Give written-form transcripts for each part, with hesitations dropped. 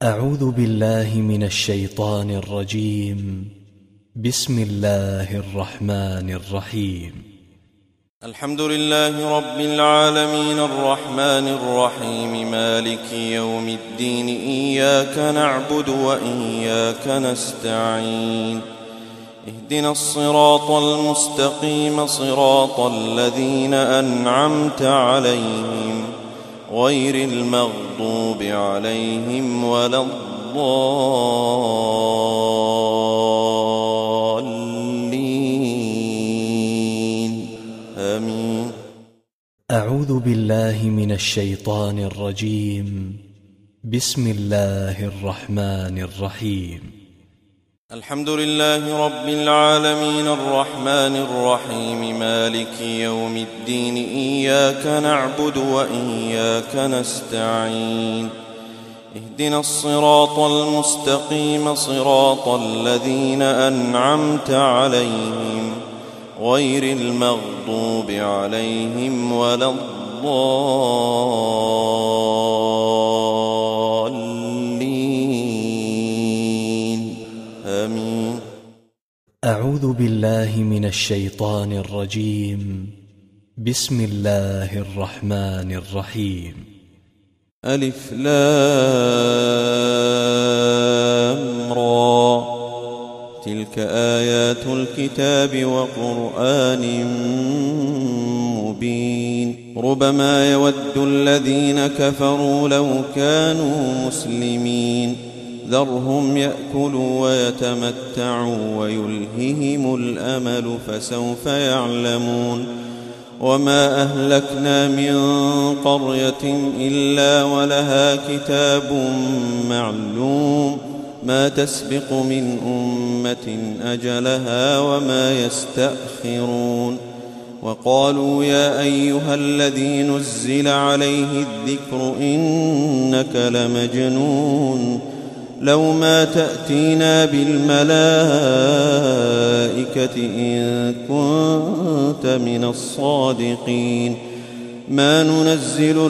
أعوذ بالله من الشيطان الرجيم. بسم الله الرحمن الرحيم. الحمد لله رب العالمين الرحمن الرحيم مالك يوم الدين إياك نعبد وإياك نستعين اهدنا الصراط المستقيم صراط الذين أنعمت عليهم غير المغضوب عليهم ولا الضالين آمين. أعوذ بالله من الشيطان الرجيم. بسم الله الرحمن الرحيم. الحمد لله رب العالمين الرحمن الرحيم مالك يوم الدين إياك نعبد وإياك نستعين اهدنا الصراط المستقيم صراط الذين أنعمت عليهم غير المغضوب عليهم ولا الضالين آمين. أعوذ بالله من الشيطان الرجيم. بسم الله الرحمن الرحيم. ألف لام را تلك آيات الكتاب وقرآن مبين ربما يود الذين كفروا لو كانوا مسلمين ذرهم يأكلوا ويتمتعوا ويلههم الأمل فسوف يعلمون وما أهلكنا من قرية إلا ولها كتاب معلوم ما تسبق من أمة أجلها وما يستأخرون وقالوا يا أيها الذي نزل عليه الذكر إنك لمجنون لو ما تأتينا بالملائكة إن كنت من الصادقين ما ننزل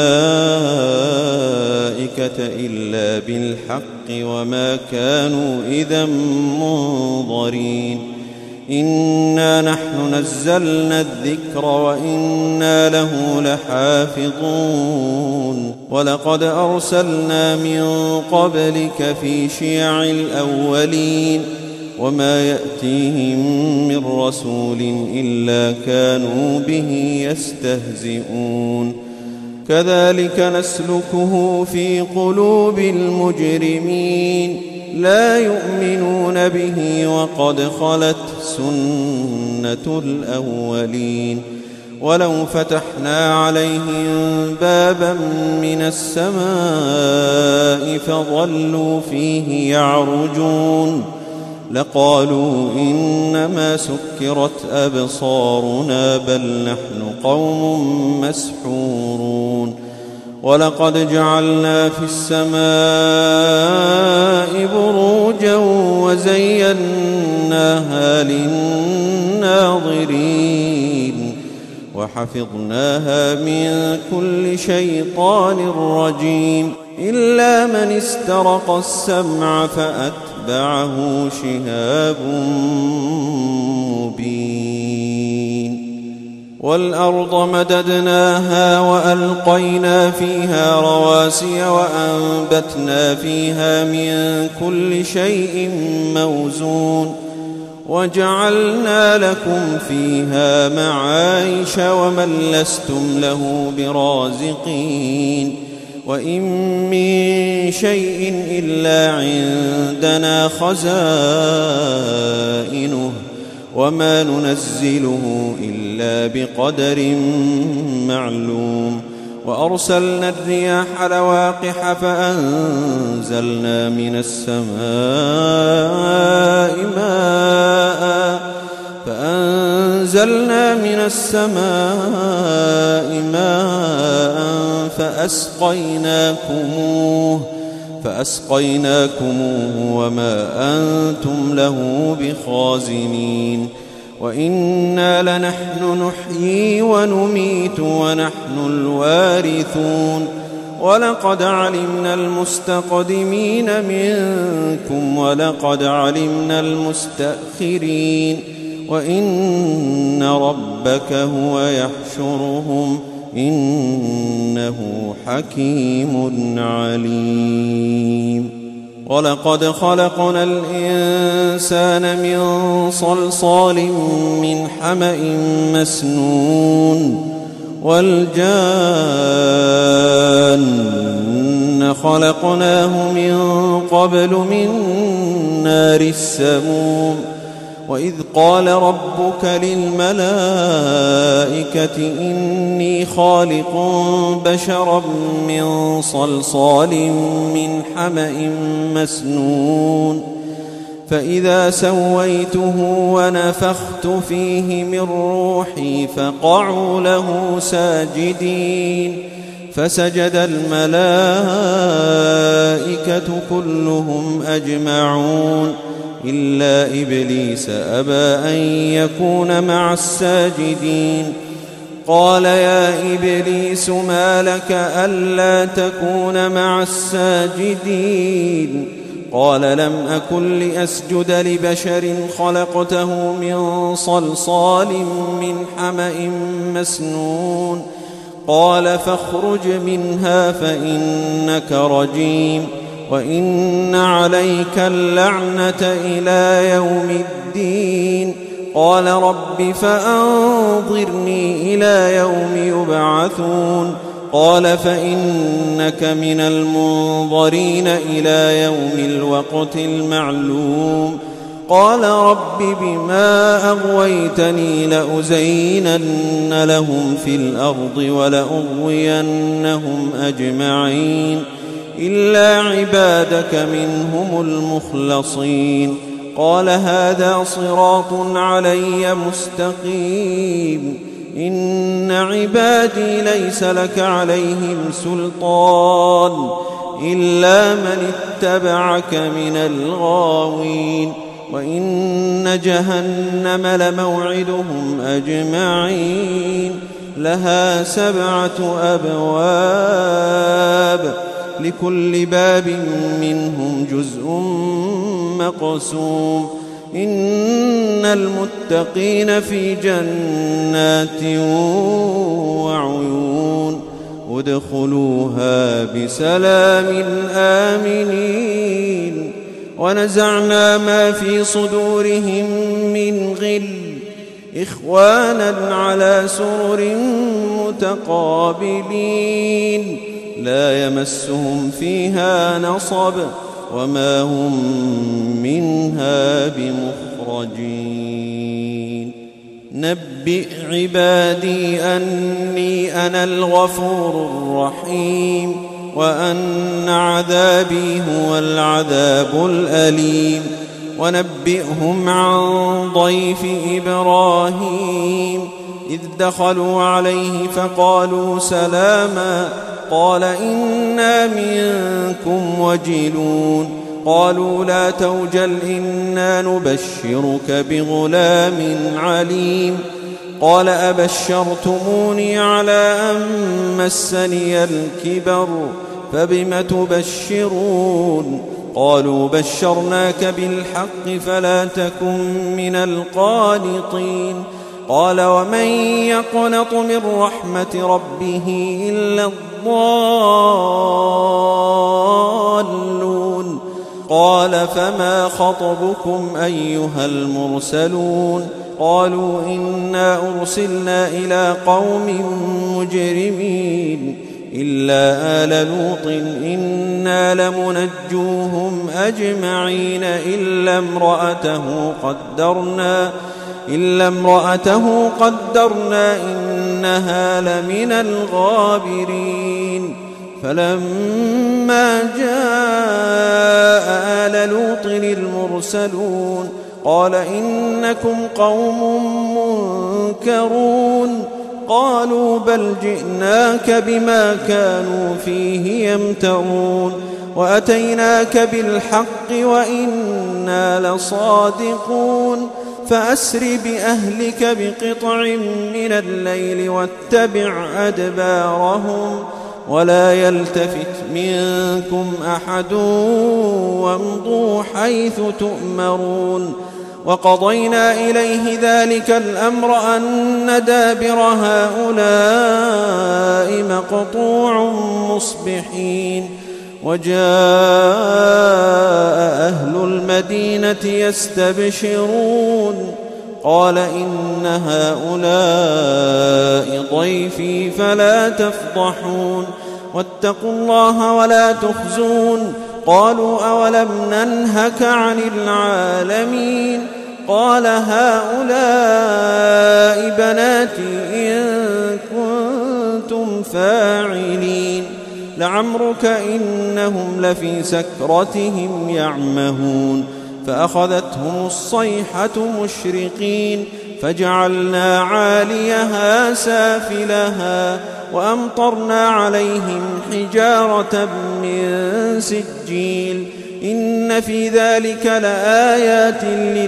الملائكة إلا بالحق وما كانوا إذا منظرين إنا نحن نزلنا الذكر وإنا له لحافظون ولقد أرسلنا من قبلك في شيع الأولين وما يأتيهم من رسول إلا كانوا به يستهزئون كذلك نسلكه في قلوب المجرمين لا يؤمنون به وقد خلت سنة الأولين ولو فتحنا عليهم بابا من السماء فظلوا فيه يعرجون لقالوا إنما سكرت أبصارنا بل نحن قوم مسحورون ولقد جعلنا في السماء بروجا وزيناها للناظرين وحفظناها من كل شيطان رجيم إلا من استرق السمع فأتبعه شهاب مبين والأرض مددناها وألقينا فيها رواسي وأنبتنا فيها من كل شيء موزون وجعلنا لكم فيها معايش ومن لستم له برازقين وإن من شيء إلا عندنا خزائنه وما ننزله إلا بقدر معلوم وأرسلنا الرياح لواقح فأنزلنا من السماء ماء فأسقيناكموه وما أنتم له بخازنين وإنا لنحن نحيي ونميت ونحن الوارثون ولقد علمنا المستقدمين منكم ولقد علمنا المستأخرين وإن ربك هو يحشرهم إنه حكيم عليم ولقد خلقنا الإنسان من صلصال من حمأ مسنون والجان خلقناه من قبل من نار السموم وإذ قال ربك للملائكة إني خالق بشرا من صلصال من حمأ مسنون فإذا سويته ونفخت فيه من روحي فقعوا له ساجدين فسجد الملائكة كلهم أجمعون إلا إبليس أبى أن يكون مع الساجدين قال يا إبليس ما لك ألا تكون مع الساجدين قال لم أكن لأسجد لبشر خلقته من صلصال من حمأ مسنون قال فاخرج منها فإنك رجيم وإن عليك اللعنة إلى يوم الدين قال رب فأنظرني إلى يوم يبعثون قال فإنك من المنظرين إلى يوم الوقت المعلوم قال رب بما أغويتني لأزينن لهم في الأرض ولأغوينهم أجمعين إلا عبادك منهم المخلصين قال هذا صراط علي مستقيم إن عبادي ليس لك عليهم سلطان إلا من اتبعك من الغاوين وإن جهنم لموعدهم أجمعين لها 7 أبواب لكل باب منهم جزء مقسوم إن المتقين في جنات وعيون ادخلوها بسلام آمنين ونزعنا ما في صدورهم من غل إخوانا على سرر متقابلين لا يمسهم فيها نصب وما هم منها بمخرجين نبئ عبادي أني أنا الغفور الرحيم وأن عذابي هو العذاب الأليم ونبئهم عن ضيف إبراهيم إذ دخلوا عليه فقالوا سلاما قال إنا منكم وجلون قالوا لا توجل إنا نبشرك بغلام عليم قال أبشرتموني على أن مسني الكبر فبم تبشرون قالوا بشرناك بالحق فلا تكن من القانطين قال ومن يقنط من رحمة ربه إلا الضالون قال فما خطبكم أيها المرسلون قالوا إنا أرسلنا إلى قوم مجرمين إلا آل لوط إنا لمنجوهم أجمعين إلا امرأته قدرنا إنها لمن الغابرين فلما جاء آل لوط المرسلون قال إنكم قوم منكرون قالوا بل جئناك بما كانوا فيه يمترون وأتيناك بالحق وإنا لصادقون فأسر بأهلك بقطع من الليل واتبع أدبارهم ولا يلتفت منكم أحد وامضوا حيث تؤمرون وقضينا إليه ذلك الأمر أن دابر هؤلاء مقطوع مصبحين وجاء أهل المدينة يستبشرون قال إن هؤلاء ضيفي فلا تفضحون واتقوا الله ولا تخزون قالوا أولم ننهك عن العالمين قال هؤلاء بناتي إن كنتم فاعلين لعمرك إنهم لفي سكرتهم يعمهون فأخذتهم الصيحة مشرقين فجعلنا عاليها سافلها وأمطرنا عليهم حجارة من سجيل إن في ذلك لآيات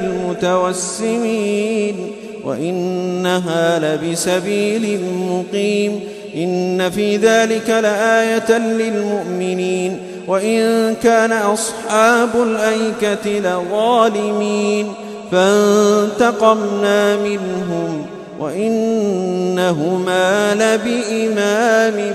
للمتوسمين وإنها لبسبيل مقيم إن في ذلك لآية للمؤمنين وإن كان أصحاب الأيكة لظالمين فانتقمنا منهم وإنهما لبإمام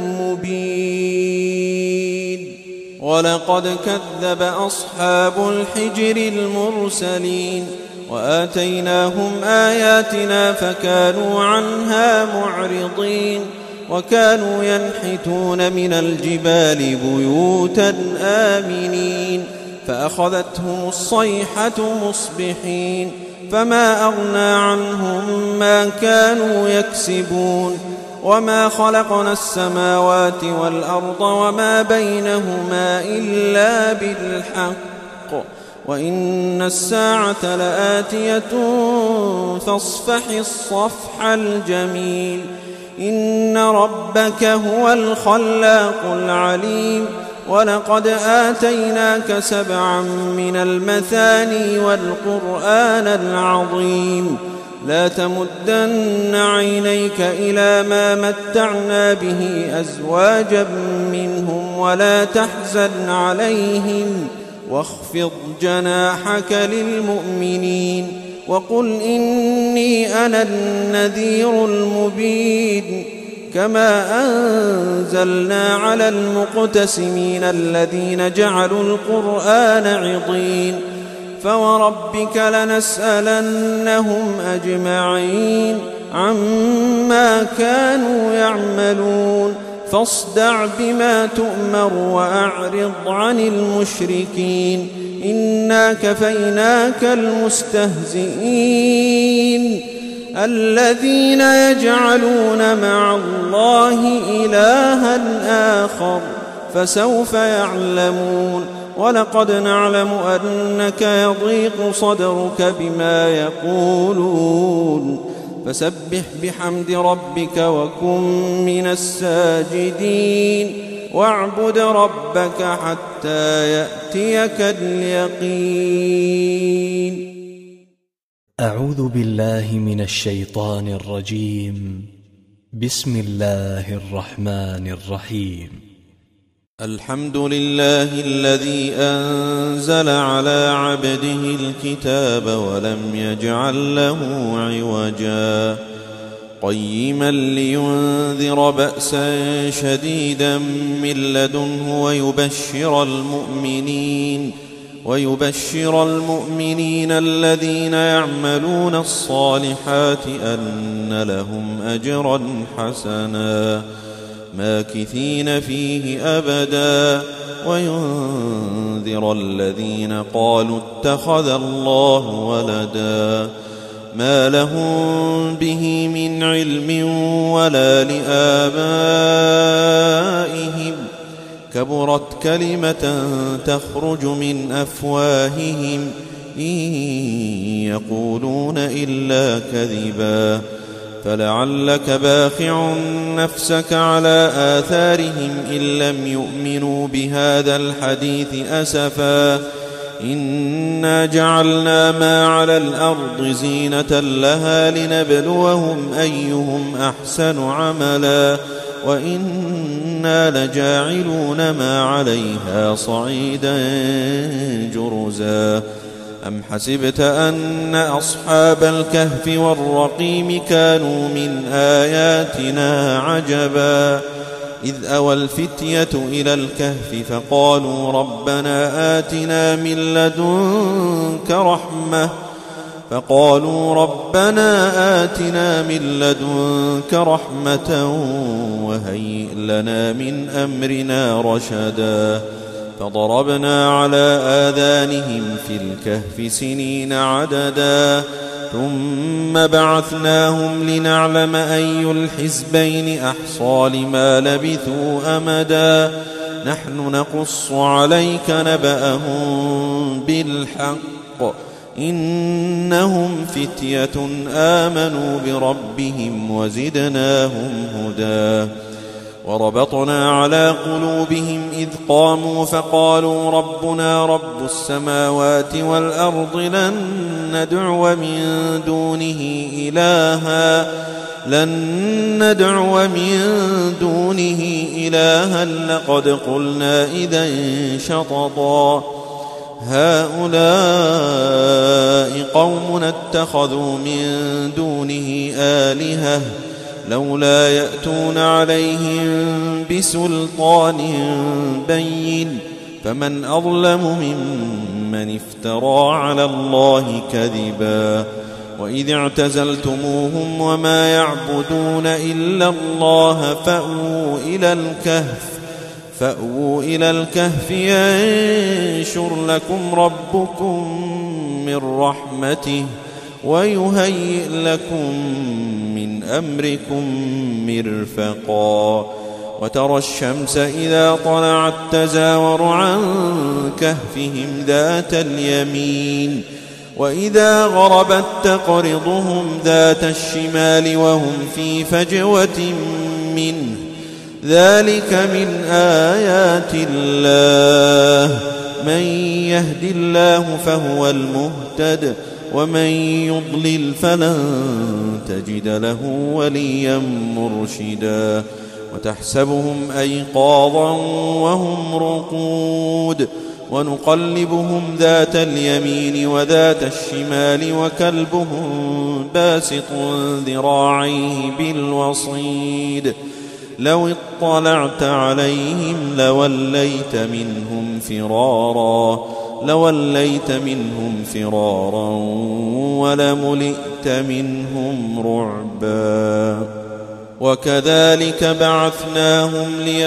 مبين ولقد كذب أصحاب الحجر المرسلين وآتيناهم آياتنا فكانوا عنها معرضين وكانوا ينحتون من الجبال بيوتا آمنين فأخذتهم الصيحة مصبحين فما أغنى عنهم ما كانوا يكسبون وما خلقنا السماوات والأرض وما بينهما إلا بالحق وإن الساعة لآتية فاصفح الصفح الجميل إن ربك هو الخلاق العليم ولقد آتيناك 7 من المثاني والقرآن العظيم لا تمدن عينيك إلى ما متعنا به أزواجا منهم ولا تحزن عليهم واخفض جناحك للمؤمنين وقل إني أنا النذير المبين كما أنزلنا على المقتسمين الذين جعلوا القرآن عضين فوربك لنسألنهم أجمعين عما كانوا يعملون فاصدع بما تؤمر وأعرض عن المشركين إنا كفيناك المستهزئين الذين يجعلون مع الله إلها آخر فسوف يعلمون ولقد نعلم أنك يضيق صدرك بما يقولون فسبح بحمد ربك وكن من الساجدين واعبد ربك حتى يأتيك اليقين. أعوذ بالله من الشيطان الرجيم. بسم الله الرحمن الرحيم. الحمد لله الذي أنزل على عبده الكتاب ولم يجعل له عوجا قيما لينذر بأسا شديدا من لدنه ويبشر المؤمنين الذين يعملون الصالحات أن لهم أجرا حسنا ماكثين فيه أبدا وينذر الذين قالوا اتخذ الله ولدا ما لهم به من علم ولا لآبائهم كبرت كلمة تخرج من أفواههم إن يقولون إلا كذبا فلعلك باخع نفسك على آثارهم إن لم يؤمنوا بهذا الحديث أسفا إنا جعلنا ما على الأرض زينة لها لنبلوهم أيهم أحسن عملا وإنا لجاعلون ما عليها صعيدا جرزا أم حسبت أن أصحاب الكهف والرقيم كانوا من آياتنا عجبا إذ أوى الفتية إلى الكهف فقالوا ربنا آتنا من لدنك رحمة وهيئ لنا من أمرنا رشدا فضربنا على آذانهم في الكهف سنين عددا ثم بعثناهم لنعلم أي الحزبين أحصى لما لبثوا أمدا نحن نقص عليك نبأهم بالحق إنهم فتية آمنوا بربهم وزدناهم هدى وربطنا على قلوبهم إذ قاموا فقالوا ربنا رب السماوات والأرض لن ندعو من دونه إلها لقد قلنا إذا شططا هؤلاء قوم اتخذوا من دونه آلهة لولا يأتون عليهم بسلطان بين فمن أظلم ممن افترى على الله كذبا وإذ اعتزلتموهم وما يعبدون إلا الله فأووا إلى الكهف ينشر لكم ربكم من رحمته ويهيئ لكم من أمركم مرفقا وترى الشمس إذا طلعت تزاور عن كهفهم ذات اليمين وإذا غربت تقرضهم ذات الشمال وهم في فجوة منه ذلك من آيات الله من يهد الله فهو المهتد ومن يضلل فلن تجد له وليا مرشدا وتحسبهم أيقاظا وهم رقود ونقلبهم ذات اليمين وذات الشمال وكلبهم باسط ذراعيه بالوصيد لو اطلعت عليهم لوليت منهم فرارا ولملئت منهم رعبا وكذلك بعثناهم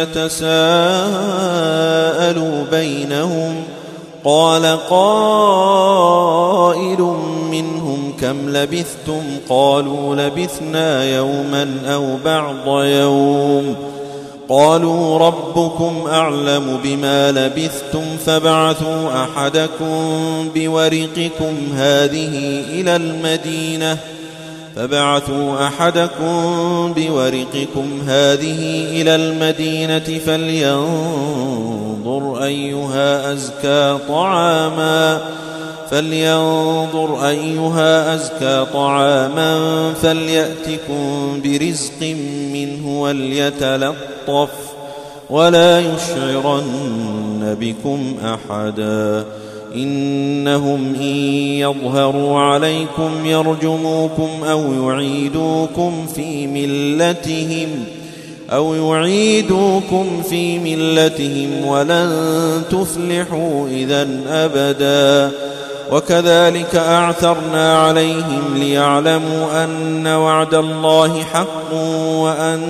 ليتساءلوا بينهم قال قائل منهم كم لبثتم قالوا لبثنا يوما أو بعض يوم قالوا ربكم أعلم بما لبثتم فابعثوا أحدكم بورقكم هذه إلى المدينة فلينظر أيها أزكى طعاما فليأتكم برزق منه وليتلطف ولا يشعرن بكم أحدا إنهم إن يظهروا عليكم يرجموكم أو يعيدوكم في ملتهم ولن تفلحوا إذا أبدا وكذلك أعثرنا عليهم ليعلموا أن وعد الله حق وأن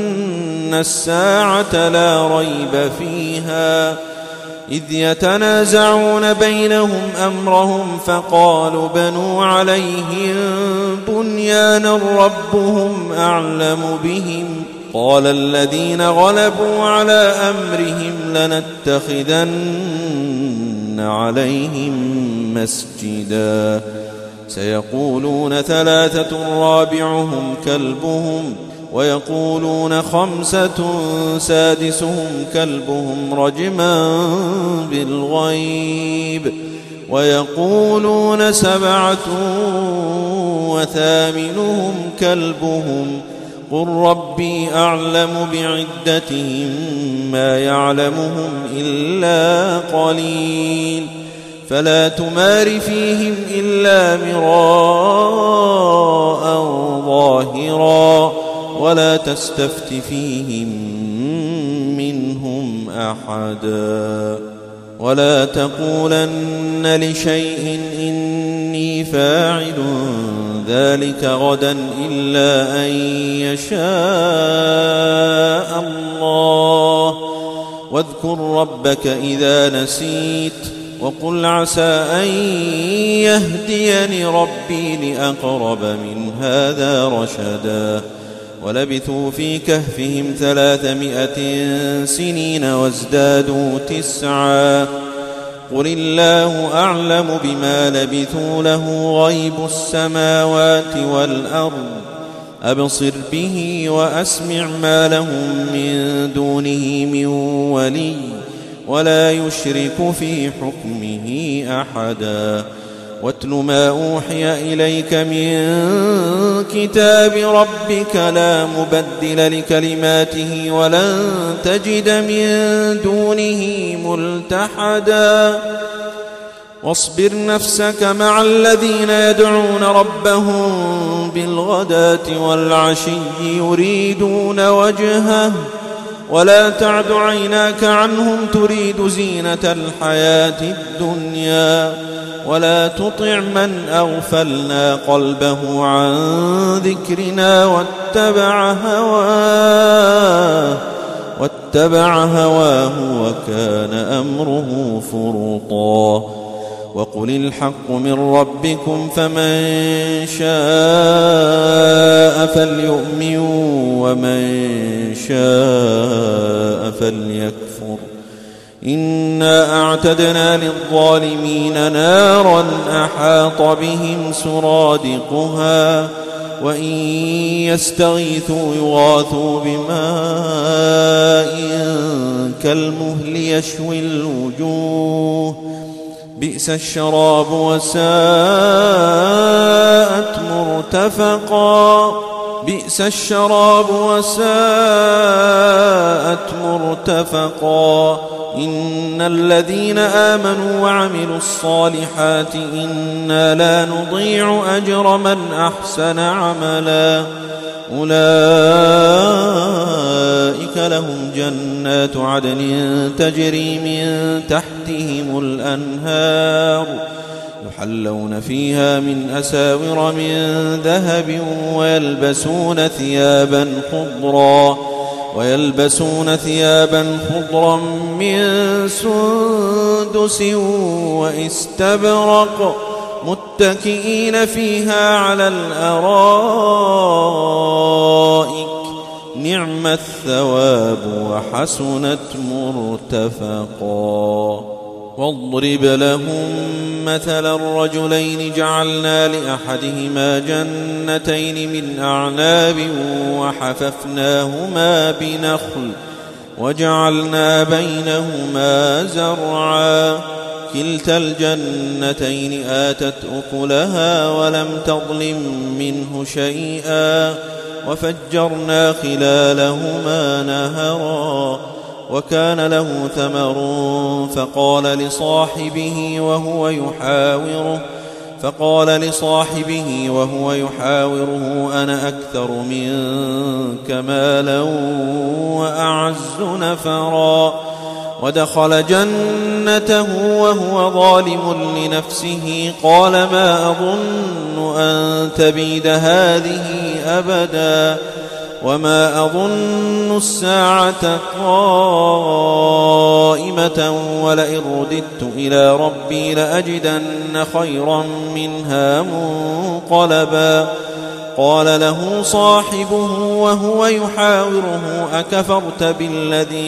الساعة لا ريب فيها إذ يتنازعون بينهم أمرهم فقالوا بنوا عليهم بنيانا ربهم أعلم بهم قال الذين غلبوا على أمرهم لنتخذن عليهم مسجدا سيقولون 3 رابعهم كلبهم ويقولون 5 سادسهم كلبهم رجما بالغيب ويقولون 7 وثامنهم كلبهم قل ربي أعلم بعدتهم ما يعلمهم إلا قليل فلا تمار فيهم إلا مراء ظاهرا ولا تستفت فيهم منهم أحدا ولا تقولن لشيء إني فاعل ذلك غدا إلا أن يشاء الله واذكر ربك إذا نسيت وقل عسى أن يهديني ربي لأقرب من هذا رشدا ولبثوا في كهفهم 300 سنين وازدادوا 9 قل الله أعلم بما لبثوا له غيب السماوات والأرض أبصر به وأسمع ما لهم من دونه من ولي ولا يشرك في حكمه أحدا واتل ما أوحي إليك من كتاب ربك لا مبدل لكلماته ولن تجد من دونه ملتحدا واصبر نفسك مع الذين يدعون ربهم بالغداة والعشي يريدون وجهه ولا تعد عيناك عنهم تريد زينة الحياة الدنيا ولا تطع من أغفلنا قلبه عن ذكرنا واتبع هواه وكان أمره فرطا وقل الحق من ربكم فمن شاء فليؤمن ومن شاء فليكفر إنا أعتدنا للظالمين نارا أحاط بهم سرادقها وإن يستغيثوا يغاثوا بماء كالمهل يشوي الوجوه بئس الشراب وساءت مرتفقا إن الذين آمنوا وعملوا الصالحات إنا لا نضيع أجر من أحسن عملا أولئك لهم جنات عدن تجري من تحتهم الأنهار يحلون فيها من أساور من ذهب ويلبسون ثيابا خضرا من سندس واستبرق متكئين فيها على الأرائك نعم الثواب وحسنت مرتفقا واضرب لهم مثل الرجلين جعلنا لأحدهما جنتين من أعناب وحففناهما بنخل وجعلنا بينهما زرعا كلتا الجنتين آتت أكلها ولم تظلم منه شيئا وفجرنا خلالهما نهرا وكان له ثمر فقال لصاحبه وهو يحاوره أنا أكثر منك مالا وأعز نفرا ودخل جنته وهو ظالم لنفسه قال ما أظن أن تبيد هذه أبدا وما أظن الساعة قائمة ولئن رددت إلى ربي لأجدن خيرا منها منقلبا قال له صاحبه وهو يحاوره أكفرت بالذي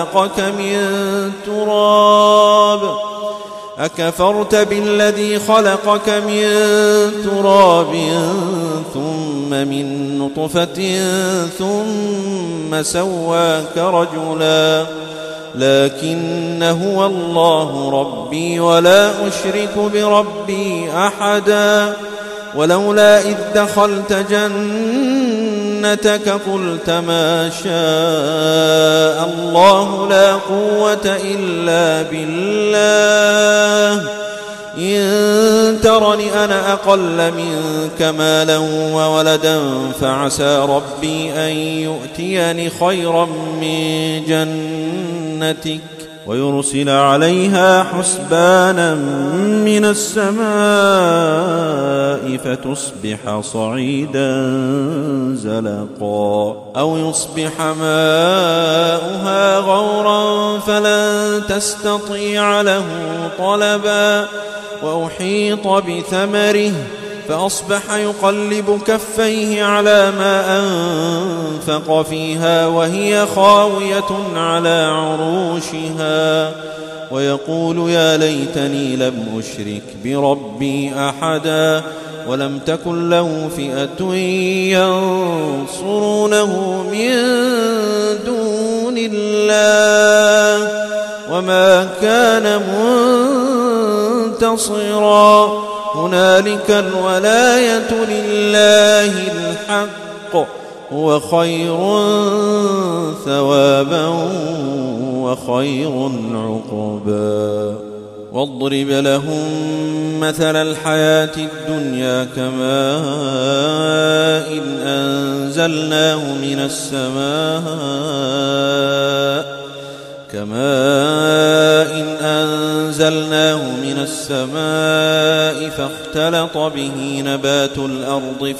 خلقك من تراب ثم من نطفة ثم سواك رجلا لكن هو الله ربي ولا أشرك بربي أحدا ولولا إذ دخلت جنتك جنتك قلت ما شاء الله لا قوة إلا بالله إن ترني أنا أقل منك مالا وولدا فعسى ربي أن يؤتيني خيرا من جنتك ويرسل عليها حسبانا من السماء فتصبح صعيدا زلقا أو يصبح ماؤها غورا فلن تستطيع له طلبا وأحيط بثمره فأصبح يقلب كفيه على ما أنفق فيها وهي خاوية على عروشها ويقول يا ليتني لم أشرك بربي أحدا ولم تكن له فئة ينصرونه من دون الله وما كان منتصرا هنالك الولاية لله الحق هو خير ثوابا وخير عقبا واضرب لهم مثل الحياة الدنيا كماء أنزلناه من السماء فاختلط به نبات الأرض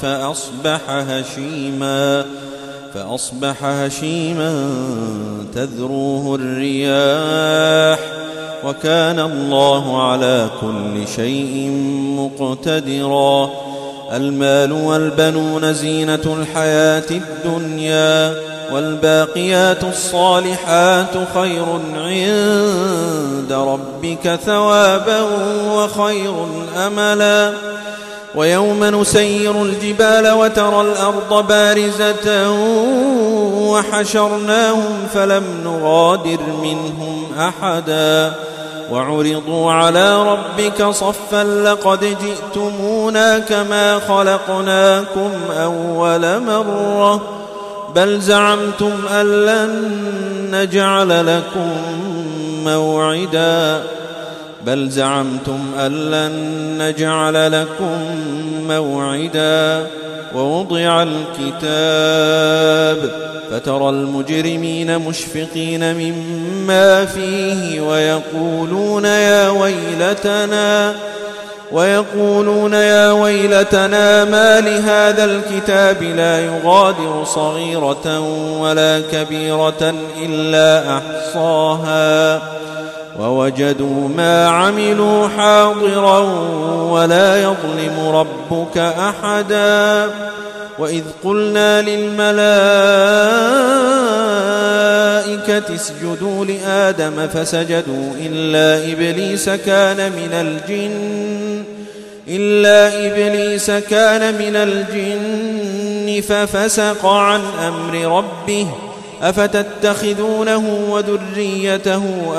فأصبح هشيما تذروه الرياح وكان الله على كل شيء مقتدرا المال والبنون زينة الحياة الدنيا والباقيات الصالحات خير عند ربك ثوابا وخير أملا ويوم نسير الجبال وترى الأرض بارزة وحشرناهم فلم نغادر منهم أحدا وعرضوا على ربك صفا لقد جئتمونا كما خلقناكم أول مرة بل زعمتم أن لن نجعل لكم موعدا ووضع الكتاب فترى المجرمين مشفقين مما فيه ويقولون يا ويلتنا ما لهذا الكتاب لا يغادر صغيرة ولا كبيرة إلا أحصاها ووجدوا ما عملوا حاضرا ولا يظلم ربك أحدا وإذ قلنا للملائكة اسجدوا لآدم فسجدوا إلا إبليس كان من الجن ففسق عن أمر ربه أفتتخذونه وذريته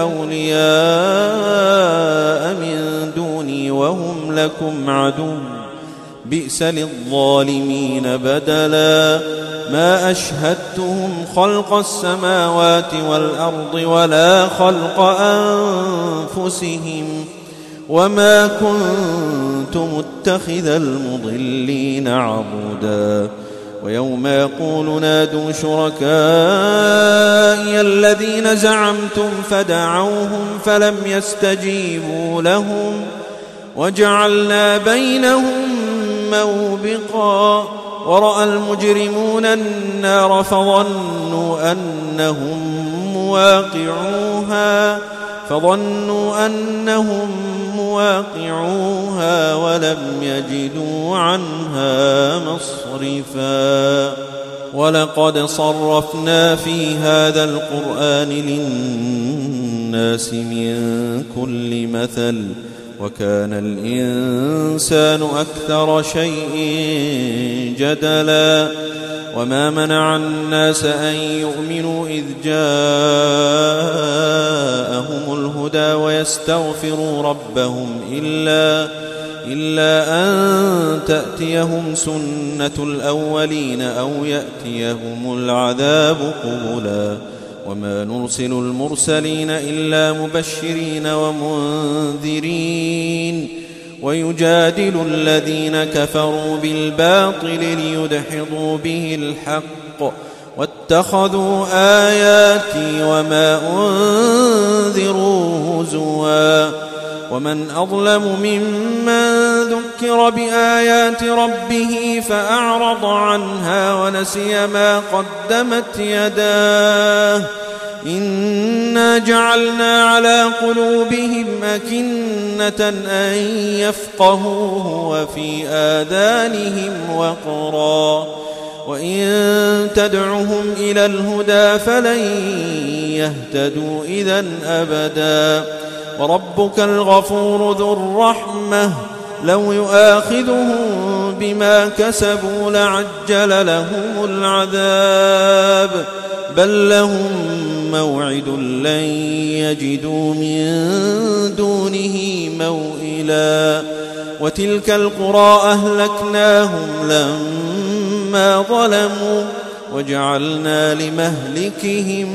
أولياء من دوني وهم لكم عدو بئس للظالمين بدلا ما أشهدتهم خلق السماوات والأرض ولا خلق أنفسهم وما كنت متخذ المضلين عضدا ويوم يقول نادوا شركائي الذين زعمتم فدعوهم فلم يستجيبوا لهم وجعلنا بينهم موبقا ورأى المجرمون النار فظنوا أنهم مواقعوها ولم يجدوا عنها مصرفا ولقد صرفنا في هذا القرآن للناس من كل مثل وكان الإنسان أكثر شيء جدلا وما منع الناس أن يؤمنوا إذ جاءهم الهدى ويستغفروا ربهم إلا أن تأتيهم سنة الأولين أو يأتيهم العذاب قبلا وما نرسل المرسلين إلا مبشرين ومنذرين ويجادل الذين كفروا بالباطل ليدحضوا به الحق واتخذوا آياتي وما أنذروا هزوا ومن أظلم ممن ذكر بآيات ربه فأعرض عنها ونسي ما قدمت يداه إنا جعلنا على قلوبهم أكنة أن يفقهوه وفي آذانهم وقرا وإن تدعهم إلى الهدى فلن يهتدوا إذن أبدا وربك الغفور ذو الرحمة لو يؤاخذهم بما كسبوا لعجل لهم العذاب بل لهم موعد لن يجدوا من دونه موئلا وتلك القرى أهلكناهم لما ظلموا وجعلنا لمهلكهم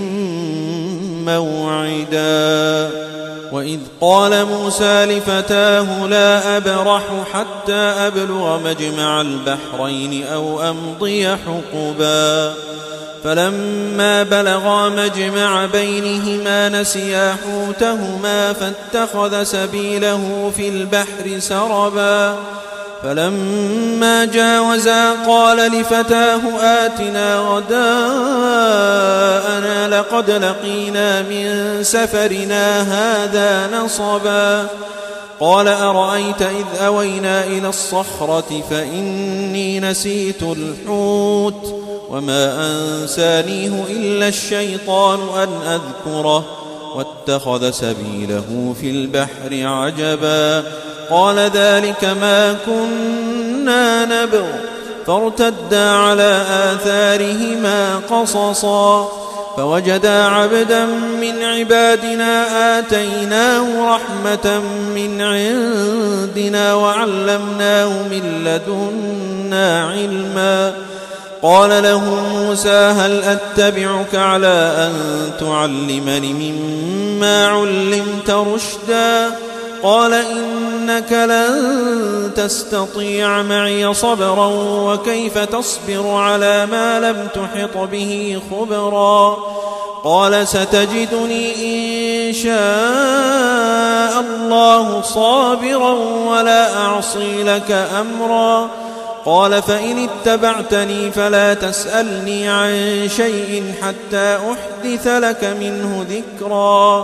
موعدا وإذ قال موسى لفتاه لا أبرح حتى أبلغ مجمع البحرين أو أمضي حقبا فلما بلغا مجمع بينهما نسيا حوتهما فاتخذ سبيله في البحر سربا فلما جاوزا قال لفتاه آتنا غداءنا لقد لقينا من سفرنا هذا نصبا قال أرأيت إذ أوينا إلى الصخرة فإني نسيت الحوت وما أنسانيه إلا الشيطان أن أذكره واتخذ سبيله في البحر عجبا قال ذلك ما كنا نبغ فارتدا على آثارهما قصصا فوجدا عبدا من عبادنا آتيناه رحمة من عندنا وعلمناه من لدنا علما قال له موسى هل أتبعك على أن تعلمني مما علمت رشدا قال إنك لن تستطيع معي صبرا وكيف تصبر على ما لم تحط به خبرا قال ستجدني إن شاء الله صابرا ولا أعصي لك أمرا قال فإن اتبعتني فلا تسألني عن شيء حتى أحدث لك منه ذكرا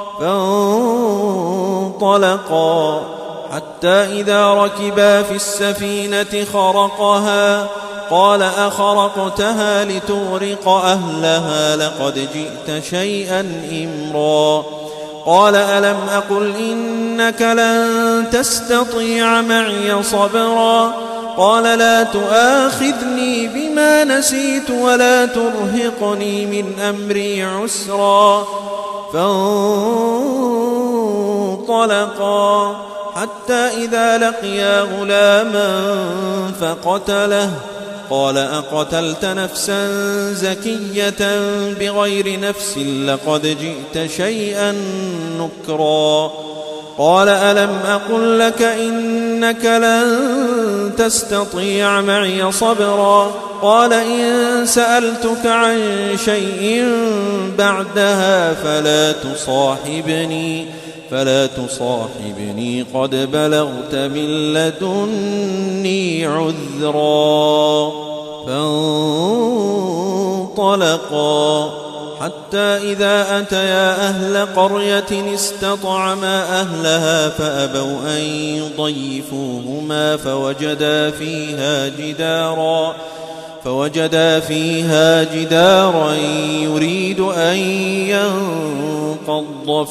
فانطلقا حتى إذا ركبا في السفينة خرقها قال أخرقتها لتغرق أهلها لقد جئت شيئا إمرا قال ألم أقل إنك لن تستطيع معي صبرا قال لا تؤاخذني بما نسيت ولا ترهقني من أمري عسرا فانطلقا حتى إذا لقيا غلاما فقتله قال أقتلت نفسا زكية بغير نفس لقد جئت شيئا نكرا قال ألم أقل لك إنك لن تستطيع معي صبرا قال إن سألتك عن شيء بعدها فلا تصاحبني قد بلغت من لدني عذرا فانطلقا حتى إذا أتيا أهل قرية استطعما أهلها فأبوا أن يضيفوهما فوجدا فيها جدارا يريد أن ينقض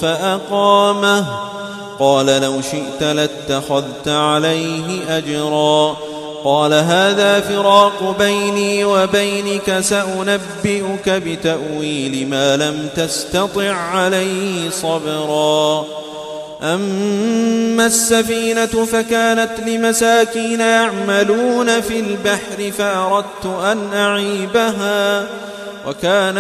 فأقامه قال لو شئت لاتخذت عليه أجرا قال هذا فراق بيني وبينك سأنبئك بتأويل ما لم تستطع عليه صبرا أما السفينة فكانت لمساكين يعملون في البحر فأردت أن أعيبها وكان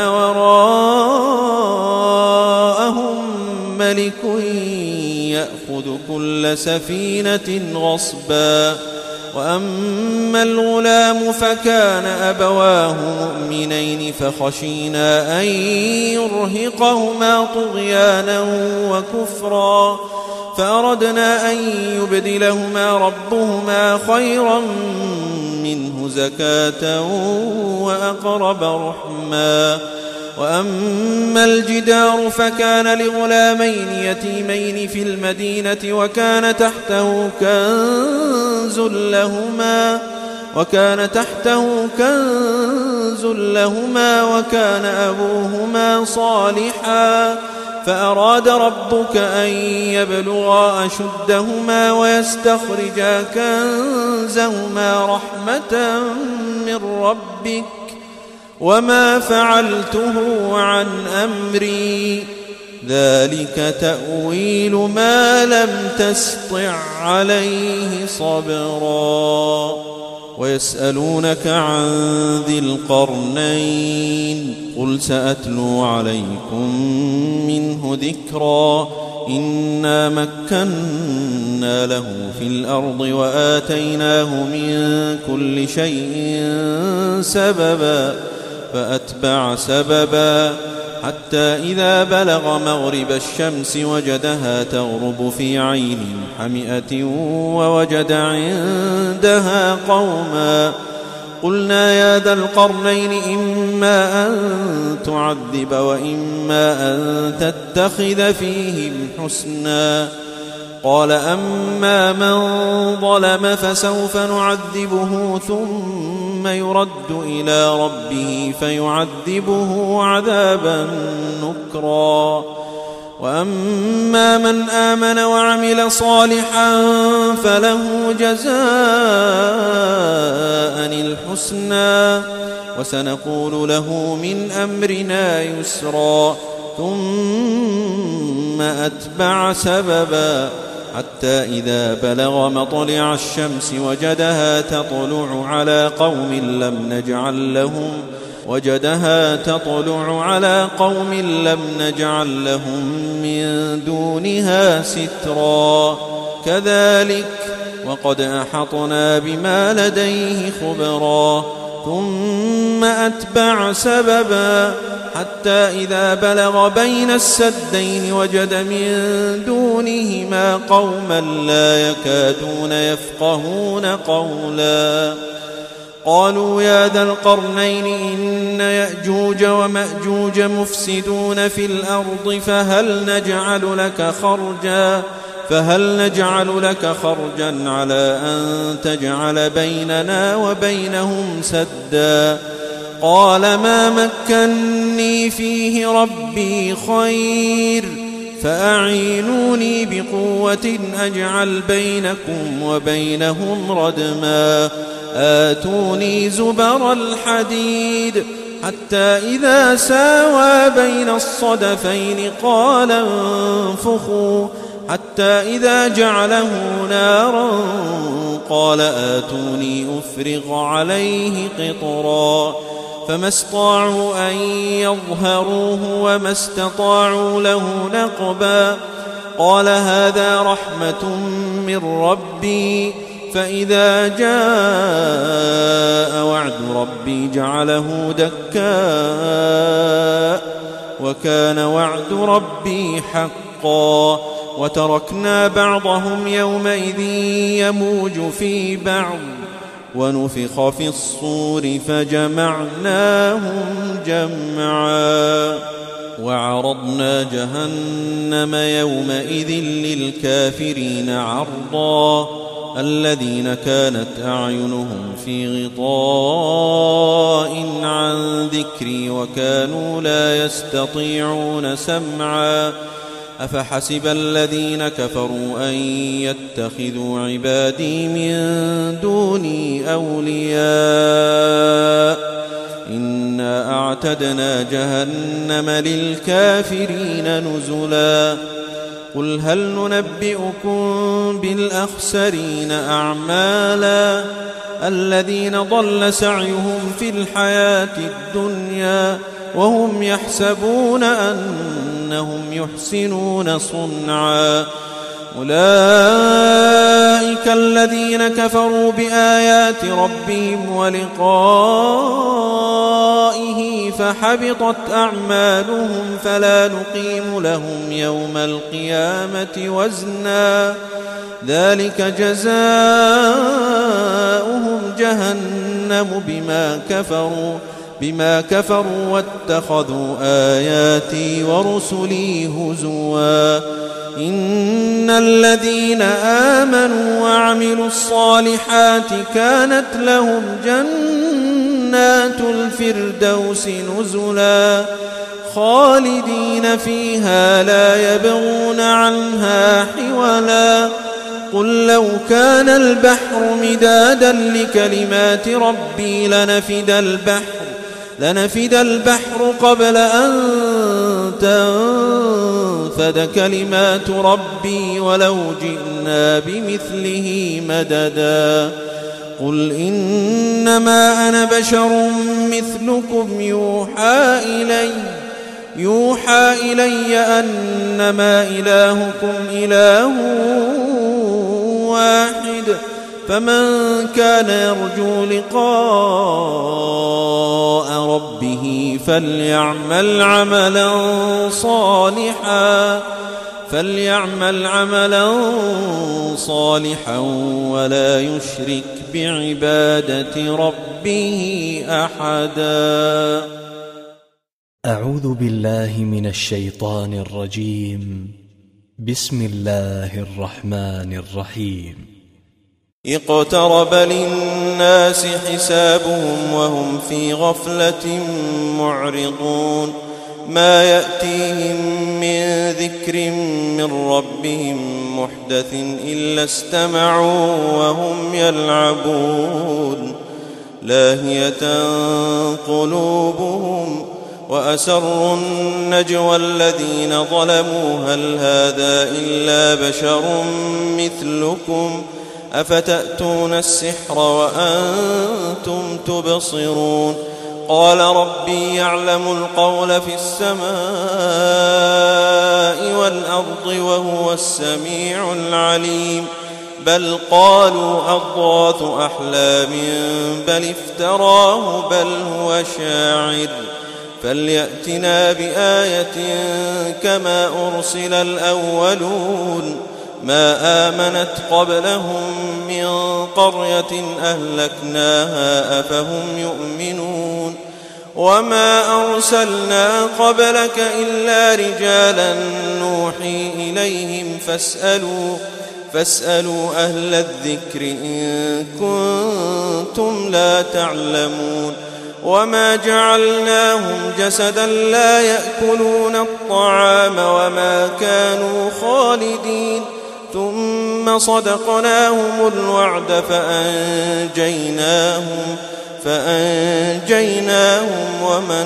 وراءهم ملك يأخذ كل سفينة غصبا وأما الغلام فكان أبواه مؤمنين فخشينا أن يرهقهما طغيانا وكفرا فأردنا أن يبدلهما ربهما خيرا منه زكاة وأقرب رحما وأما الجدار فكان لغلامين يتيمين في المدينة وكان تحته كنز لهما وكان أبوهما صالحا فأراد ربك أن يبلغا أشدهما ويستخرجا كنزهما رحمة من ربك وما فعلته عن أمري ذلك تأويل ما لم تسطع عليه صبرا ويسألونك عن ذي القرنين قل سأتلو عليكم منه ذكرا إنا مكنا له في الأرض وآتيناه من كل شيء سببا فأتبع سببا حتى إذا بلغ مغرب الشمس وجدها تغرب في عين حمئة ووجد عندها قوما قلنا يا ذا القرنين إما أن تعذب وإما أن تتخذ فيهم حسنا قال أما من ظلم فسوف نعذبه ثم يرد إلى ربه فيعذبه عذابا نكرا وأما من آمن وعمل صالحا فله جزاء الحسنى وسنقول له من أمرنا يسرا ثم أتبع سببا حتى إذا بلغ مطلع الشمس وجدها تطلع على قوم لم نجعل لهم من دونها سترا كذلك وقد أحطنا بما لديه خبرا ثم أتبع سببا حتى إذا بلغ بين السدين وجد من دونهما قوما لا يكادون يفقهون قولا قالوا يا ذا القرنين إن يأجوج ومأجوج مفسدون في الأرض فهل نجعل لك خرجا على أن تجعل بيننا وبينهم سدا قال ما مكني فيه ربي خير فأعينوني بقوة أجعل بينكم وبينهم ردما آتوني زبر الحديد حتى إذا ساوى بين الصدفين قال انفخوا حتى إذا جعله نارا قال آتوني أفرغ عليه قطرا فما استطاعوا أن يظهروه وما استطاعوا له نقبا قال هذا رحمة من ربي فإذا جاء وعد ربي جعله دكاء وكان وعد ربي حقا وتركنا بعضهم يومئذ يموج في بعض ونفخ في الصور فجمعناهم جمعا وعرضنا جهنم يومئذ للكافرين عرضا الذين كانت أعينهم في غطاء عن ذكري وكانوا لا يستطيعون سمعا أفحسب الذين كفروا أن يتخذوا عبادي من دوني أولياء إنا أعتدنا جهنم للكافرين نزلا قل هل ننبئكم بالأخسرين أعمالا الذين ضل سعيهم في الحياة الدنيا وهم يحسبون أنهم يحسنون صنعا أولئك الذين كفروا بآيات ربهم ولقائه فحبطت أعمالهم فلا نقيم لهم يوم القيامة وزنا ذلك جزاؤهم جهنم بما كفروا واتخذوا آياتي ورسلي هزوا إن الذين آمنوا وعملوا الصالحات كانت لهم جنات الفردوس نزلا خالدين فيها لا يبغون عنها حولا قل لو كان البحر مدادا لكلمات ربي لنفد البحر قبل أن تنفد كلمات ربي ولو جئنا بمثله مددا قل إنما أنا بشر مثلكم يوحى إلي أنما إلهكم إله واحد فمن كان يرجو لقاء ربه فليعمل عملا صالحا ولا يشرك بعبادة ربه أحدا. أعوذ بالله من الشيطان الرجيم. بسم الله الرحمن الرحيم. اقترب للناس حسابهم وهم في غفلة معرضون ما يأتيهم من ذكر من ربهم محدث إلا استمعوا وهم يلعبون لاهية قلوبهم وأسروا النجوى الذين ظلموا هل هذا إلا بشر مثلكم أفتأتون السحر وأنتم تبصرون قال ربي يعلم القول في السماء والأرض وهو السميع العليم بل قالوا أضغاث أحلام بل افتراه بل هو شاعر فليأتنا بآية كما أرسل الأولون ما آمنت قبلهم من قرية أهلكناها أفهم يؤمنون وما أرسلنا قبلك إلا رجالا نوحي إليهم فاسألوا أهل الذكر إن كنتم لا تعلمون وما جعلناهم جسدا لا يأكلون الطعام وما كانوا خالدين ثم صدقناهم الوعد فأنجيناهم ومن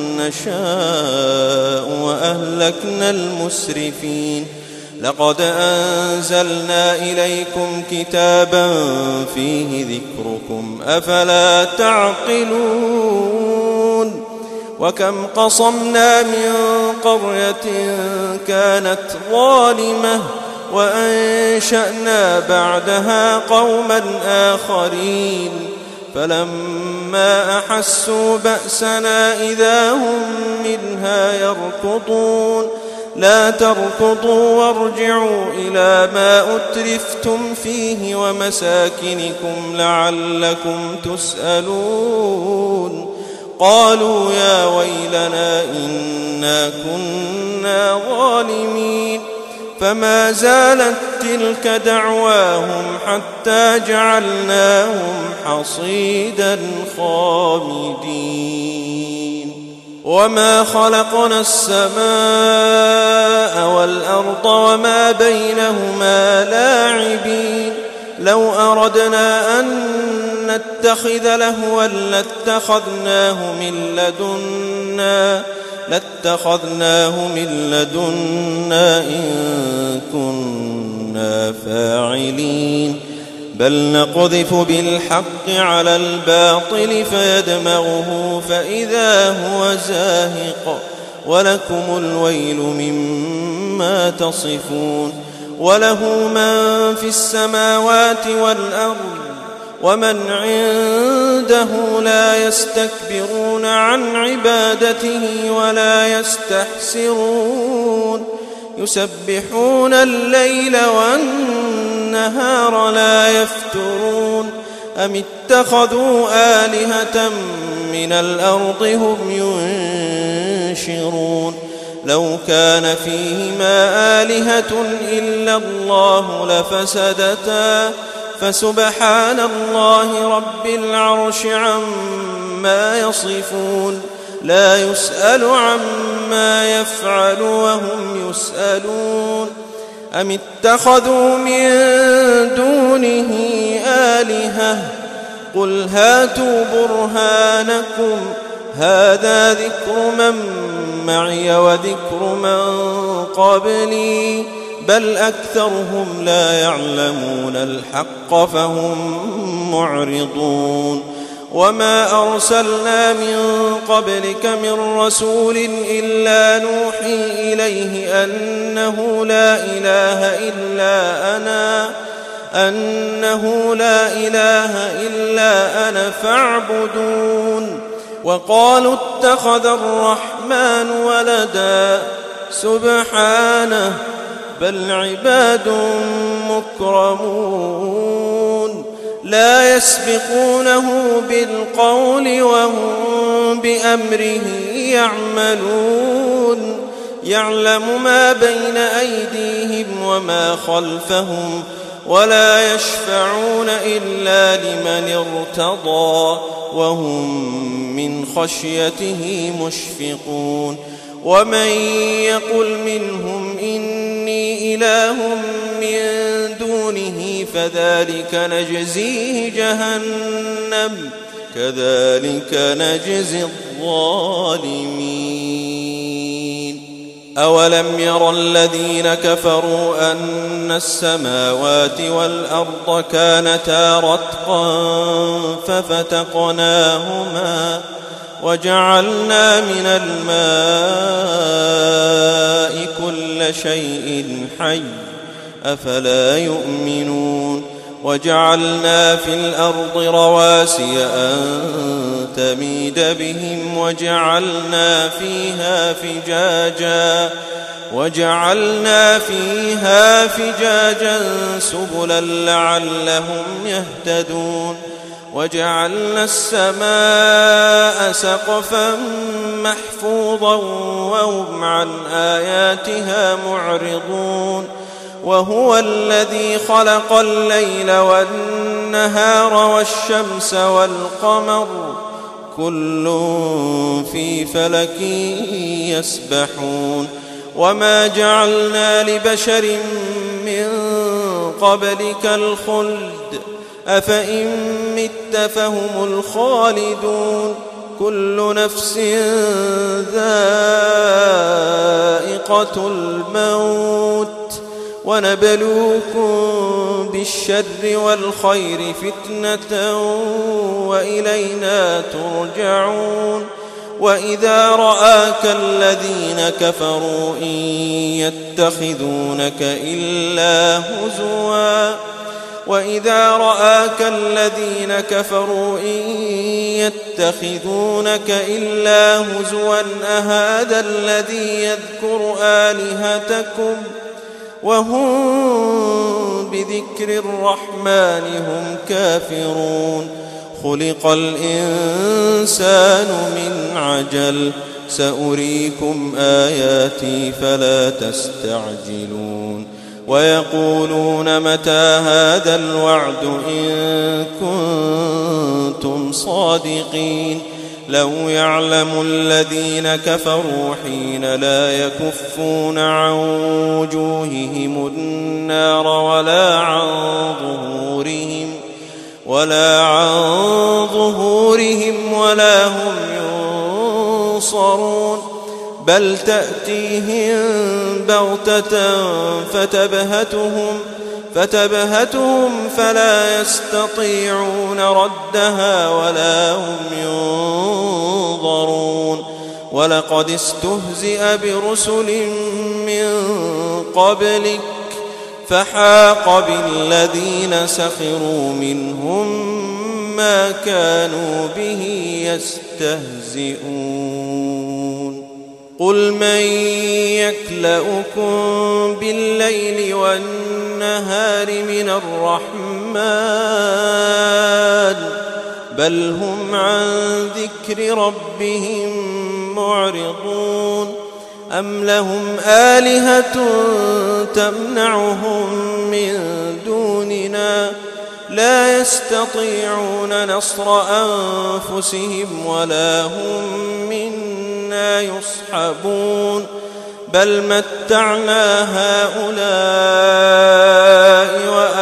نشاء وأهلكنا المسرفين لقد أنزلنا إليكم كتابا فيه ذكركم أفلا تعقلون وكم قصمنا من قرية كانت ظالمة وأنشأنا بعدها قوما آخرين فلما أحسوا بأسنا إذا هم منها يركضون لا تركضوا وارجعوا إلى ما أترفتم فيه ومساكنكم لعلكم تسألون قالوا يا ويلنا إنا كنا ظالمين فما زالت تلك دعواهم حتى جعلناهم حصيدا خامدين وما خلقنا السماء والأرض وما بينهما لاعبين لو أردنا أن نتخذ لهوا لاتخذناه من لدنا إن كنا فاعلين بل نقذف بالحق على الباطل فيدمغه فإذا هو زاهق ولكم الويل مما تصفون وله من في السماوات والأرض ومن عنده لا يستكبرون عن عبادته ولا يستحسرون يسبحون الليل والنهار لا يفترون أم اتخذوا آلهة من الأرض هم ينشرون لو كان فيهما آلهة إلا الله لفسدتا فسبحان الله رب العرش عما يصفون لا يسأل عما يفعل وهم يسألون أم اتخذوا من دونه آلهة قل هاتوا برهانكم هذا ذكر من معي وذكر من قبلي بل أكثرهم لا يعلمون الحق فهم معرضون وما أرسلنا من قبلك من رسول إلا نوحي إليه أنه لا إله إلا أنا فاعبدون وقالوا اتخذ الرحمن ولدا سبحانه بل عباد مكرمون لا يسبقونه بالقول وهم بأمره يعملون يعلم ما بين أيديهم وما خلفهم ولا يشفعون إلا لمن ارتضى وهم من خشيته مشفقون ومن يقل منهم إني إله من دونه فذلك نجزيه جهنم كذلك نجزي الظالمين أولم ير الذين كفروا أن السماوات والأرض كانتا رتقا ففتقناهما وجعلنا من الماء كل شيء حي أفلا يؤمنون وجعلنا في الأرض رواسي أن تميد بهم وجعلنا فيها فجاجا سبلا لعلهم يهتدون وجعلنا السماء سقفا محفوظا وهم عن آياتها معرضون وهو الذي خلق الليل والنهار والشمس والقمر كل في فلك يسبحون وما جعلنا لبشر من قبلك الخلد أفإن مت فهم الخالدون كل نفس ذائقة الموت ونبلوكم بالشر والخير فتنة وإلينا ترجعون وإذا رآك الذين كفروا إن يتخذونك إلا هزوا أهذا الذي يذكر آلهتكم وهم بذكر الرحمن هم كافرون خلق الإنسان من عجل سأريكم آياتي فلا تستعجلون ويقولون متى هذا الوعد إن كنتم صادقين لو يعلم الذين كفروا حين لا يكفون عن وجوههم النار ولا عن ظهورهم ولا هم ينصرون بل تأتيهم بغتة فتبهتهم فلا يستطيعون ردها ولا هم ينظرون ولقد استهزئ برسل من قبلك فحاق بالذين سخروا منهم ما كانوا به يستهزئون قل من يكلؤكم بالليل والنهار من الرحمن بل هم عن ذكر ربهم معرضون أم لهم آلهة تمنعهم من دوننا لا يستطيعون نصر أنفسهم ولا هم منا يصحبون بل متعنا هؤلاء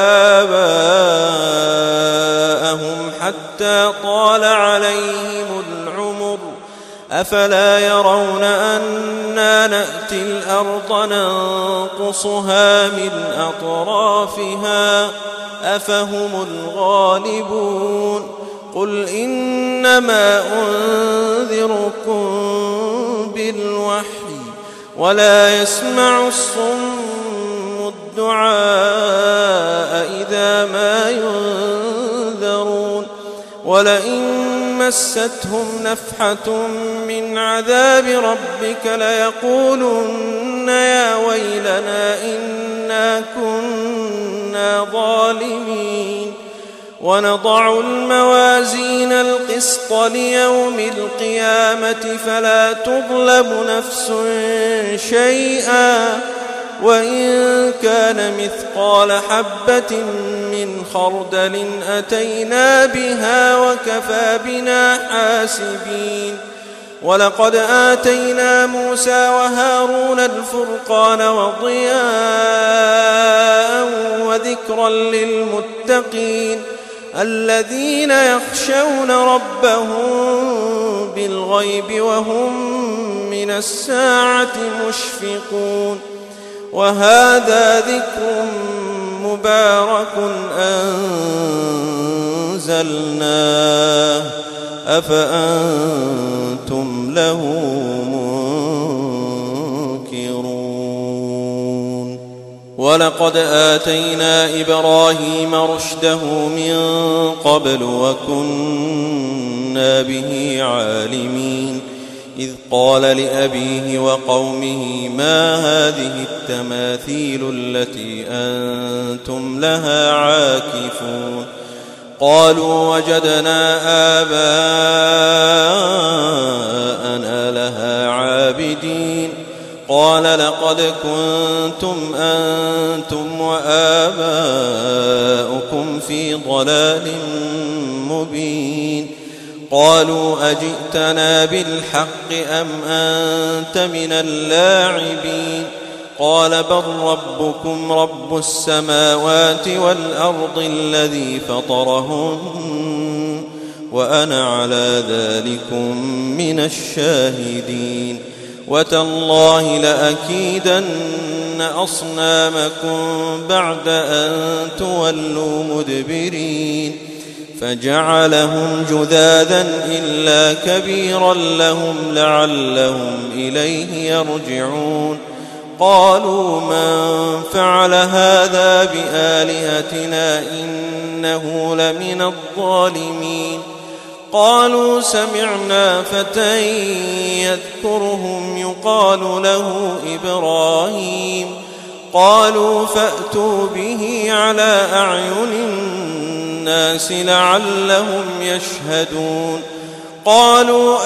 وآباءهم حتى طال عليهم العمر أفلا يرون أنا نأتي الأرض ننقصها من أطرافها أفهم الغالبون قل إنما أنذركم بالوحي ولا يسمع الصم الدعاء إذا ما ينذرون ولئن مستهم نفحة من عذاب ربك ليقولن يا ويلنا إنا كنا ظالمين ونضع الموازين القسط ليوم القيامة فلا تظلم نفس شيئا وإن كان مثقال حبة من خردل أتينا بها وكفى بنا حاسبين ولقد آتينا موسى وهارون الفرقان وضياء وذكرا للمتقين الذين يخشون ربهم بالغيب وهم من الساعة مشفقون وهذا ذكر مبارك أنزلناه أفأنتم له منكرون ولقد آتينا إبراهيم رشده من قبل وكنا به عالمين إذ قال لأبيه وقومه ما هذه التماثيل التي أنتم لها عاكفون قالوا وجدنا آباءنا لها عابدين قال لقد كنتم أنتم وآباؤكم في ضلال مبين قالوا أجئتنا بالحق أم أنت من اللاعبين قال بل ربكم رب السماوات والأرض الذي فطرهن وأنا على ذلكم من الشاهدين وتالله لأكيدن أصنامكم بعد أن تولوا مدبرين فجعلهم جذاذا إلا كبيرا لهم لعلهم إليه يرجعون قالوا من فعل هذا بآلهتنا إنه لمن الظالمين قالوا سمعنا فتى يذكرهم يقال له إبراهيم قالوا فأتوا به على أعين الناس لعلهم يشهدون قالوا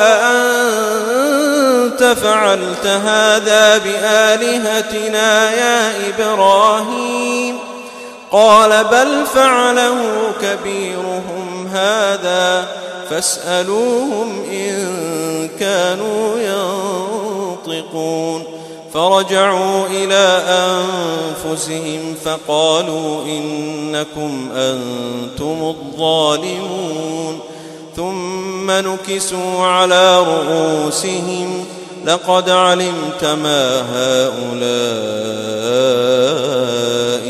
أأنت فعلت هذا بآلهتنا يا إبراهيم قال بل فعله كبيرهم هذا فاسألوهم إن كانوا ينطقون فرجعوا إلى أنفسهم فقالوا إنكم أنتم الظالمون ثم نكسوا على رؤوسهم لقد علمت ما هؤلاء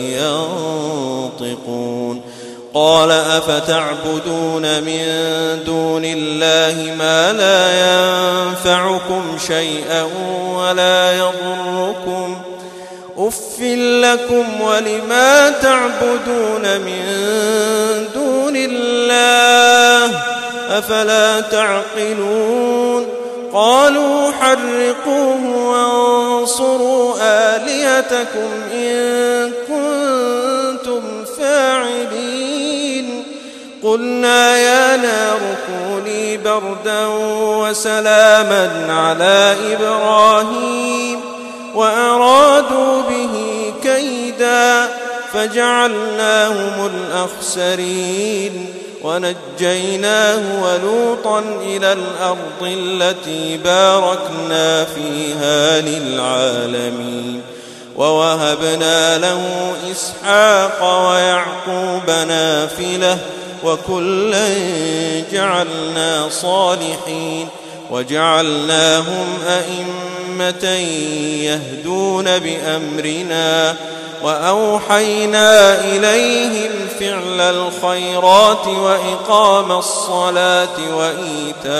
ينطقون قال أفتعبدون من دون الله ما لا ينفعكم شيئا ولا يضركم أف لكم ولما تعبدون من دون الله أفلا تعقلون قالوا حرقوه وانصروا آلهتكم إن كنتم فاعلين قلنا يا نار كوني بردا وسلاما على إبراهيم وأرادوا به كيدا فجعلناهم الأخسرين ونجيناه ولوطا إلى الأرض التي باركنا فيها للعالمين ووهبنا له إسحاق ويعقوب نافلة وكلا جعلنا صالحين وجعلناهم أئمة يهدون بأمرنا وأوحينا إليهم فعل الخيرات وإقام الصلاة وإيتاء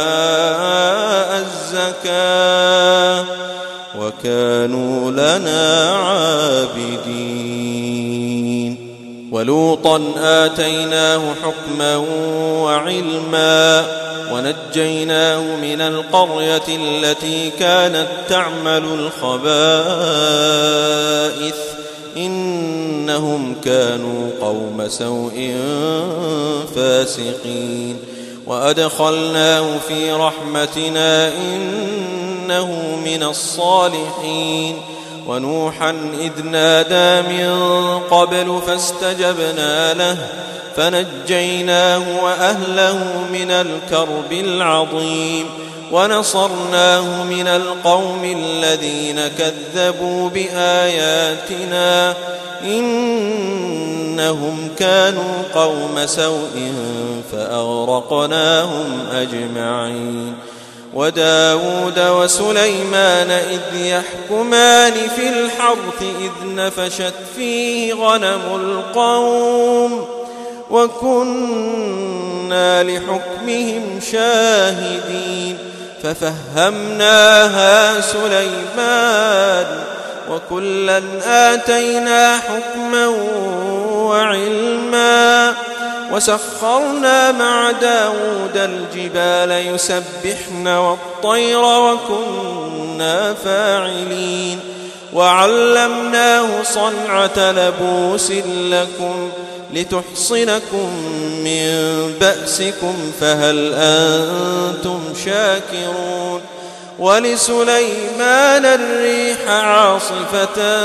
الزكاة وكانوا لنا عابدين ولوطا آتيناه حكما وعلما ونجيناه من القرية التي كانت تعمل الخبائث إنهم كانوا قوم سوء فاسقين وأدخلناه في رحمتنا إنه من الصالحين ونوحا إذ نادى من قبل فاستجبنا له فنجيناه وأهله من الكرب العظيم ونصرناه من القوم الذين كذبوا بآياتنا إنهم كانوا قوم سوء فأغرقناهم أجمعين وداود وسليمان إذ يحكمان في الحرث إذ نفشت فيه غنم القوم وكنا لحكمهم شاهدين ففهمناها سليمان وكلا آتينا حكما وعلما وسخرنا مع داود الجبال يسبحن والطير وكنا فاعلين وعلمناه صنعة لبوس لكم لتحصنكم من بأسكم فهل أنتم شاكرون ولسليمان الريح عاصفة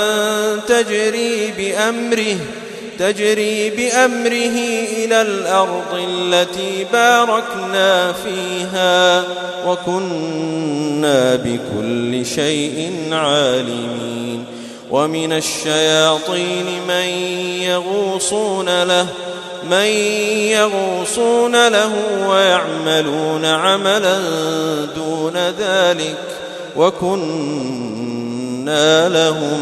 تجري بأمره إلى الأرض التي باركنا فيها وكنا بكل شيء عالمين ومن الشياطين من يغوصون له ويعملون عملا دون ذلك وكنا لهم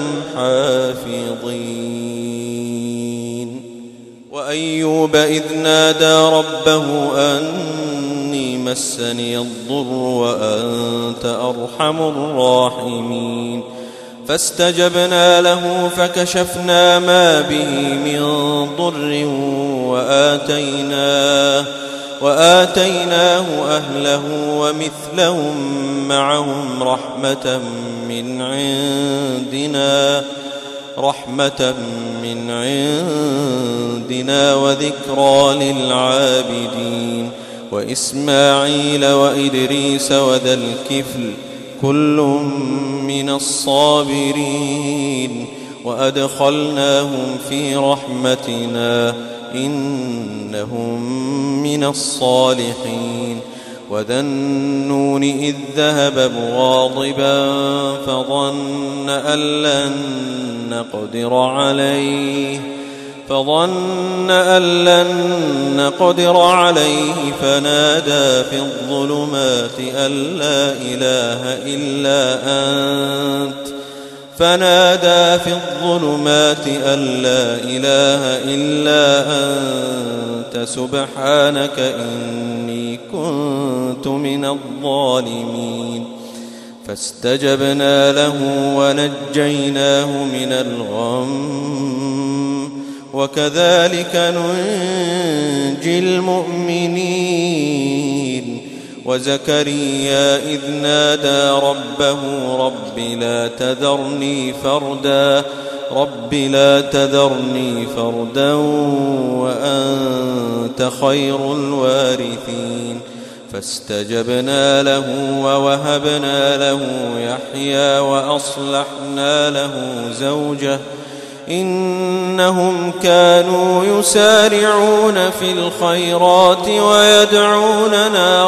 حافظين وأيوب إذ نادى ربه أني مسني الضر وأنت أرحم الراحمين فاستجبنا له فكشفنا ما به من ضر وآتيناه أهله ومثلهم معهم رحمة من عندنا وذكرى للعابدين وإسماعيل وإدريس وذا الكفل كل من الصابرين وأدخلناهم في رحمتنا إنهم من الصالحين وذا النون إذ ذهب مغاضبا فظن أن لن نقدر عليه فنادى في الظلمات أن لا إله إلا أنت سبحانك إني كنت من الظالمين فاستجبنا له ونجيناه من الغم وكذلك ننجي المؤمنين وزكريا إذ نادى ربه رب لا تذرني فردا وأنت خير الوارثين فاستجبنا له ووهبنا له يحيى وأصلحنا له زوجه إنهم كانوا يسارعون في الخيرات ويدعوننا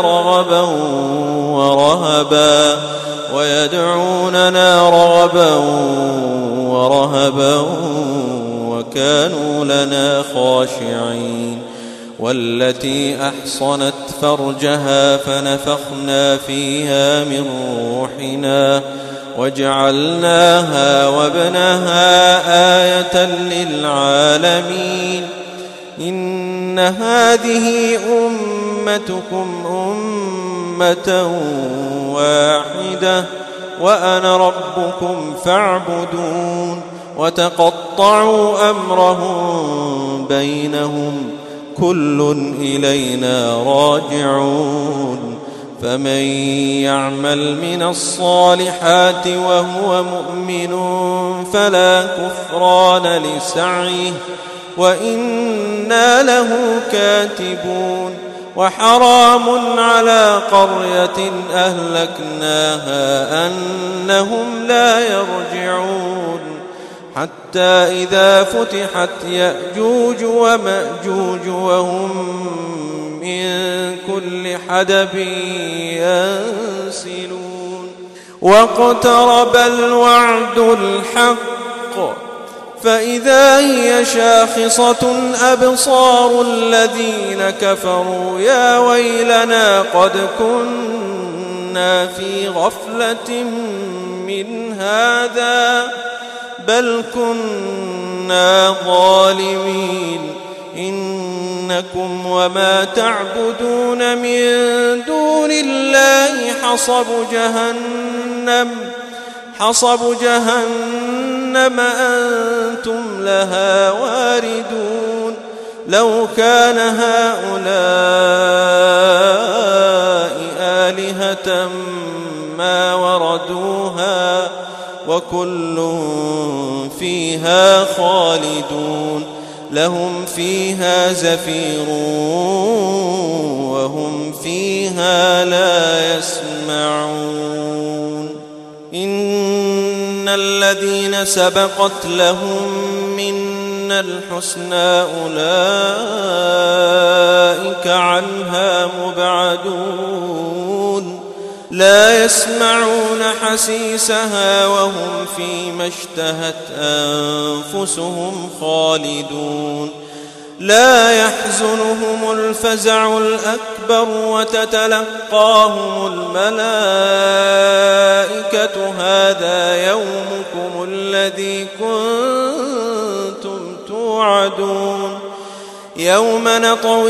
رغبا ورهبا وكانوا لنا خاشعين والتي أحصنت فرجها فنفخنا فيها من روحنا وجعلناها وابنها آية للعالمين إن هذه أمتكم أمة واحدة وأنا ربكم فاعبدون وتقطعوا أمرهم بينهم كل إلينا راجعون فمن يعمل من الصالحات وهو مؤمن فلا كفران لسعيه وإنا له كاتبون وحرام على قرية أهلكناها أنهم لا يرجعون حتى إذا فتحت يأجوج ومأجوج وهم من كل حدب ينسلون واقترب الوعد الحق فإذا هي شاخصة أبصار الذين كفروا يا ويلنا قد كنا في غفلة من هذا بل كنا ظالمين إنكم وما تعبدون من دون الله حصب جهنم أنتم لها واردون لو كان هؤلاء آلهة ما وردوها وكل فيها خالدون لهم فيها زفير وهم فيها لا يسمعون إن الذين سبقت لهم منا الحسنى أولئك عنها مبعدون لا يسمعون حسيسها وهم فيما اشتهت أنفسهم خالدون لا يحزنهم الفزع الأكبر وتتلقاهم الملائكة هذا يومكم الذي كنتم توعدون يوم نطوي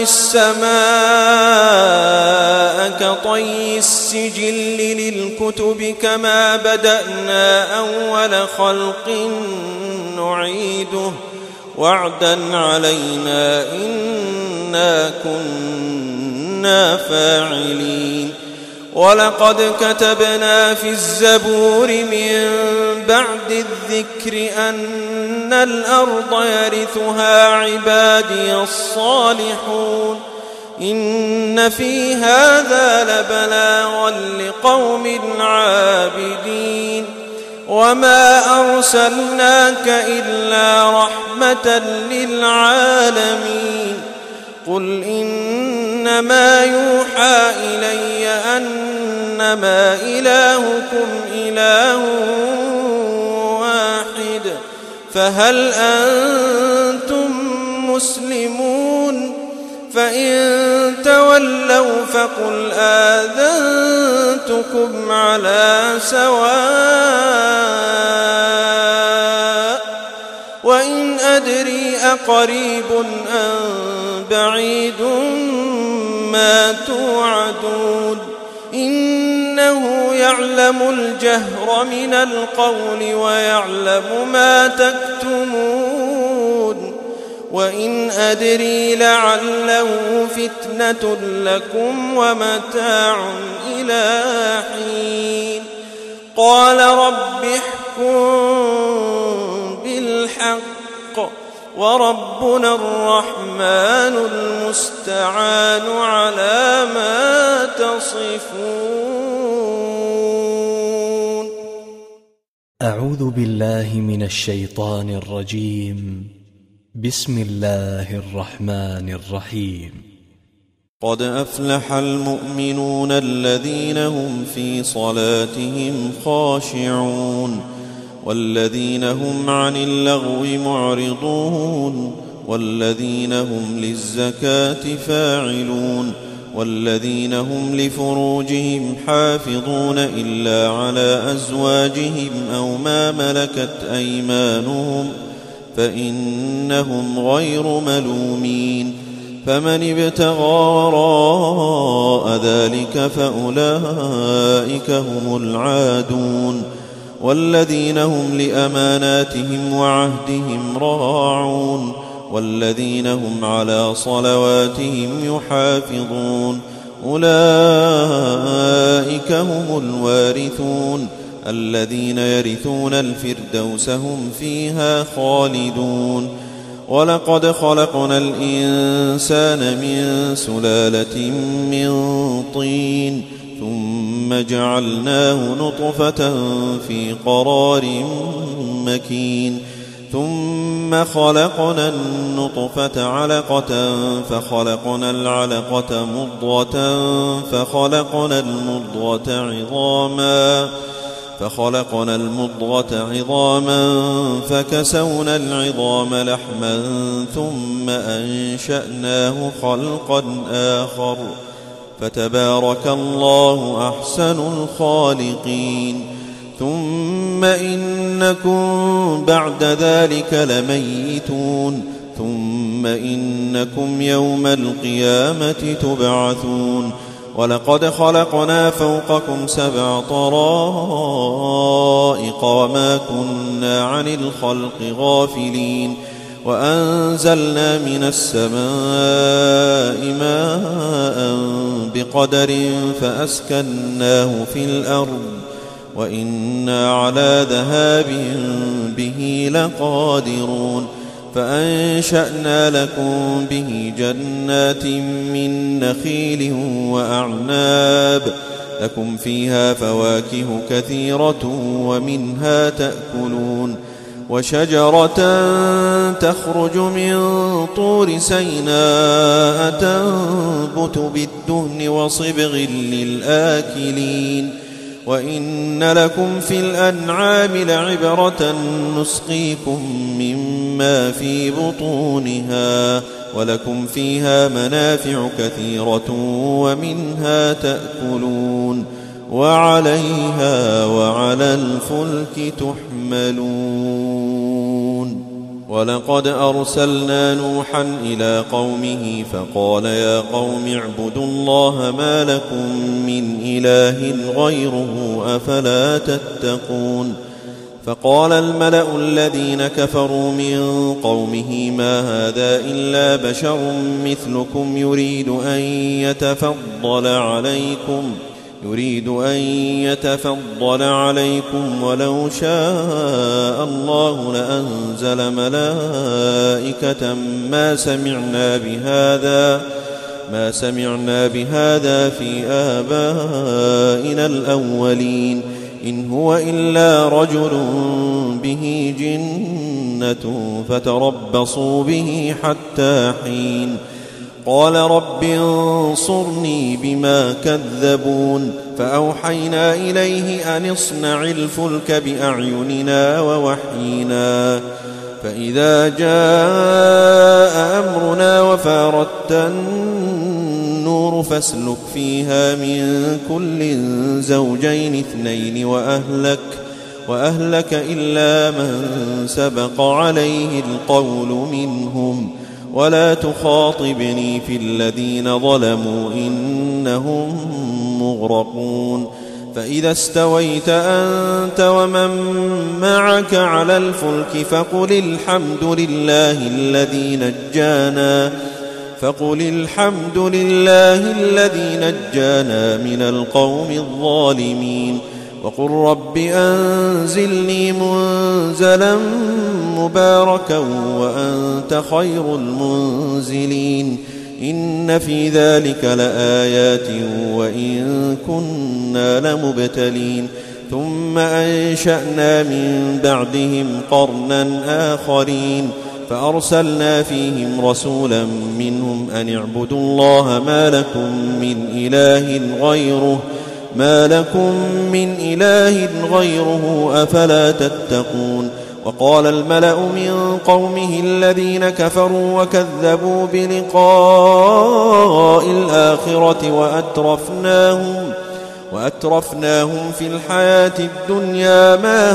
السماء كطي السجل للكتب كما بدأنا أول خلق نعيده وعدا علينا إنا كنا فاعلين ولقد كتبنا في الزبور من بعد الذكر أن الأرض يرثها عبادي الصالحون إن في هذا لبلاغا لقوم عابدين وما أرسلناك إلا رحمة للعالمين قل إنما يوحى إلي أنما إلهكم إله واحد فهل أنتم مسلمون فإن تولوا فقل آذنتكم على سواء وإن أدري أقريب أم بعيد ما توعدون إنه يعلم الجهر من القول ويعلم ما تكتمون وإن أدري لعله فتنة لكم ومتاع إلى حين قال رب احكم بالحق وربنا الرحمن المستعان على ما تصفون. أعوذ بالله من الشيطان الرجيم. بسم الله الرحمن الرحيم. قد أفلح المؤمنون الذين هم في صلاتهم خاشعون والذين هم عن اللغو معرضون والذين هم للزكاة فاعلون والذين هم لفروجهم حافظون إلا على أزواجهم أو ما ملكت أيمانهم فإنهم غير ملومين فمن ابتغى وراء ذلك فأولئك هم العادون والذين هم لأماناتهم وعهدهم راعون والذين هم على صلواتهم يحافظون أولئك هم الوارثون الذين يرثون الفردوس هم فيها خالدون ولقد خلقنا الإنسان من سلالة من طين ثم جعلناه نطفة في قرار مكين ثم خلقنا النطفة علقة فخلقنا العلقة مضغة فخلقنا المضغة عظاما فكسونا العظام لحما ثم أنشأناه خلقا آخر فتبارك الله أحسن الخالقين ثم إنكم بعد ذلك لميتون ثم إنكم يوم القيامة تبعثون ولقد خلقنا فوقكم 7 طرائق وما كنا عن الخلق غافلين وأنزلنا من السماء ماء بقدر فأسكناه في الأرض وإنا على ذهاب به لقادرون فأنشأنا لكم به جنات من نخيل وأعناب لكم فيها فواكه كثيرة ومنها تأكلون وشجرة تخرج من طور سيناء تنبت بالدهن وصبغ للآكلين وإن لكم في الأنعام لعبرة نسقيكم مما في بطونها ولكم فيها منافع كثيرة ومنها تأكلون وعليها وعلى الفلك تحملون ولقد أرسلنا نوحا إلى قومه فقال يا قوم اعبدوا الله ما لكم من إله غيره أفلا تتقون فقال الملأ الذين كفروا من قومه ما هذا إلا بشر مثلكم يريد أن يتفضل عليكم ولو شاء الله لأنزل ملائكة ما سمعنا بهذا في آبائنا الأولين إن هو إلا رجل به جنة فتربصوا به حتى حين قال رب انصرني بما كذبون فأوحينا إليه أن اصنع الفلك بأعيننا ووحينا فإذا جاء أمرنا وفاردت النور فاسلك فيها من كل زوجين اثنين وأهلك إلا من سبق عليه القول منهم ولا تخاطبني في الذين ظلموا إنهم مغرقون فإذا استويت أنت ومن معك على الفلك فقل الحمد لله الذي نجانا من القوم الظالمين وقل رب أنزلني منزلا مباركا وأنت خير المنزلين إن في ذلك لآيات وإن كنا لمبتلين ثم أنشأنا من بعدهم قرنا آخرين فأرسلنا فيهم رسولا منهم أن اعبدوا الله ما لكم من إله غيره أفلا تتقون وقال الملأ من قومه الذين كفروا وكذبوا بلقاء الآخرة وأترفناهم في الحياة الدنيا ما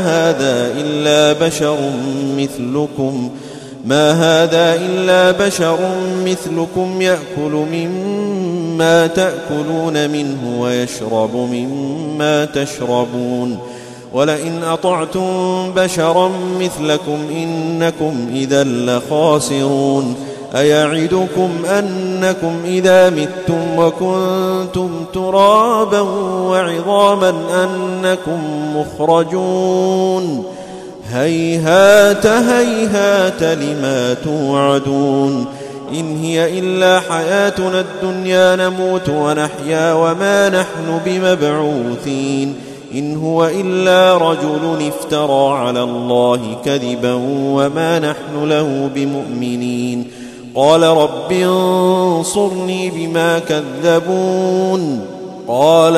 هذا إلا بشر مثلكم يأكل مما تأكلون منه ويشرب مما تشربون ولئن أطعتم بشرا مثلكم إنكم إذا لخاسرون أيعدكم أنكم إذا متم وكنتم ترابا وعظاما أنكم مخرجون هيهات لما توعدون إن هي إلا حياتنا الدنيا نموت ونحيا وما نحن بمبعوثين إن هو إلا رجل افترى على الله كذبا وما نحن له بمؤمنين قال رب انصرني بما كذبون قال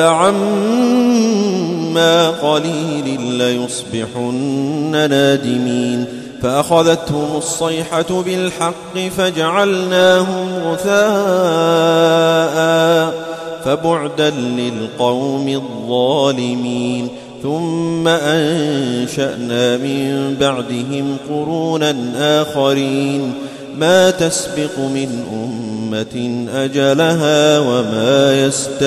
عما قليل ليصبحن نادمين فأخذتهم الصيحة بالحق فجعلناهم غثاء فبعدا للقوم الظالمين ثم أنشأنا من بعدهم قرونا آخرين ما تسبق من أمة أجلها وما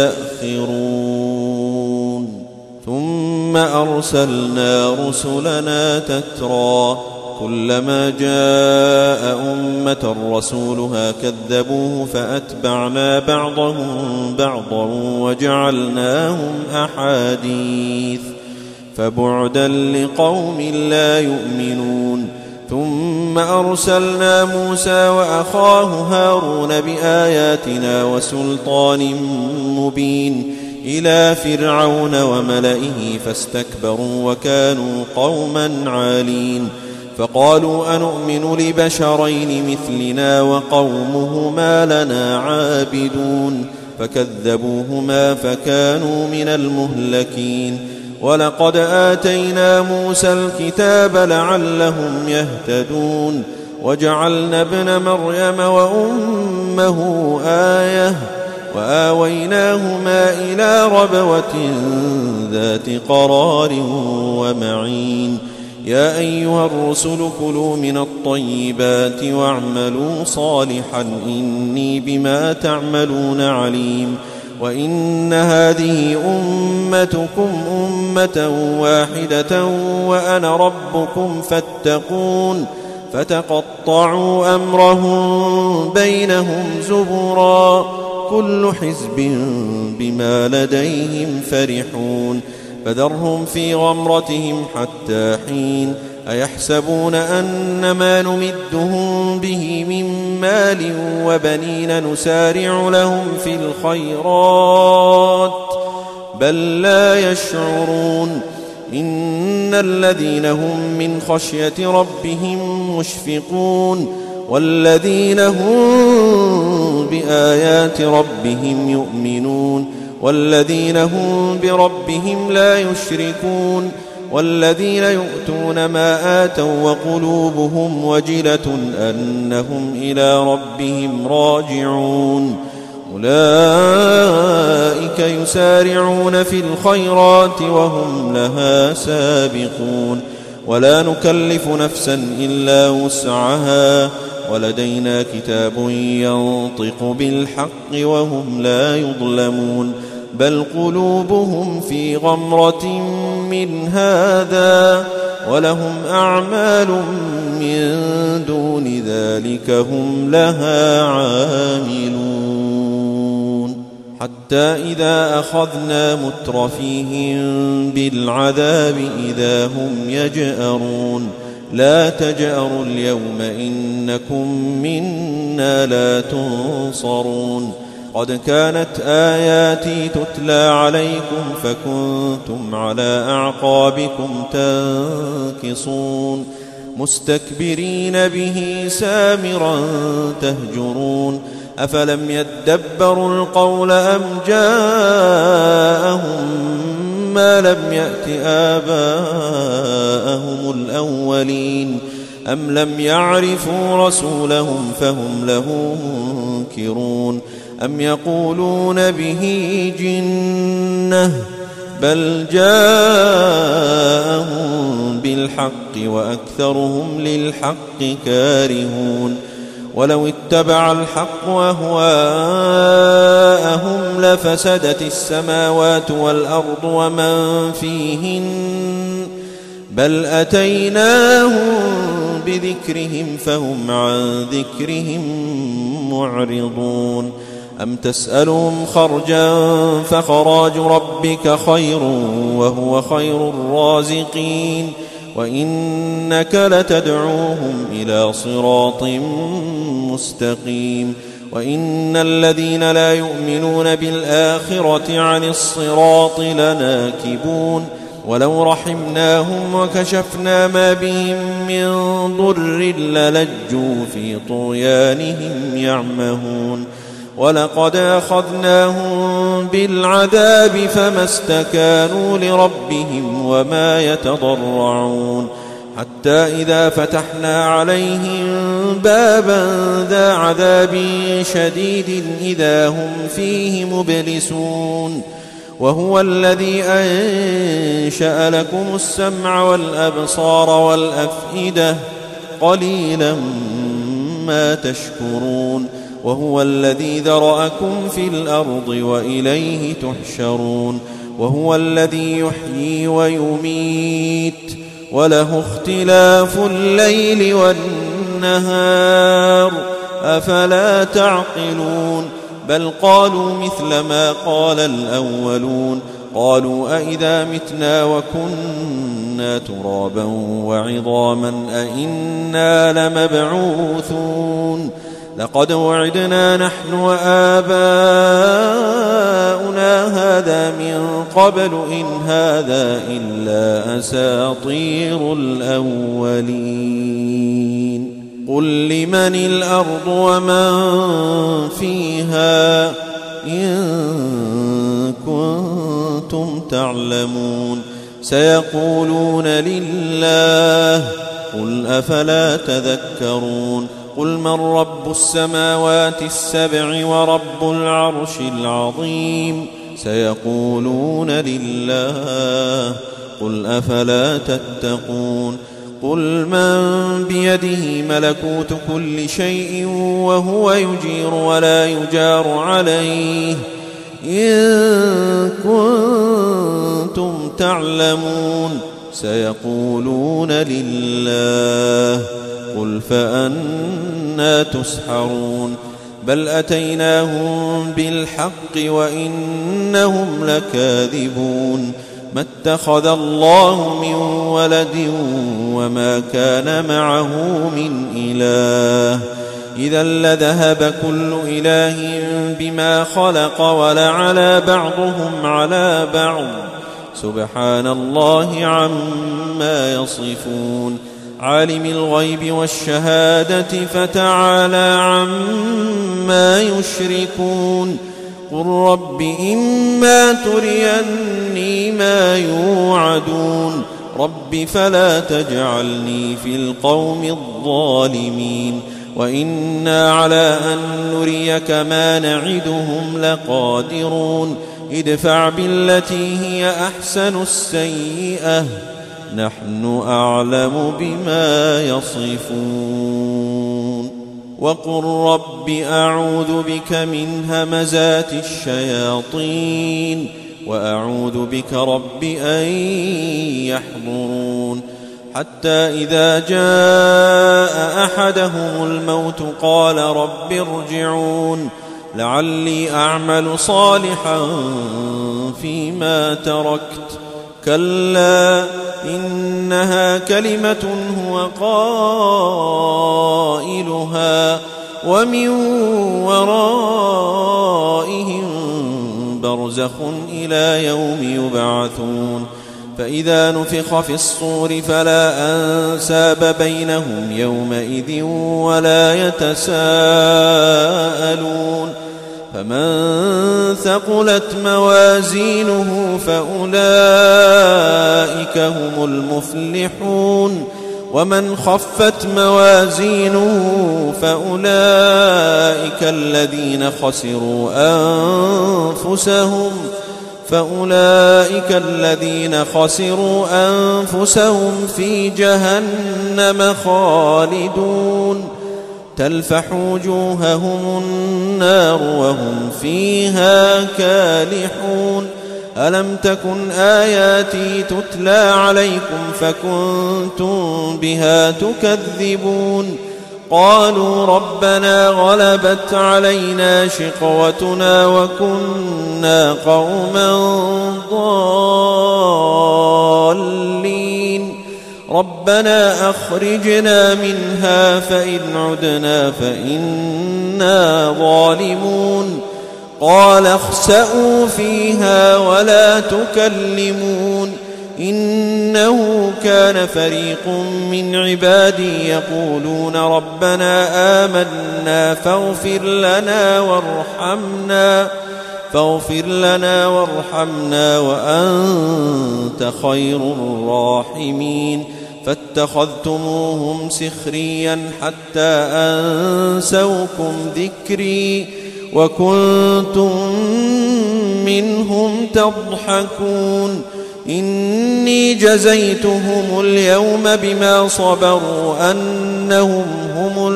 يستأخرون ثم أرسلنا رسلنا تترى كلما جاء أمة رسولها كذبوه فأتبعنا بعضهم بعضا وجعلناهم أحاديث فبعدا لقوم لا يؤمنون ثم أرسلنا موسى وأخاه هارون بآياتنا وسلطان مبين إلى فرعون وملئه فاستكبروا وكانوا قوما عالين فقالوا أنؤمن لبشرين مثلنا وقومهما لنا عابدون فكذبوهما فكانوا من المهلكين ولقد آتينا موسى الكتاب لعلهم يهتدون وجعلنا ابن مريم وأمه آية وآويناهما إلى ربوة ذات قرار ومعين يا أيها الرسل كلوا من الطيبات واعملوا صالحا إني بما تعملون عليم وإن هذه أمتكم أمة واحدة وأنا ربكم فاتقون فتقطعوا أمرهم بينهم زبرا كل حزب بما لديهم فرحون فذرهم في غمرتهم حتى حين أيحسبون أن ما نمدهم به من مال وبنين نسارع لهم في الخيرات بل لا يشعرون إن الذين هم من خشية ربهم مشفقون والذين هم بآيات ربهم يؤمنون والذين هم بربهم لا يشركون والذين يؤتون ما آتوا وقلوبهم وجلة أنهم إلى ربهم راجعون أولئك يسارعون في الخيرات وهم لها سابقون ولا نكلف نفسا إلا وسعها ولدينا كتاب ينطق بالحق وهم لا يظلمون بل قلوبهم في غمرة من هذا ولهم أعمال من دون ذلك هم لها عاملون حتى إذا أخذنا مترفيهم بالعذاب إذا هم يجأرون لا تجأروا اليوم إنكم منا لا تنصرون قد كانت آياتي تتلى عليكم فكنتم على أعقابكم تنكصون مستكبرين به سامرا تهجرون أفلم يدبروا القول أم جاءهم ما لم يأت آباءهم الأولين أم لم يعرفوا رسولهم فهم له منكرون أم يقولون به جنة بل جاءهم بالحق وأكثرهم للحق كارهون ولو اتبع الحق أهواءهم لفسدت السماوات والأرض ومن فيهن بل أتيناهم بذكرهم فهم عن ذكرهم معرضون أم تسألهم خرجا فخراج ربك خير وهو خير الرازقين وإنك لتدعوهم إلى صراط مستقيم وإن الذين لا يؤمنون بالآخرة عن الصراط لناكبون ولو رحمناهم وكشفنا ما بهم من ضر للجوا في طغيانهم يعمهون ولقد أخذناهم بالعذاب فما استكانوا لربهم وما يتضرعون حتى إذا فتحنا عليهم بابا ذا عذاب شديد إذا هم فيه مبلسون وهو الذي أنشأ لكم السمع والأبصار والأفئدة قليلا ما تشكرون وهو الذي ذرأكم في الأرض وإليه تحشرون وهو الذي يحيي ويميت وله اختلاف الليل والنهار أفلا تعقلون بل قالوا مثل ما قال الأولون قالوا أئذا متنا وكنا ترابا وعظاما أئنا لمبعوثون لقد وعدنا نحن وآباؤنا هذا من قبل إن هذا إلا أساطير الأولين قل لمن الأرض ومن فيها إن كنتم تعلمون سيقولون لله قل أفلا تذكرون قل من رب السماوات السبع ورب العرش العظيم سيقولون لله قل أفلا تتقون قل من بيده ملكوت كل شيء وهو يجير ولا يجار عليه إن كنتم تعلمون سيقولون لله قل فأنى تسحرون بل أتيناهم بالحق وإنهم لكاذبون ما اتخذ الله من ولد وما كان معه من إله إذا لذهب كل إله بما خلق ولعلى بعضهم على بعض سبحان الله عما يصفون. عالم الغيب والشهادة فتعالى عما يشركون. قل رب إما تريني ما يوعدون رب فلا تجعلني في القوم الظالمين. وإنا على أن نريك ما نعدهم لقادرون. ادفع بالتي هي أحسن السيئة نحن أعلم بما يصفون. وقل رب أعوذ بك من همزات الشياطين وأعوذ بك رب أن يحضرون. حتى إذا جاء أحدهم الموت قال رب ارجعون لعلي أعمل صالحا فيما تركت كلا إنها كلمة هو قائلها ومن ورائهم برزخ إلى يوم يبعثون. فإذا نفخ في الصور فلا أنساب بينهم يومئذ ولا يتساءلون. فمن ثقلت موازينه فأولئك هم المفلحون. ومن خفت موازينه فأولئك الذين خسروا أنفسهم في جهنم خالدون. تلفح وجوههم النار وهم فيها كالحون. ألم تكن آياتي تتلى عليكم فكنتم بها تكذبون. قالوا ربنا غلبت علينا شقوتنا وكنا قوما ضالين. ربنا أخرجنا منها فإن عدنا فإنا ظالمون. قال اخسئوا فيها ولا تكلمون إنه كان فريق من عبادي يقولون ربنا آمنا فاغفر لنا وارحمنا وأنت خير الراحمين. فاتخذتموهم سخريا حتى أنسوكم ذكري وكنتم منهم تضحكون. إني جزيتهم اليوم بما صبروا أنهم هم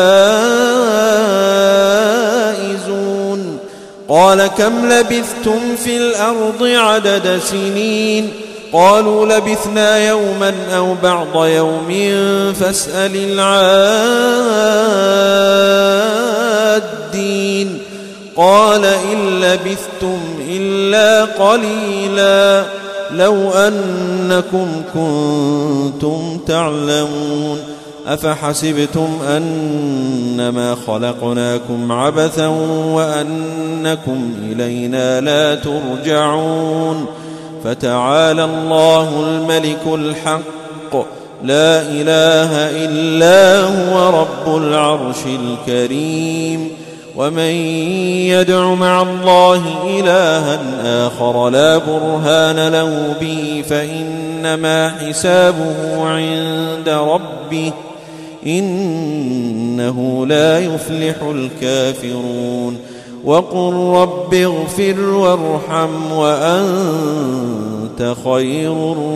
الفائزون. قال كم لبثتم في الأرض عدد سنين قالوا لبثنا يوما أو بعض يوم فاسأل العادين. قال إن لبثتم إلا قليلا لو أنكم كنتم تعلمون. أفحسبتم أنما خلقناكم عبثا وأنكم إلينا لا ترجعون. فتعالى الله الملك الحق لا إله إلا هو رب العرش الكريم. ومن يدع مع الله إلها آخر لا برهان له به فإنما حسابه عند ربه إنه لا يفلح الكافرون. وقل رب اغفر وارحم وأنت خير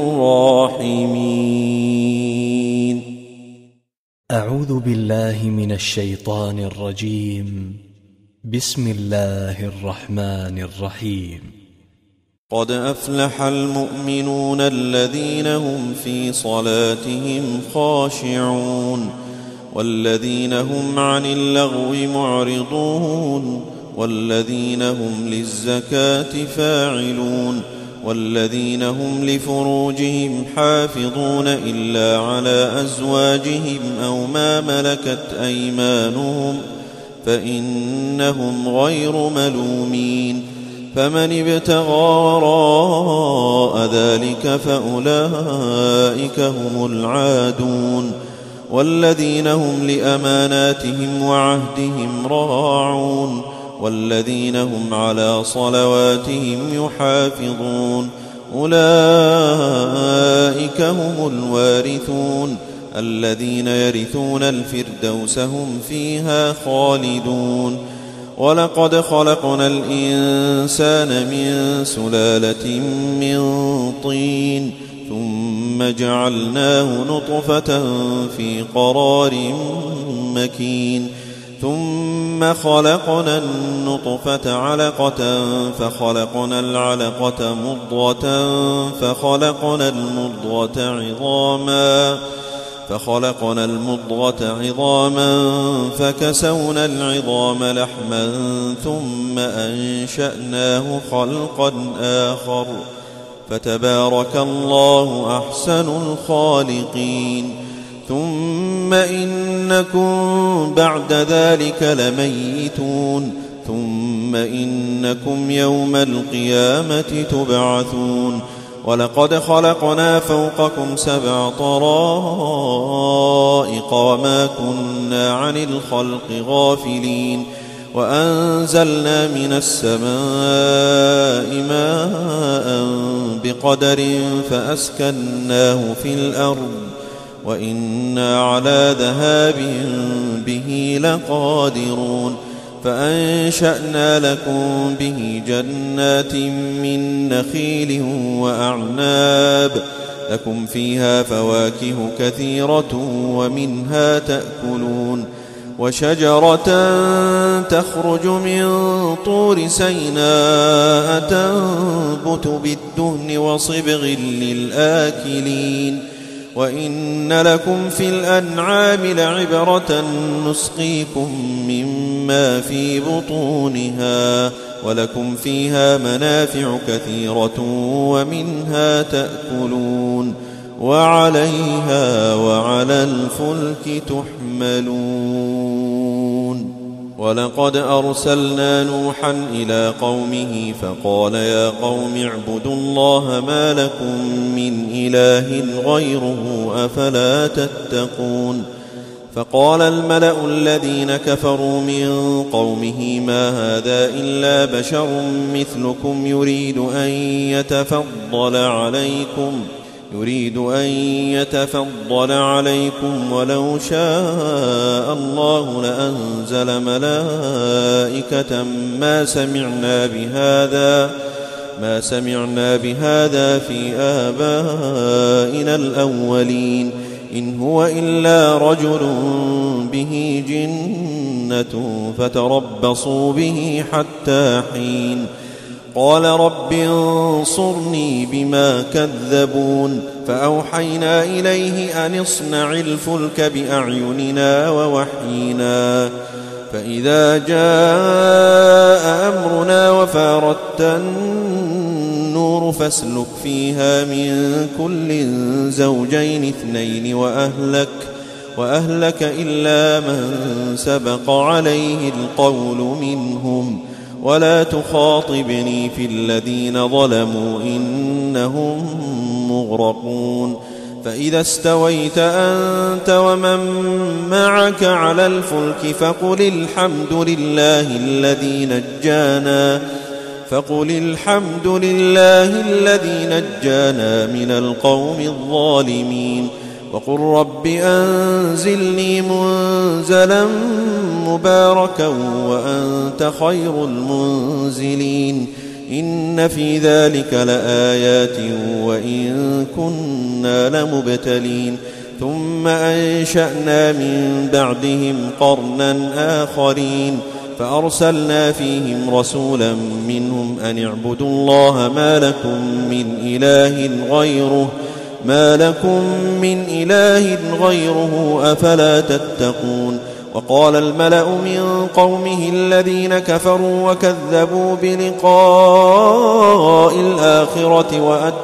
الراحمين. أعوذ بالله من الشيطان الرجيم. بسم الله الرحمن الرحيم. قد أفلح المؤمنون الذين هم في صلاتهم خاشعون والذين هم عن اللغو معرضون والذين هم للزكاة فاعلون والذين هم لفروجهم حافظون إلا على أزواجهم أو ما ملكت أيمانهم فإنهم غير ملومين. فمن ابتغى وراء ذلك فأولئك هم العادون والذين هم لأماناتهم وعهدهم راعون والذين هم على صلواتهم يحافظون أولئك هم الوارثون الذين يرثون الفردوس هم فيها خالدون ولقد خلقنا الإنسان من سلالة من طين ثم جعلناه نطفة في قرار مكين ثم خلقنا النطفة علقة فخلقنا العلقة مضغة فخلقنا المضغة عظاما فكسونا العظام لحما ثم أنشأناه خلقا آخر فتبارك الله أحسن الخالقين ثم إنكم بعد ذلك لميتون ثم إنكم يوم القيامة تبعثون ولقد خلقنا فوقكم 7 طرائق وما كنا عن الخلق غافلين وأنزلنا من السماء ماء بقدر فأسكناه في الأرض وإنا على ذهاب به لقادرون فأنشأنا لكم به جنات من نخيل وأعناب لكم فيها فواكه كثيرة ومنها تأكلون وشجرة تخرج من طور سيناء تنبت بالدهن وصبغ للآكلين وإن لكم في الأنعام لعبرة نسقيكم مما في بطونها ولكم فيها منافع كثيرة ومنها تأكلون وعليها وعلى الفلك تحملون ولقد أرسلنا نوحا إلى قومه فقال يا قوم اعبدوا الله ما لكم من إله غيره أفلا تتقون فقال الملأ الذين كفروا من قومه ما هذا إلا بشر مثلكم يريد أن يتفضل عليكم ولو شاء الله لأنزل ملائكة ما سمعنا بهذا في آبائنا الأولين إن هو إلا رجل به جنة فتربصوا به حتى حين قال رب انصرني بما كذبون فأوحينا إليه أن اصنع الفلك بأعيننا ووحينا فإذا جاء أمرنا وفارت النور فاسلك فيها من كل زوجين 2 وأهلك إلا من سبق عليه القول منهم ولا تخاطبني في الذين ظلموا إنهم مغرقون فإذا استويت أنت ومن معك على الفلك فقل الحمد لله الذي نجانا من القوم الظالمين وقل رب أنزلني منزلا مباركا وأنت خير المنزلين إن في ذلك لآيات وإن كنا لمبتلين ثم أنشأنا من بعدهم قرنا آخرين فأرسلنا فيهم رسولا منهم أن اعبدوا الله ما لكم من إله غيره أفلا تتقون وقال الملأ من قومه الذين كفروا وكذبوا بلقاء الآخرة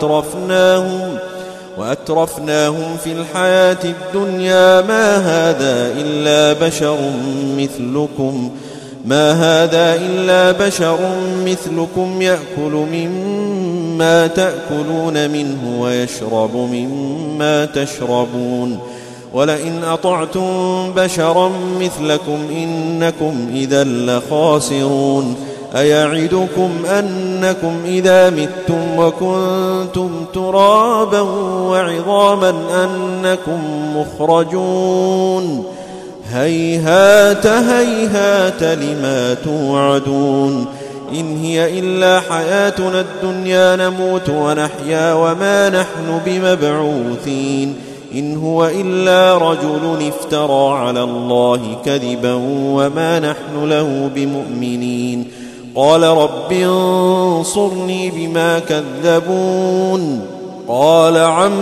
وأترفناهم في الحياة الدنيا ما هذا إلا بشر مثلكم ما هذا إلا بشر مثلكم يأكل مما تأكلون منه ويشرب مما تشربون ولئن أطعتم بشرا مثلكم إنكم إذا لخاسرون أيعدكم أنكم إذا متم وكنتم ترابا وعظاما أنكم مخرجون هيهات هيهات لما توعدون إن هي إلا حياتنا الدنيا نموت ونحيا وما نحن بمبعوثين إن هو إلا رجل افترى على الله كذبا وما نحن له بمؤمنين قال رب انصرني بما كذبون قال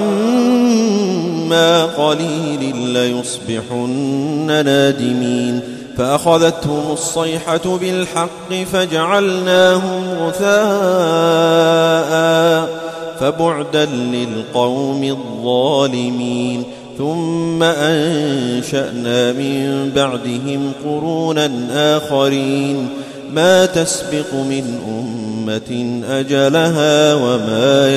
عما قليل ليصبحن نادمين فأخذتهم الصيحة بالحق فجعلناهم غثاء فبعدا للقوم الظالمين ثم أنشأنا من بعدهم قرونا آخرين ما تسبق من أمة أجلها وما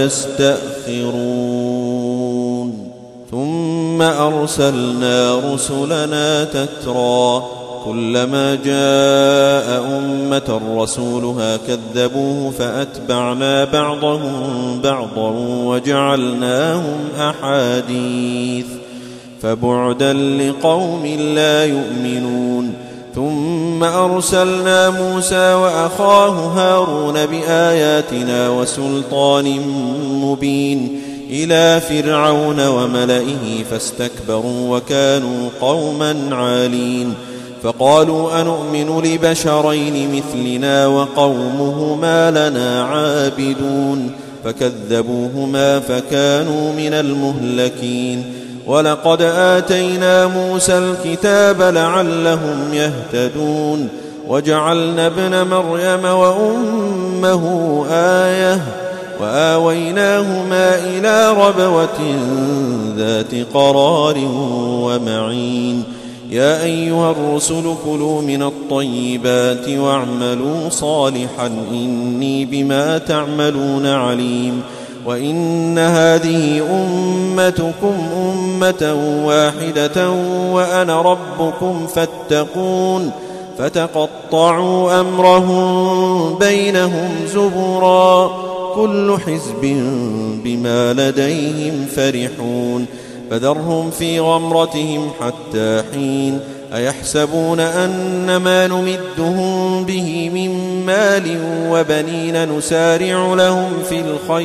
يستأخرون ثم أرسلنا رسلنا تترى كلما جاء أمة رسولها كذبوه فأتبعنا بعضهم بعضا وجعلناهم أحاديث فبعدا لقوم لا يؤمنون ثم أرسلنا موسى وأخاه هارون بآياتنا وسلطان مبين إلى فرعون وملئه فاستكبروا وكانوا قوما عالين فقالوا أنؤمن لبشرين مثلنا وقومهما لنا عابدون فكذبوهما فكانوا من المهلكين ولقد آتينا موسى الكتاب لعلهم يهتدون وجعلنا ابن مريم وأمه آية وآويناهما إلى ربوة ذات قرار ومعين يا أيها الرسل كلوا من الطيبات واعملوا صالحا إني بما تعملون عليم وإن هذه أمتكم أمة واحدة وأنا ربكم فاتقون فتقطعوا أمرهم بينهم زبرا كل حزب بما لديهم فرحون فذرهم في غمرتهم حتى حين أيحسبون أن ما نمدهم به من مال وبنين نسارع لهم في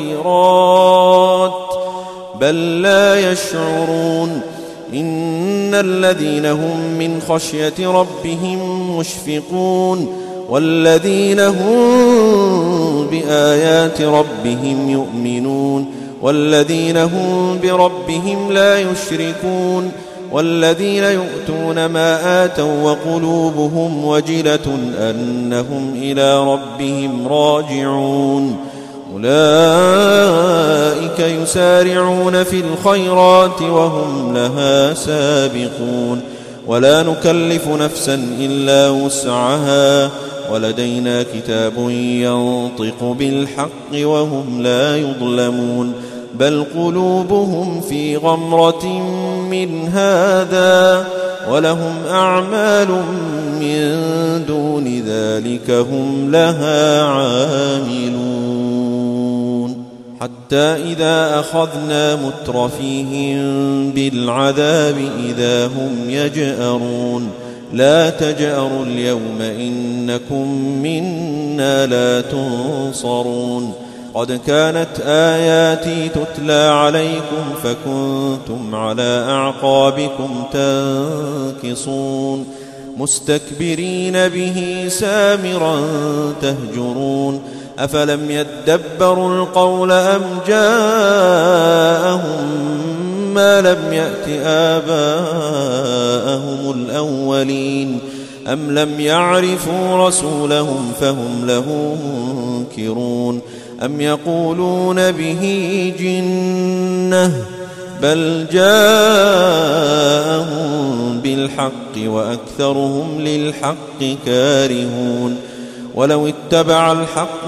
الخيرات بل لا يشعرون إن الذين هم من خشية ربهم مشفقون والذين هم بآيات ربهم يؤمنون والذين هم بربهم لا يشركون والذين يؤتون ما آتوا وقلوبهم وجلة أنهم إلى ربهم راجعون أولئك يسارعون في الخيرات وهم لها سابقون ولا نكلف نفسا إلا وسعها ولدينا كتاب ينطق بالحق وهم لا يظلمون بل قلوبهم في غمرة من هذا ولهم أعمال من دون ذلك هم لها عاملون حتى إذا أخذنا مترفيهم بالعذاب إذا هم يجأرون لا تجأروا اليوم إنكم منا لا تنصرون قد كانت آياتي تتلى عليكم فكنتم على أعقابكم تنكصون مستكبرين به سامرا تهجرون أفلم يدبروا القول أم جاءهم ما لم يأت آباءهم الأولين أم لم يعرفوا رسولهم فهم له منكرون أم يقولون به جنة بل جاءهم بالحق وأكثرهم للحق كارهون ولو اتبع الحق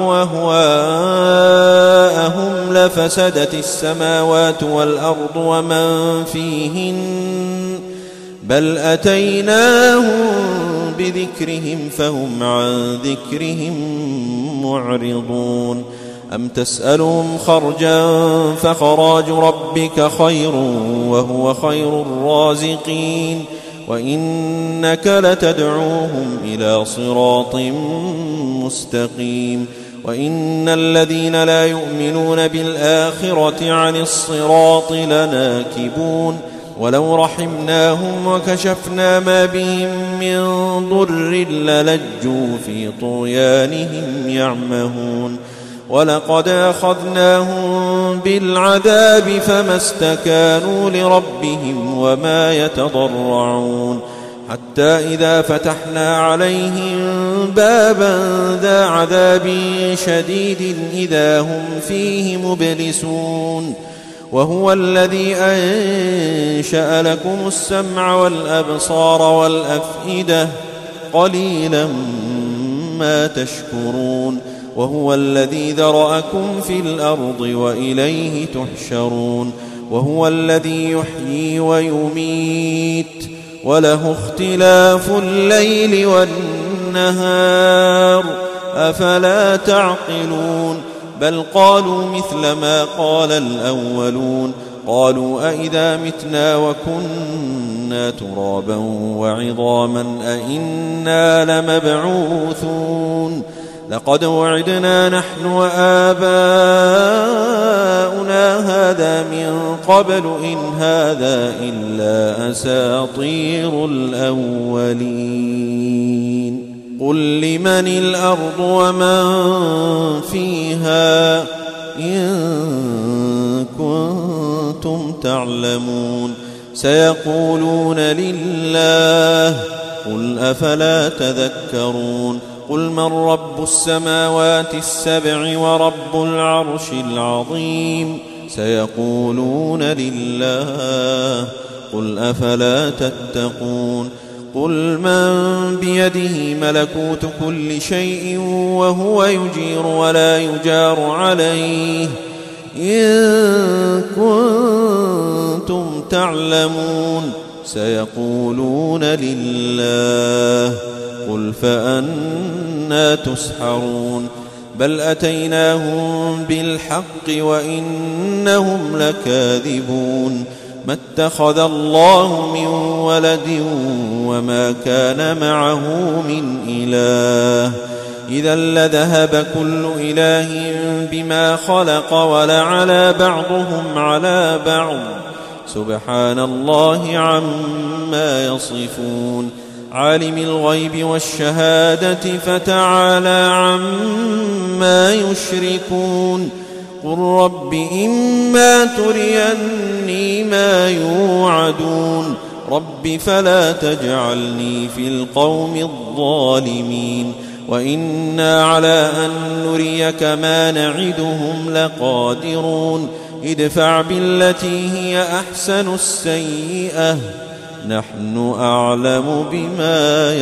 أهواءهم لفسدت السماوات والأرض ومن فيهن بل أتيناهم بذكرهم فهم عن ذكرهم معرضون أم تسألهم خرجا فخراج ربك خير وهو خير الرازقين وإنك لتدعوهم إلى صراط مستقيم وإن الذين لا يؤمنون بالآخرة عن الصراط لناكبون ولو رحمناهم وكشفنا ما بهم من ضر للجوا في طغيانهم يعمهون ولقد أخذناهم بالعذاب فما استكانوا لربهم وما يتضرعون حتى إذا فتحنا عليهم بابا ذا عذاب شديد إذا هم فيه مبلسون وهو الذي أنشأ لكم السمع والأبصار والأفئدة قليلا ما تشكرون وهو الذي ذرأكم في الأرض وإليه تحشرون وهو الذي يحيي ويميت وله اختلاف الليل والنهار أفلا تعقلون بل قالوا مثل ما قال الأولون قالوا أئذا متنا وكنا ترابا وعظاما أئنا لمبعوثون لقد وعدنا نحن وآباؤنا هذا من قبل إن هذا إلا أساطير الأولين قل لمن الأرض ومن فيها إن كنتم تعلمون سيقولون لله قل أفلا تذكرون قل من رب السماوات السبع ورب العرش العظيم سيقولون لله قل أفلا تتقون قل من بيده ملكوت كل شيء وهو يجير ولا يجار عليه إن كنتم تعلمون سيقولون لله قل فأنى تسحرون بل أتيناهم بالحق وإنهم لكاذبون ما اتخذ الله من ولد وما كان معه من إله إذا لذهب كل إله بما خلق ولعلى بعضهم على بعض سبحان الله عما يصفون عالم الغيب والشهادة فتعالى عما يشركون قل رب إما تريني ما يوعدون رب فلا تجعلني في القوم الظالمين وإنا على أن نريك ما نعدهم لقادرون ادفع بالتي هي أحسن السيئة نحن أعلم بما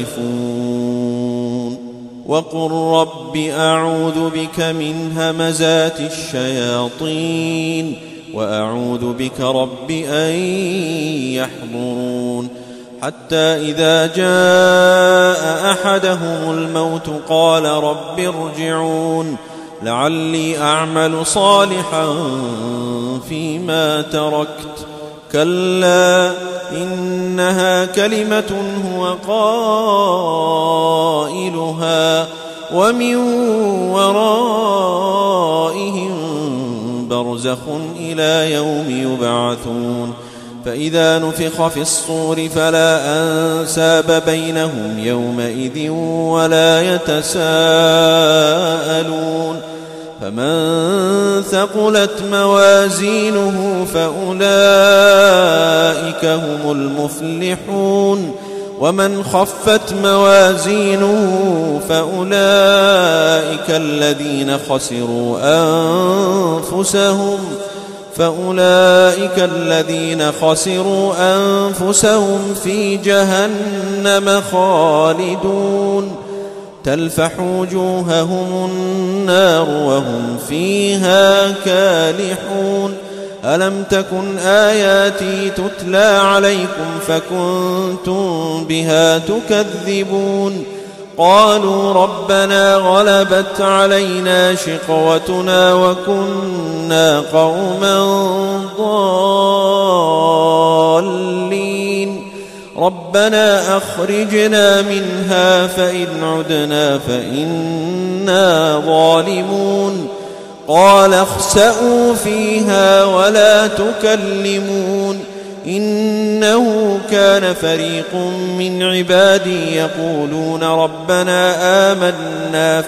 يصفون وقل رب أعوذ بك من همزات الشياطين وأعوذ بك رب أن يحضرون حتى إذا جاء أحدهم الموت قال رب ارجعون لعلي أعمل صالحا فيما تركت كلا إنها كلمة هو قائلها ومن ورائهم برزخ إلى يوم يبعثون فإذا نفخ في الصور فلا أنساب بينهم يومئذ ولا يتساءلون فمن ثقلت موازينه فأولئك هم المفلحون ومن خفت موازينه فأولئك الذين خسروا أنفسهم فأولئك الذين خسروا أنفسهم في جهنم خالدون تلفح وجوههم النار وهم فيها كالحون ألم تكن آياتي تتلى عليكم فكنتم بها تكذبون قالوا ربنا غلبت علينا شقوتنا وكنا قوما ضالين ربنا أخرجنا منها فإن عدنا فإنا ظالمون قال اخسئوا فيها ولا تكلمون إنه كان فريق من عبادي يقولون ربنا آمنا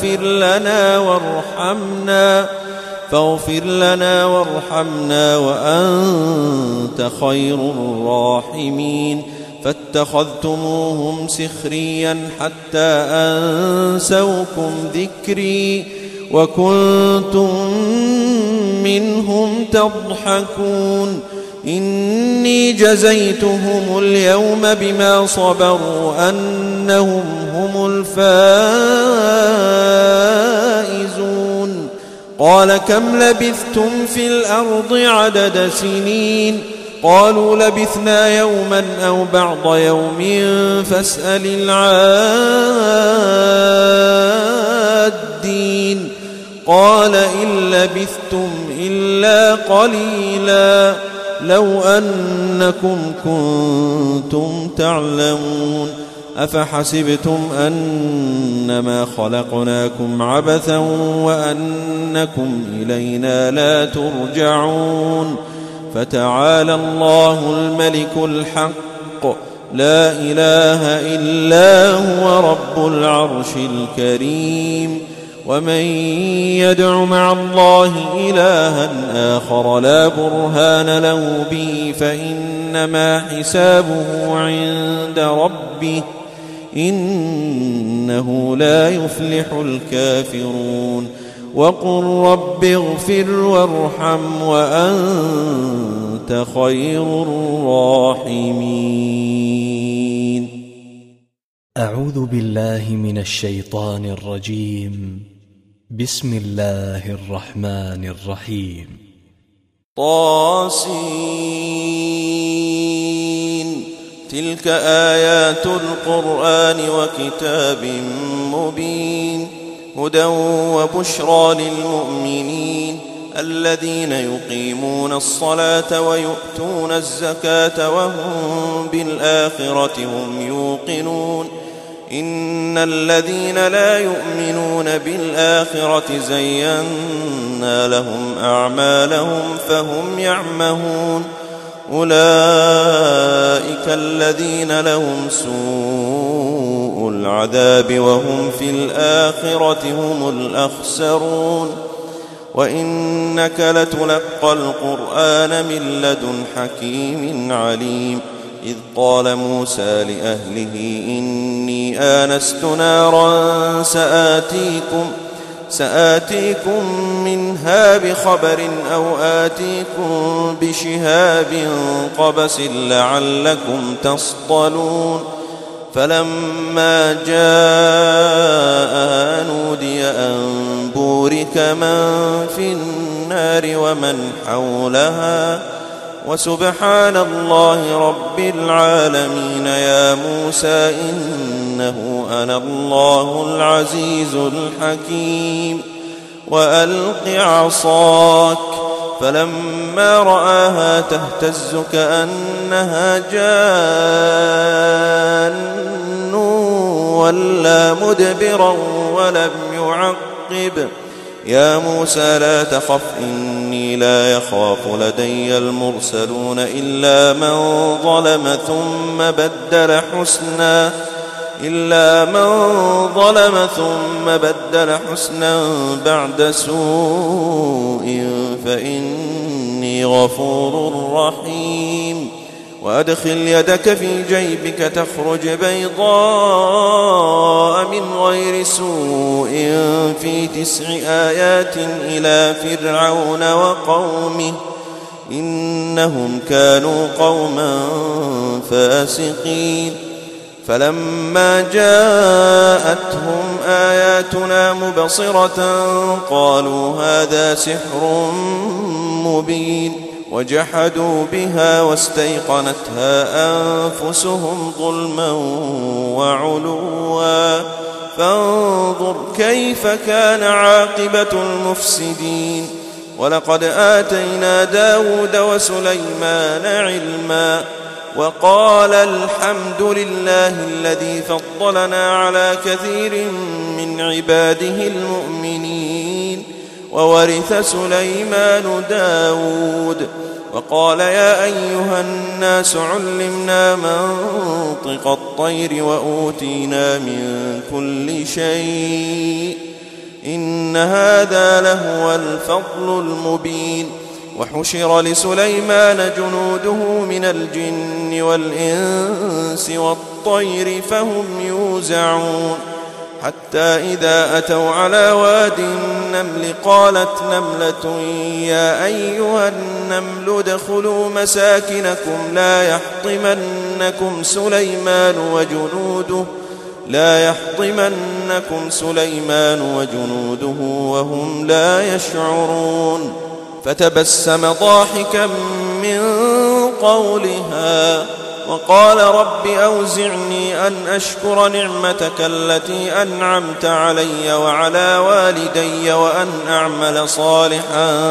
فاغفر لنا وارحمنا وأنت خير الراحمين فاتخذتموهم سخريا حتى أنسوكم ذكري وكنتم منهم تضحكون إني جزيتهم اليوم بما صبروا أنهم هم الفائزون قال كم لبثتم في الأرض عدد سنين قالوا لبثنا يوما أو بعض يوم فاسأل العادين قال إن لبثتم إلا قليلا لو أنكم كنتم تعلمون أفحسبتم أنما خلقناكم عبثا وأنكم إلينا لا ترجعون فتعالى الله الملك الحق لا إله إلا هو رب العرش الكريم ومن يدع مع الله إلها آخر لا برهان له به فإنما حسابه عند ربه إنه لا يفلح الكافرون وقل رب اغفر وارحم وأنت خير الراحمين. أعوذ بالله من الشيطان الرجيم. بسم الله الرحمن الرحيم. طاسين تلك آيات القرآن وكتاب مبين هدى وبشرى للمؤمنين الذين يقيمون الصلاة ويؤتون الزكاة وهم بالآخرة هم يوقنون إن الذين لا يؤمنون بالآخرة زينا لهم أعمالهم فهم يعمهون أولئك الذين لهم سوء العذاب وهم في الآخرة هم الأخسرون وإنك لتلقى القرآن من لدن حكيم عليم إذ قال موسى لأهله إني آنست نارا سآتيكم منها بخبر أو آتيكم بشهاب قبس لعلكم تصطلون فلما جاء نودي أن بورك من في النار ومن حولها وسبحان الله رب العالمين يا موسى إنه أنا الله العزيز الحكيم وألق عصاك فلما رآها تهتز كأنها جان ولا مدبرا ولم يعقب يا موسى لا تخف إني لا يخاف لدي المرسلون إلا من ظلم ثم بدل حسنا بعد سوء فإني غفور رحيم وأدخل يدك في جيبك تخرج بيضاء من غير سوء في 9 آيات إلى فرعون وقومه إنهم كانوا قوما فاسقين فلما جاءتهم آياتنا مبصرة قالوا هذا سحر مبين وجحدوا بها واستيقنتها أنفسهم ظلما وعلوا فانظر كيف كان عاقبة المفسدين ولقد آتينا داود وسليمان علما وقال الحمد لله الذي فضلنا على كثير من عباده المؤمنين وورث سليمان داود وقال يا أيها الناس علمنا منطق الطير وأوتينا من كل شيء إن هذا لهو الفضل المبين وحشر لسليمان جنوده من الجن والإنس والطير فهم يوزعون حتى إذا أتوا على واد النمل قالت نملة يا أيها النمل ادخلوا مساكنكم لا يحطمنكم سليمان وجنوده وهم لا يشعرون فتبسم ضاحكا من قولها وقال رب أوزعني أن أشكر نعمتك التي أنعمت علي وعلى والدي وأن أعمل صالحا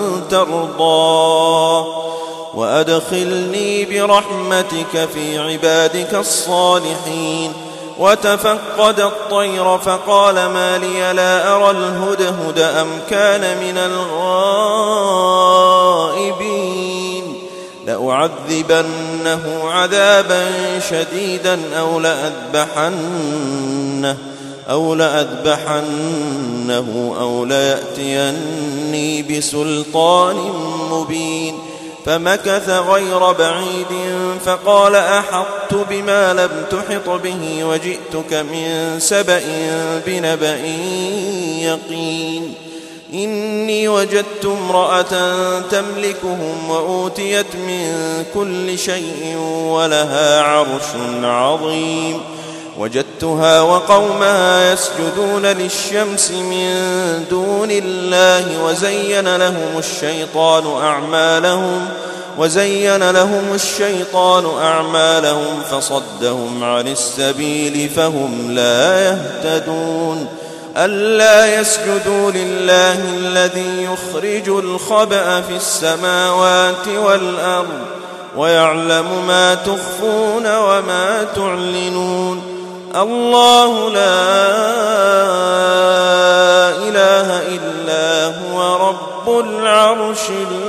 ترضاه وأدخلني برحمتك في عبادك الصالحين وتفقد الطير فقال ما لي لا أرى الهدهد أم كان من الغائبين لأعذبنه عذابا شديدا أو لأذبحنه أو ليأتيني بسلطان مبين فمكث غير بعيد فقال أحطت بما لم تحط به وجئتك من سبأ بنبأ يقين إني وجدت امرأة تملكهم وأوتيت من كل شيء ولها عرش عظيم وجدتها وقومها يسجدون للشمس من دون الله وزين لهم الشيطان أعمالهم فصدهم عن السبيل فهم لا يهتدون ألا يسجدوا لله الذي يخرج الخبأ في السماوات والأرض ويعلم ما تخفون وما تعلنون الله لا إله إلا هو رب العرش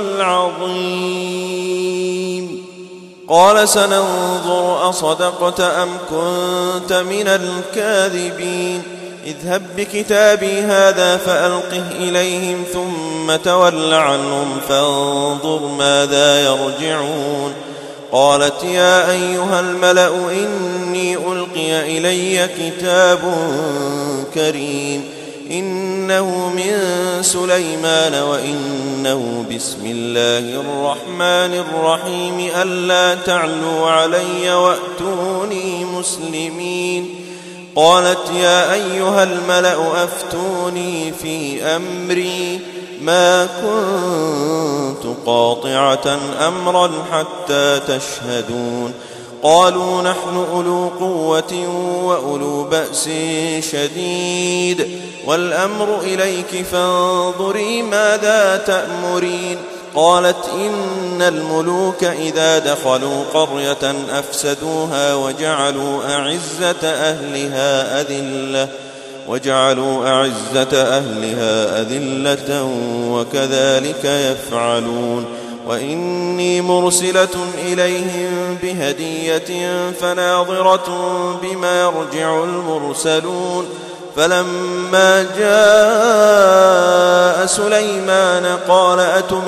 العظيم قال سننظر أصدقت أم كنت من الكاذبين اذهب بكتابي هذا فألقه إليهم ثم تول عنهم فانظر ماذا يرجعون قالت يا أيها الملأ إني ألقي إلي كتاب كريم إنه من سليمان وإنه بسم الله الرحمن الرحيم ألا تعلوا علي وأتوني مسلمين قالت يا أيها الملأ أفتوني في أمري ما كنت قاطعة أمرا حتى تشهدون قالوا نحن أولو قوة وأولو بأس شديد والأمر إليك فانظري ماذا تأمرين قالت إن الملوك إذا دخلوا قرية أفسدوها وجعلوا أعزة أهلها أذلة وكذلك يفعلون وإني مرسلة إليهم بهدية فناظرة بما يرجع المرسلون فلما جاء سليمان قال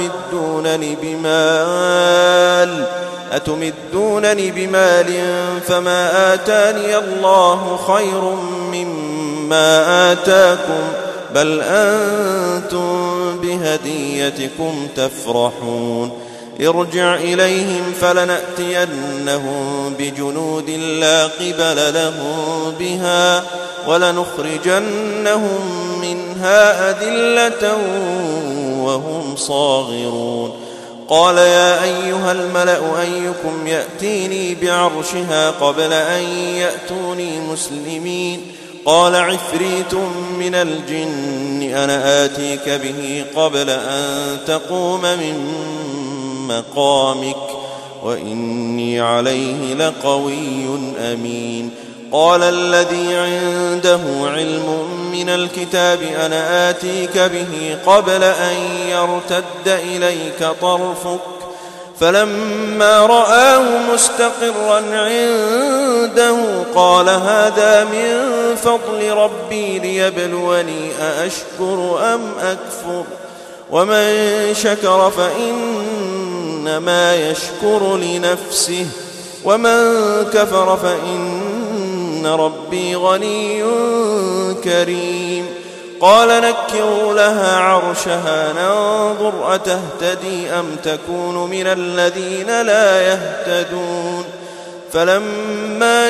أتمدونني بمال فما آتاني الله خير مما آتاكم بل أنتم بهديتكم تفرحون ارجع إليهم فلنأتينهم بجنود لا قبل لهم بها ولنخرجنهم منها أذلة وهم صاغرون. قال يا أيها الملأ أيكم يأتيني بعرشها قبل أن يأتوني مسلمين؟ قال عفريت من الجن أنا آتيك به قبل أن تقوم من مقامك وإني عليه لقوي أمين. قال الذي عنده علم من الكتاب أنا آتيك به قبل أن يرتد إليك طرفك فلما رآه مستقرا عنده قال هذا من فضل ربي ليبلوني أأشكر أم أكفر ومن شكر فإنما يشكر لنفسه ومن كفر فإن ربي غني كريم. قال نكروا لها عرشها ننظر أتهتدي أم تكون من الذين لا يهتدون. فلما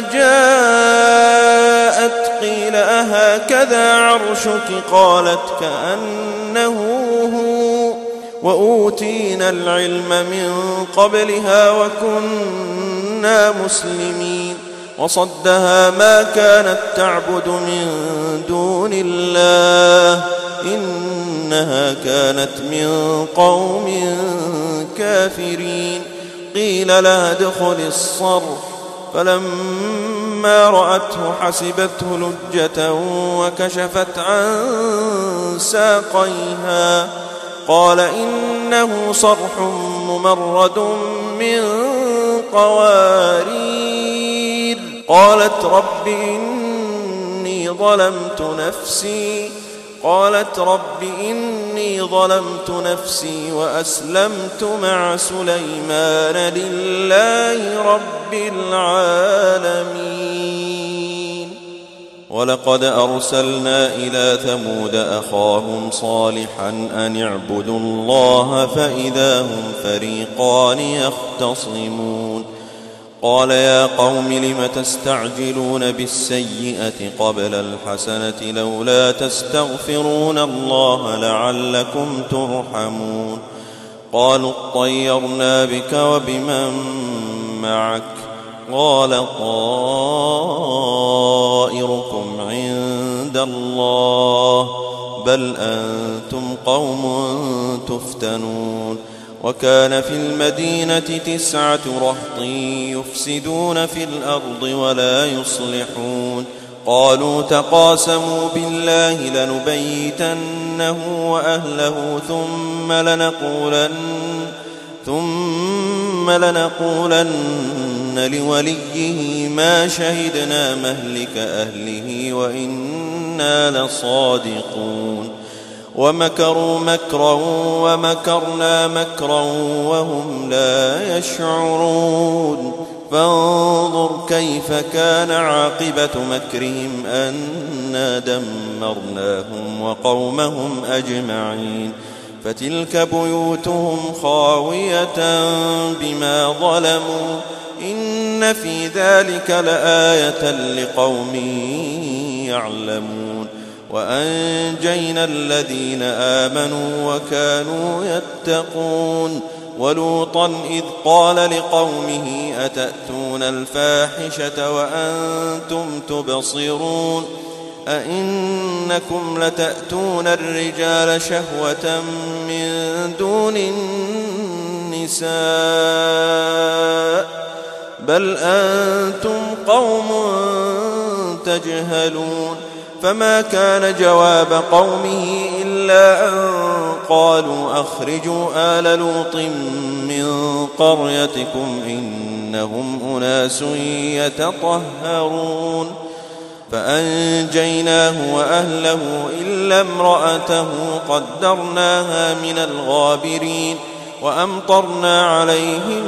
جاءت قيل أهكذا عرشك قالت كأنه هو وأوتينا العلم من قبلها وكنا مسلمين. وصدها ما كانت تعبد من دون الله إنها كانت من قوم كافرين. قيل لها ادخل الصرح فلما رأته حسبته لجة وكشفت عن ساقيها قال إنه صرح ممرد من قوارير. قالت رب إني ظلمت نفسي وأسلمت مع سليمان لله رب العالمين. ولقد أرسلنا إلى ثمود أخاهم صالحا أن اعبدوا الله فإذا هم فريقان يختصمون. قال يا قوم لم تستعجلون بالسيئة قبل الحسنة لولا تستغفرون الله لعلكم ترحمون. قالوا اطيرنا بك وبمن معك قال طائركم عند الله بل أنتم قوم تفتنون. وكان في المدينة 9 رهط يفسدون في الأرض ولا يصلحون. قالوا تقاسموا بالله لنبيتنه وأهله ثم لنقولن لوليه ما شهدنا مهلك أهله وإنا لصادقون. ومكروا مكرا ومكرنا مكرا وهم لا يشعرون. فانظر كيف كان عاقبة مكرهم أنا دمرناهم وقومهم أجمعين. فتلك بيوتهم خاوية بما ظلموا إن في ذلك لآية لقوم يعلمون. وأنجينا الذين آمنوا وكانوا يتقون. ولوطا إذ قال لقومه أتأتون الفاحشة وأنتم تبصرون أئنكم لتأتون الرجال شهوة من دون النساء بل أنتم قوم تجهلون. فما كان جواب قومه إلا أن قالوا أخرجوا آل لوط من قريتكم إنهم أناس يتطهرون. فأنجيناه وأهله إلا امرأته قدرناها من الغابرين. وأمطرنا عليهم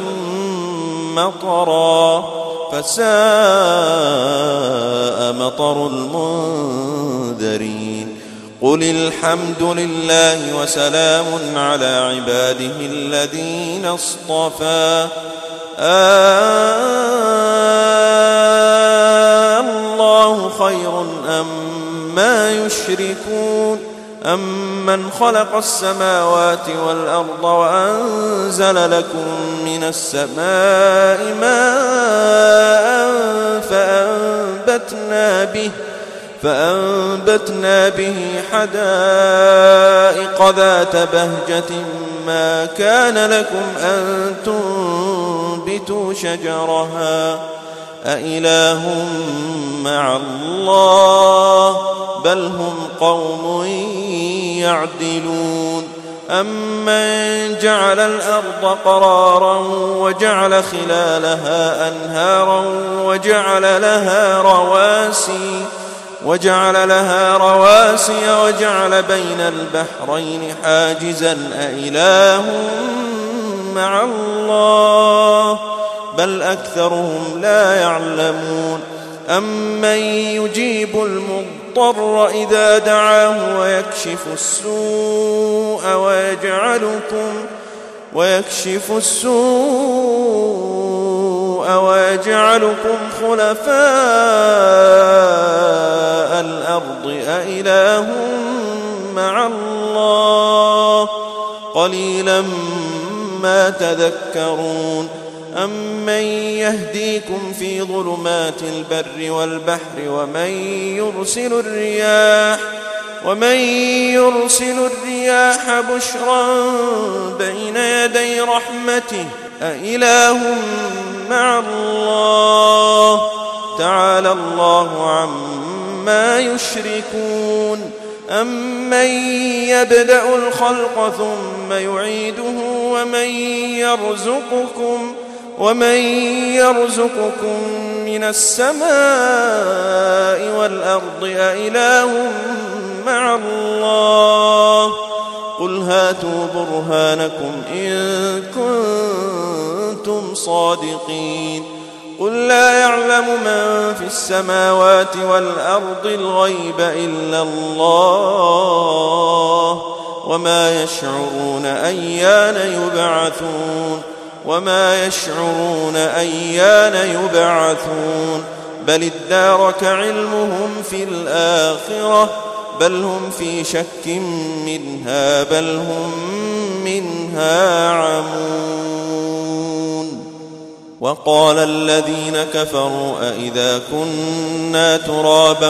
مطرا فساء مطر المنذرين. قل الحمد لله وسلام على عباده الذين اصطفى الله خير أما يشركون أمن خلق السماوات والأرض وأنزل لكم من السماء ماء فأنبتنا به حدائق ذات بهجة ما كان لكم أن تنبتوا شجرها أإله مع الله بل هم قوم يعدلون أمن جعل الأرض قرارا وجعل خلالها أنهارا وجعل لها رواسي وجعل بين البحرين حاجزا أإله مع الله بل أكثرهم لا يعلمون أمن يجيب المضطر إذا دعاه ويكشف السوء ويجعلكم خلفاء الأرض أإله مع الله قليلا ما تذكرون أمن يهديكم في ظلمات البر والبحر ومن يرسل الرياح بشرا بين يدي رحمته أإله مع الله تعالى الله عما يشركون أمن يبدأ الخلق ثم يعيده ومن يرزقكم من السماء والأرض أإله مع الله قل هاتوا برهانكم إن كنتم صادقين قل لا يعلم من في السماوات والأرض الغيب إلا الله وما يشعرون أيان يبعثون بل ادارك علمهم في الآخرة بل هم في شك منها بل هم منها عمون وقال الذين كفروا أئذا كنا ترابا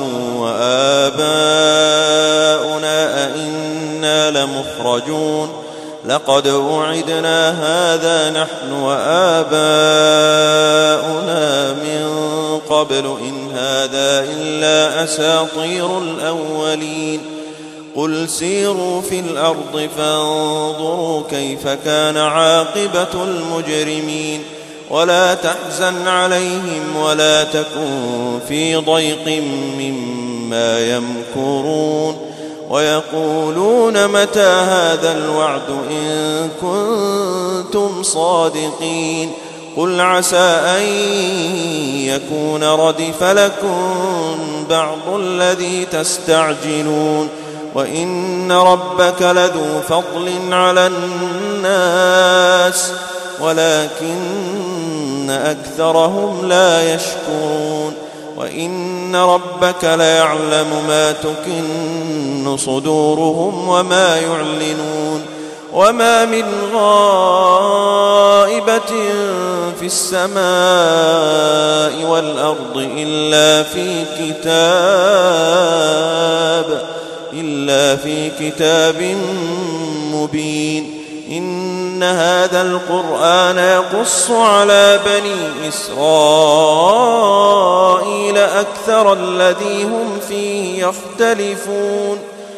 وآباؤنا أئنا لمخرجون لقد وعدنا هذا نحن وآباؤنا من قبل إن هذا إلا أساطير الأولين قل سيروا في الأرض فانظروا كيف كان عاقبة المجرمين ولا تحزن عليهم ولا تكن في ضيق مما يمكرون ويقولون متى هذا الوعد إن كنتم صادقين قل عسى أن يكون ردف لكم بعض الذي تستعجلون وإن ربك لذو فضل على الناس ولكن أكثرهم لا يشكرون وإن ربك ليعلم ما تكن صدورهم وما يعلنون وما من غائبة في السماء والأرض إلا في كتاب مبين إن هذا القرآن يقص على بني إسرائيل أكثر الذي هم فيه يختلفون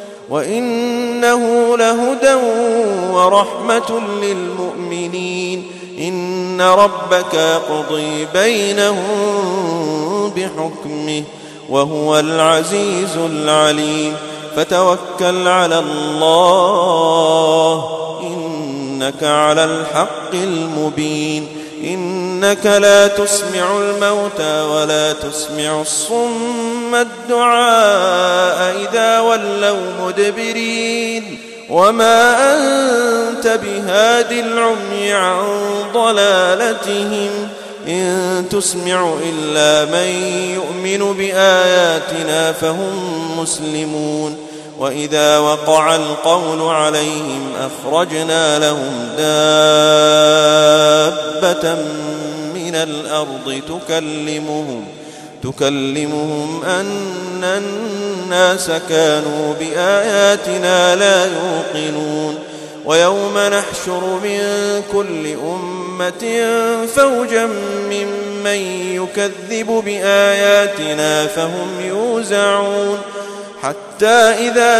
وإنه لهدى ورحمة للمؤمنين إن ربك يقضي بينهم بحكمه وهو العزيز العليم فتوكل على الله إنك على الحق المبين إنك لا تسمع الموتى ولا تسمع الصم الدعاء إذا ولوا مدبرين وما أنت بهاد العمي عن ضلالتهم إن تسمع إلا من يؤمن بآياتنا فهم مسلمون وإذا وقع القول عليهم أخرجنا لهم دابة من الأرض تكلمهم أن الناس كانوا بآياتنا لا يوقنون ويوم نحشر من كل أمة فوجا ممن يكذب بآياتنا فهم يوزعون حتى إذا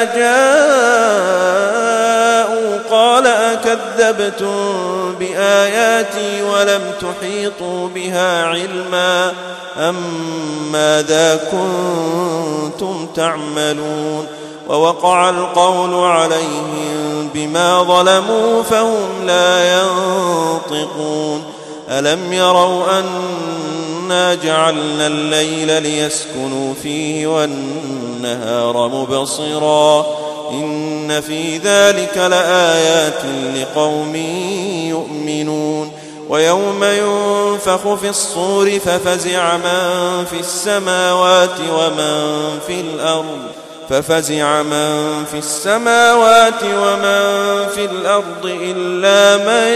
جاءوا قال أكذبتم بآياتي ولم تحيطوا بها علما أم ماذا كنتم تعملون ووقع القول عليهم بما ظلموا فهم لا ينطقون ألم يروا أنا جعلنا الليل ليسكنوا فيه والنهار مبصرا إن في ذلك لآيات لقوم يؤمنون ويوم ينفخ في الصور ففزع من في السماوات ومن في الأرض إلا من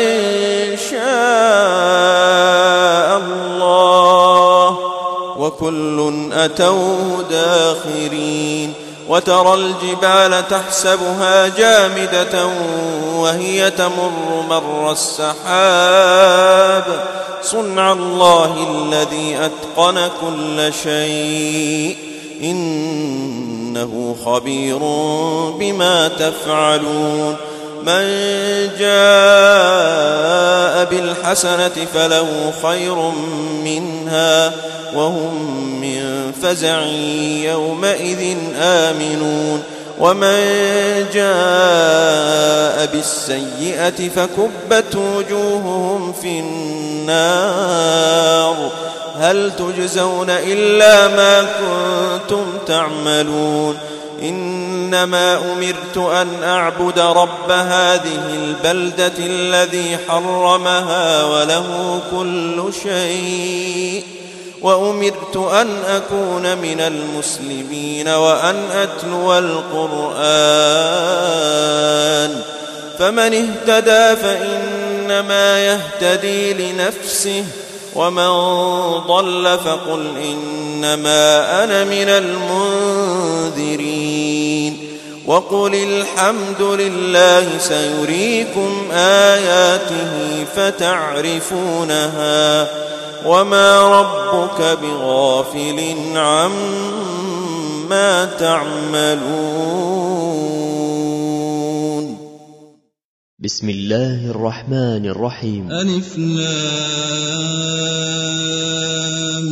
شاء الله وكل أتوه داخرين وترى الجبال تحسبها جامدة وهي تمر مر السحاب صنع الله الذي أتقن كل شيء إنه خبير بما تفعلون من جاء بالحسنة فله خير منها وهم من فزع يومئذ آمنون ومن جاء بالسيئة فكبت وجوههم في النار هل تجزون إلا ما كنتم تعملون إنما أمرت أن أعبد رب هذه البلدة الذي حرمها وله كل شيء وأمرت أن أكون من المسلمين وأن أتلو القرآن فمن اهتدى فإنما يهتدي لنفسه ومن ضل فقل إنما أنا من المنذرين وقل الحمد لله سيريكم آياته فتعرفونها وما ربك بغافل عما تعملون بسم الله الرحمن الرحيم ألف لام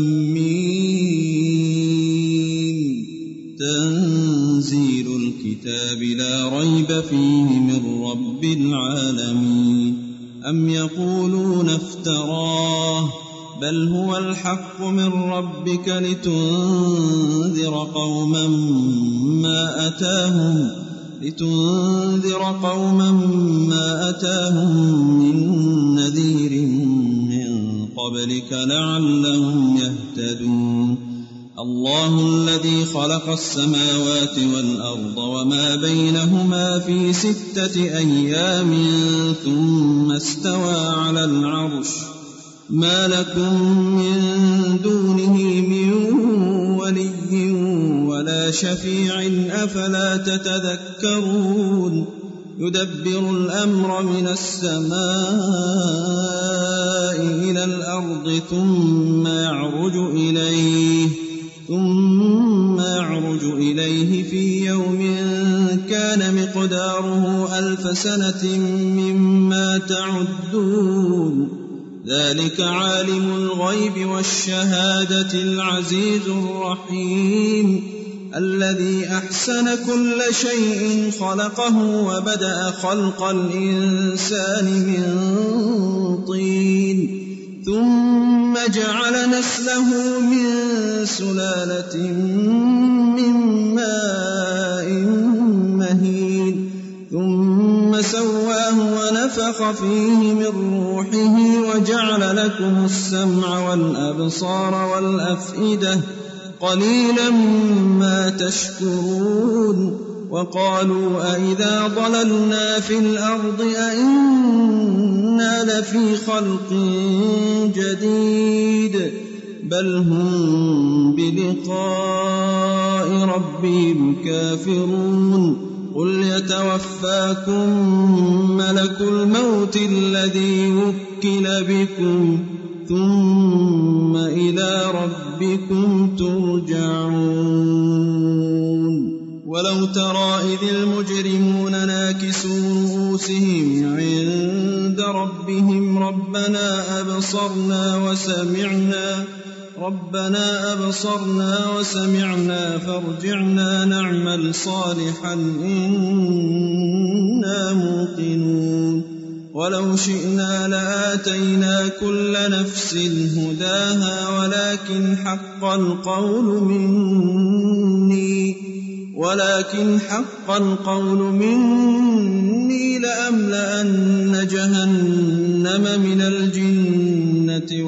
ميم تنزيل الكتاب لا ريب فيه من رب العالمين أم يقولون افتراه بل هو الحق من ربك لتنذر قوما ما أتاهم من نذير من قبلك لعلهم يهتدون الله الذي خلق السماوات والأرض وما بينهما في 6 أيام ثم استوى على العرش ما لكم من دونه من ولي ولا شفيع أفلا تتذكرون يدبر الأمر من السماء إلى الأرض ثم يعرج إليه في يوم كان مقداره 1000 سنة مما تعدون ذلك عالم الغيب والشهادة العزيز الرحيم الذي أحسن كل شيء خلقه وبدأ خلق الإنسان من طين ثم جعل نسله من سلالة من ماء مهين ثم سواه ونفخ فيه من روحه وجعل لكم السمع والأبصار والأفئدة قليلا ما تشكرون وقالوا أئذا ضللنا في الأرض أئنا لفي خلق جديد بل هم بلقاء ربهم كافرون قل يتوفاكم ملك الموت الذي وكل بكم ثم إلى ربكم ترجعون ولو ترى إذ المجرمون ناكسوا رؤوسهم عند ربهم ربنا أبصرنا وسمعنا فارجعنا نعمل صالحا إنا موقنون ولو شئنا لآتينا كل نفس هداها ولكن حق القول مني لأملأن جهنم من الجنة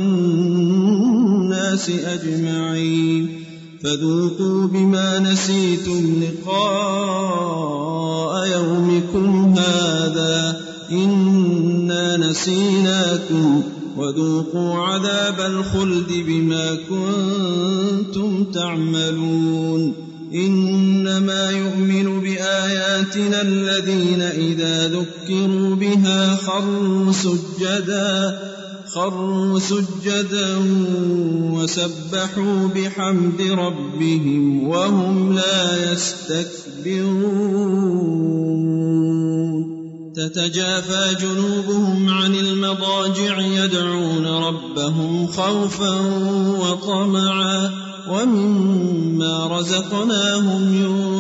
والناس أجمعين فذوقوا بما نسيتم لقاء يومكم هذا إنا نسيناكم وذوقوا عذاب الخلد بما كنتم تعملون إنما يؤمن بآياتنا الذين إذا ذكروا بها خروا سجدا وسبحوا بحمد ربهم وهم لا يستكبرون تتجافى جنوبهم عن المضاجع يدعون ربهم خوفا وطمعا ومما رزقناهم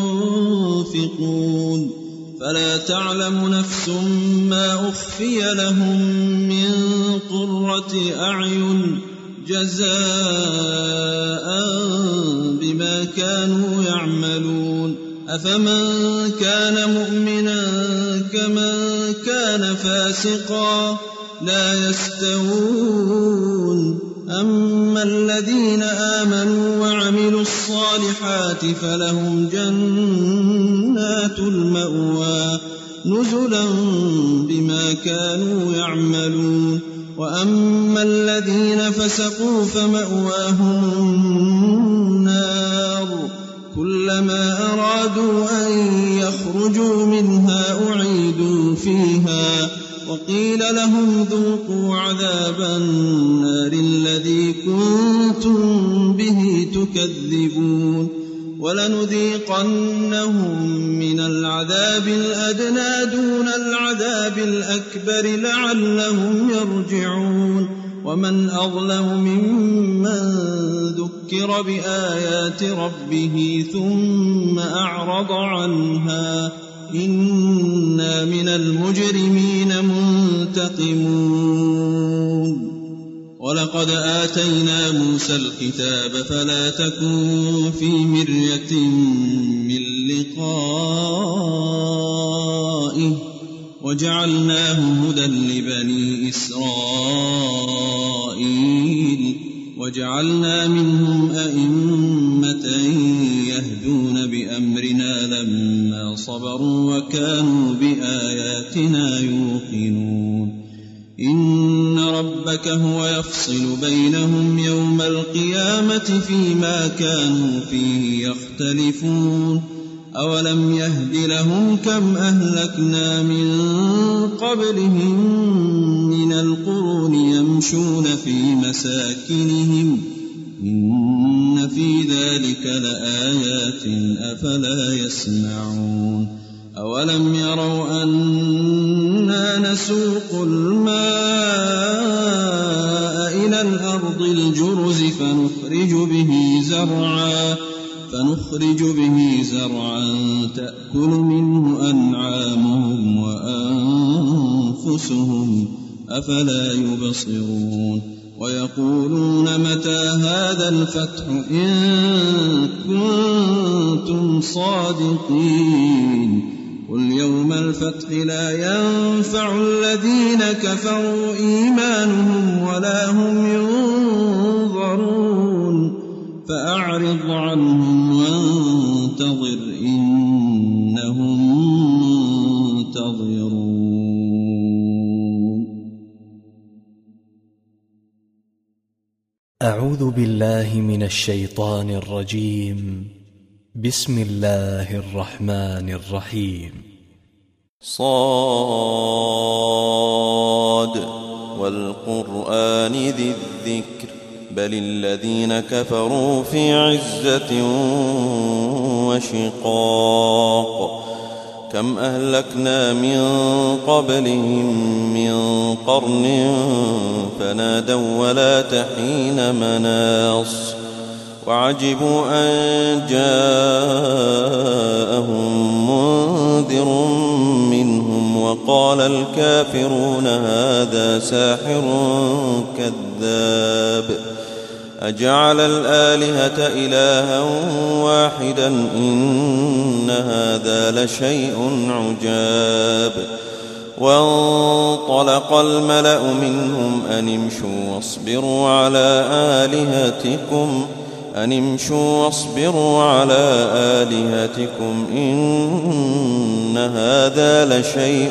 ينفقون فلا تعلم نفس ما أخفي لهم من قرة أعين جزاء بما كانوا يعملون أفمن كان مؤمنا كمن كان فاسقا لا يستوون أما الذين آمنوا وعملوا الصالحات فلهم جنات المأوى نزلا بما كانوا يعملون وأما الذين فسقوا فمأواهم النار كلما أرادوا أن يخرجوا منها أعيدوا فيها وقيل لهم ذوقوا عذاب النار الذي كنتم به تكذبون ولنذيقنهم من العذاب الأدنى دون العذاب الأكبر لعلهم يرجعون ومن أظلم ممن ذكر بآيات ربه ثم أعرض عنها إنا من المجرمين منتقمون ولقد آتينا موسى الكتاب فلا تكن في مرية من لقائه وجعلناه هدى لبني إسرائيل وجعلنا منهم أئمة يهدون بأمرنا لما صبروا وكانوا بآياتنا يوقنون إن ربك هو يفصل بينهم يوم القيامة فيما كانوا فيه يختلفون أولم يهد لهم كم أهلكنا من قبلهم من القرون يمشون في مساكنهم إن في ذلك لآيات أفلا يسمعون أولم يروا أنا نسوق الماء إلى الأرض الجرز فنخرج به زرعا تأكل منه أنعامهم وأنفسهم أفلا يبصرون ويقولون متى هذا الفتح إن كنتم صادقين قل يوم الفتح لا ينفع الذين كفروا إيمانهم ولا هم ينظرون فأعرض عنهم وانتظر إنهم منتظرون. أعوذ بالله من الشيطان الرجيم. بسم الله الرحمن الرحيم. صاد والقرآن ذي الذكر بل الذين كفروا في عزة وشقاق كم أهلكنا من قبلهم من قرن فنادوا ولا تحين مناص وعجبوا أن جاءهم منذر منهم وقال الكافرون هذا ساحر كذاب أجعل الآلهة إلها واحدا إن هذا لشيء عجاب. وانطلق الملأ منهم أن امشوا واصبروا على آلهتكم إن هذا لشيء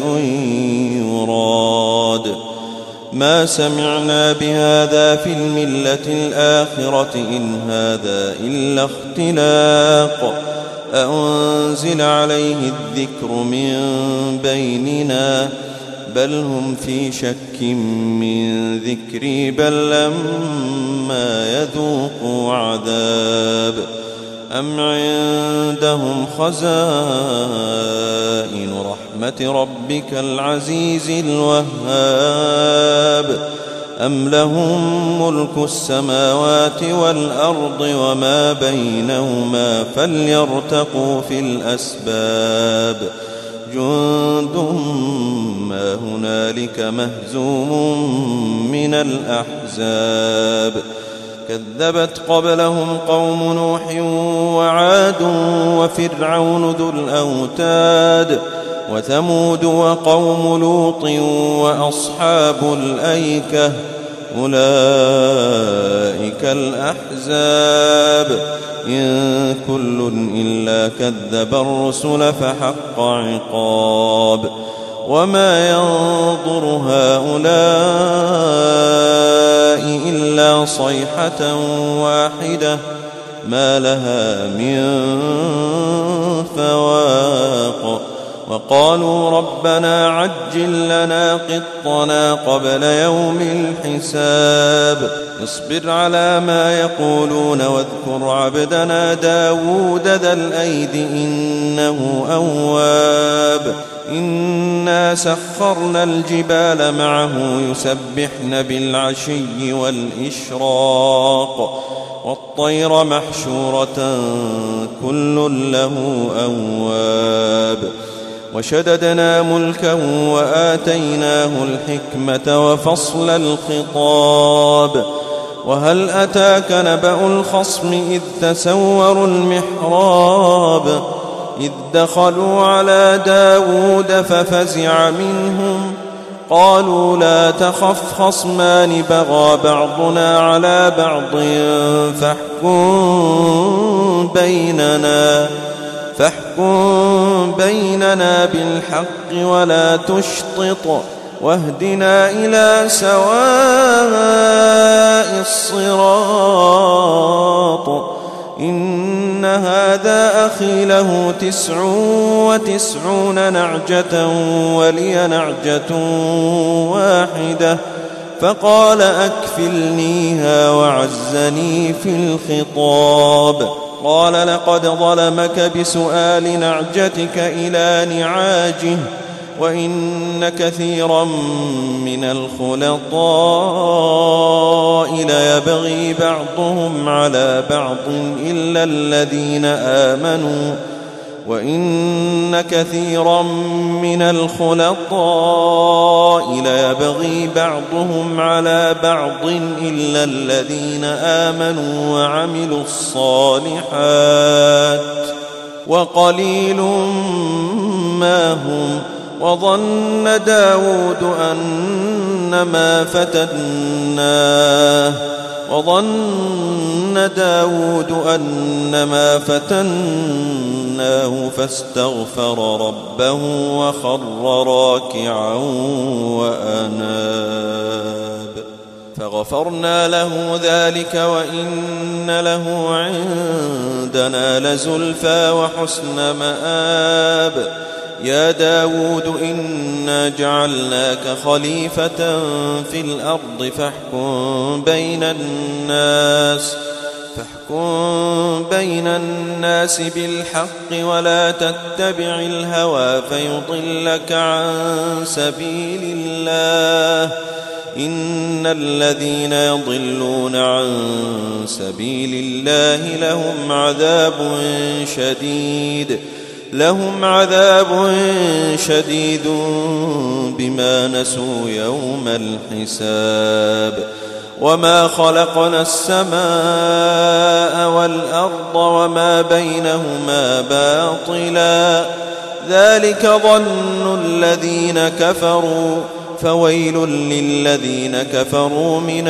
يراد ما سمعنا بهذا في الملة الآخرة إن هذا إلا اختلاق أأنزل عليه الذكر من بيننا بل هم في شك من ذكري بل لما يذوقوا عذاب أم عندهم خزائن رحمة ربك العزيز الوهاب أم لهم ملك السماوات والأرض وما بينهما فليرتقوا في الأسباب جند ما هنالك مهزوم من الأحزاب كذبت قبلهم قوم نوح وعاد وفرعون ذو الأوتاد وثمود وقوم لوط وأصحاب الأيكة أولئك الأحزاب إن كل إلا كذب الرسل فحق عقاب وما ينظر هؤلاء إلا صيحة واحدة ما لها من فواق وقالوا ربنا عجل لنا قطنا قبل يوم الحساب اصبر على ما يقولون واذكر عبدنا داود ذا الأيد إنه أواب إنا سخرنا الجبال معه يسبحن بالعشي والإشراق والطير محشورة كل له أواب وشددنا ملكه وآتيناه الحكمة وفصل الخطاب وهل أتاك نبأ الخصم إذ تسوروا المحراب إذ دخلوا على داود ففزع منهم قالوا لا تخف خصمان بغى بعضنا على بعض فاحكم بيننا بالحق ولا تشطط واهدنا إلى سواء الصراط إن هذا أخي له 99 نعجة ولي نعجة واحدة فقال أكفلنيها وعزني في الخطاب قال لقد ظلمك بسؤال نعجتك إلى نعاجه وإن كثيرا من الخلطاء ليبغي بعضهم على بعض إلا الذين آمنوا وإن كثيرا من الخلطاء الفضائل يبغي بعضهم على بعض إلا الذين آمنوا وعملوا الصالحات وقليل ما هم. وظن داود أنما فتناه فاستغفر ربه وخر راكعا وأناب فغفرنا له ذلك وإن له عندنا لزلفى وحسن مآب. يا داود إنا جعلناك خليفة في الأرض فاحكم بين الناس بالحق ولا تتبع الهوى فيضلك عن سبيل الله. إن الذين يضلون عن سبيل الله لهم عذاب شديد بما نسوا يوم الحساب. وما خلقنا السماء والأرض وما بينهما باطلا ذلك ظن الذين كفروا فويل للذين كفروا من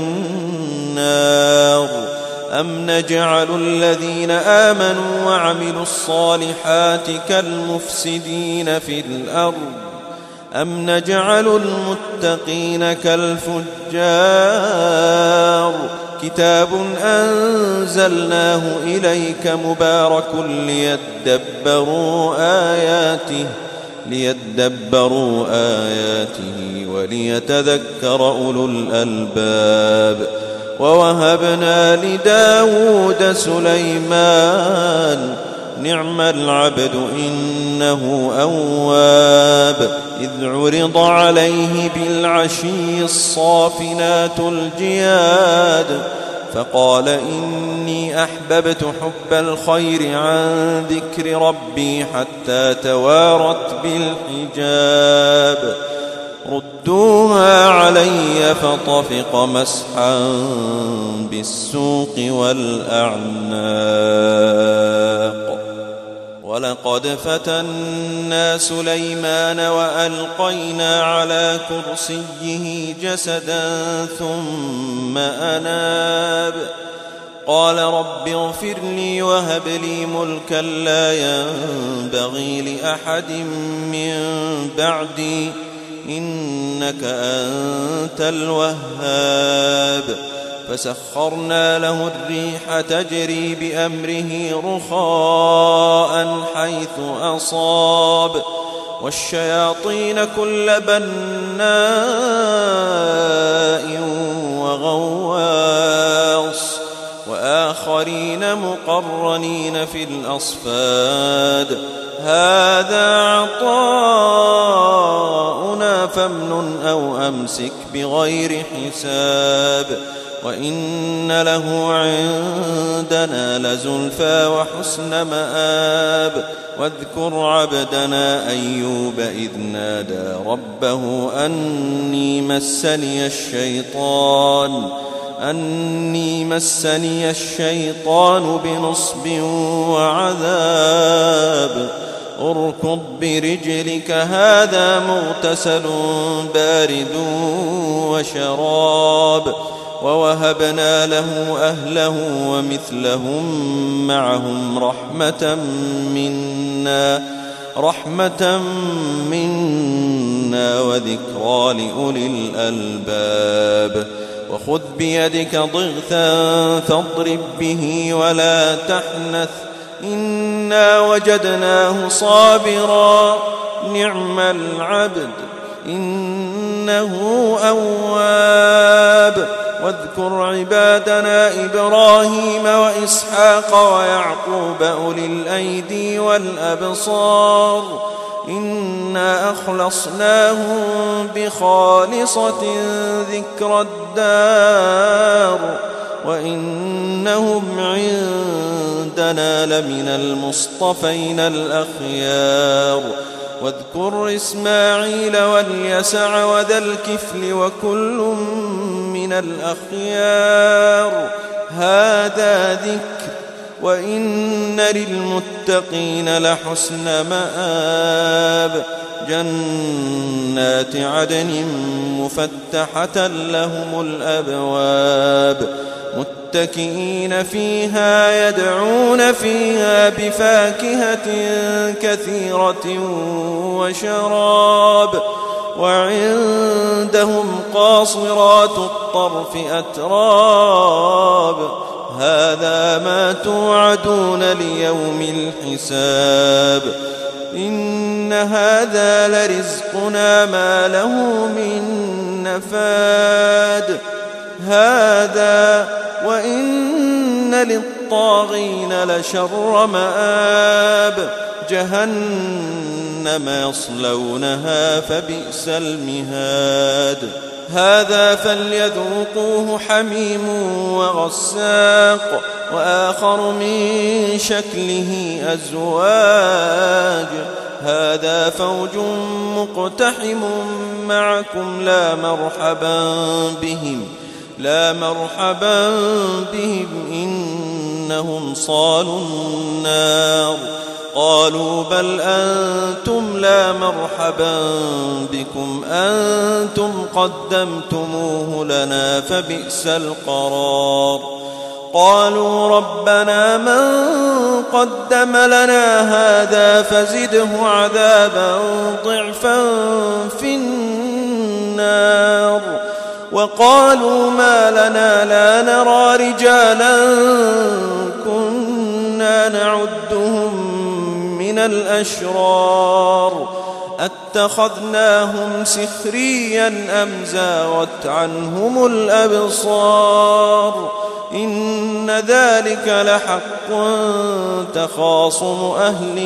النار. أم نجعل الذين آمنوا وعملوا الصالحات كالمفسدين في الأرض أم نجعل المتقين كالفجار. كتاب أنزلناه إليك مبارك ليدبروا آياته وليتذكر أولو الألباب. ووهبنا لداود سليمان نعم العبد إنه أواب. إذ عرض عليه بالعشي الصافنات الجياد فقال إني أحببت حب الخير عن ذكر ربي حتى توارت بالحجاب. ردوها علي فطفق مسحا بالسوق والأعناق. ولقد فتنا سليمان وألقينا على كرسيه جسدا ثم أناب. قال رب اغفر لي وهب لي ملكا لا ينبغي لأحد من بعدي إنك أنت الوهاب. فسخرنا له الريح تجري بأمره رخاء حيث أصاب والشياطين كل بناء وغواص وآخرين مقرنين في الأصفاد. هذا عطاؤنا فامنن أو أمسك بغير حساب. وإن له عندنا لزلفى وحسن مآب. واذكر عبدنا أيوب إذ نادى ربه أني مسني الشيطان بنصب وعذاب. اركض برجلك هذا مغتسل بارد وشراب. ووهبنا له أهله ومثلهم معهم رحمة منا وذكرى لأولي الألباب. وخذ بيدك ضغثا فاضرب به ولا تحنث إنا وجدناه صابرا نعم العبد إنه أواب. واذكر عبادنا إبراهيم وإسحاق ويعقوب أولي الأيدي والأبصار إنا أخلصناهم بخالصة ذكر الدار وإنهم عندنا لمن المصطفين الأخيار. واذكر إسماعيل واليسع وذا الكفل وكل من الأخيار هذا ذكر وإن للمتقين لحسن مآب جنات عدن مفتحة لهم الأبواب متكئين فيها يدعون فيها بفاكهة كثيرة وشراب وعندهم قاصرات الطرف أتراب هذا ما توعدون ليوم الحساب إن هذا لرزقنا ما له من نفاد هذا وإن للطاغين لشر مآب جهنم يصلونها فبئس المهاد هذا فليذوقوه حميم وغساق وآخر من شكله أزواج هذا فوج مقتحم معكم لا مرحبا بهم إنهم صالوا النار قالوا بل أنتم لا مرحبا بكم أنتم قدمتموه لنا فبئس القرار قالوا ربنا من قدم لنا هذا فزده عذابا ضعفا في النار وقالوا ما لنا لا نرى رجالا كنا نعدهم من الأشرار أتخذناهم سخريا أم زاغت عنهم الأبصار إن ذلك لحق تخاصم أهل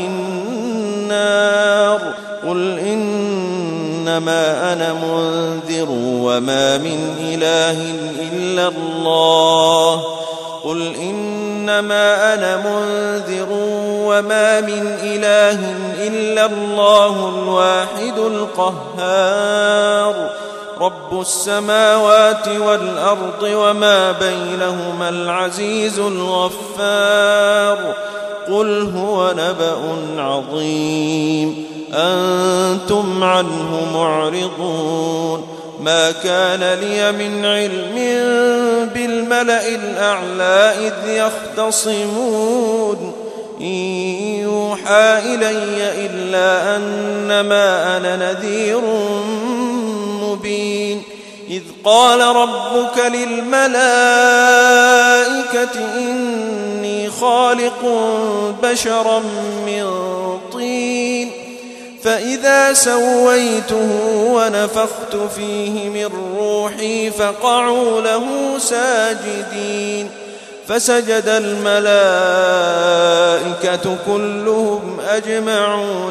النار قل إنما أنا منذر وما من إله إلا الله قل إنما أنا منذر وما من إله إلا الله الواحد القهار رب السماوات والأرض وما بينهما العزيز الغفار قل هو نبأ عظيم أنتم عنه معرضون ما كان لي من علم بالملأ الأعلى إذ يختصمون إن يوحى إلي إلا أنما أنا نذير مبين إذ قال ربك للملائكة إني خالق بشرا من طين فإذا سويته ونفخت فيه من روحي فقعوا له ساجدين فسجد الملائكة كلهم أجمعون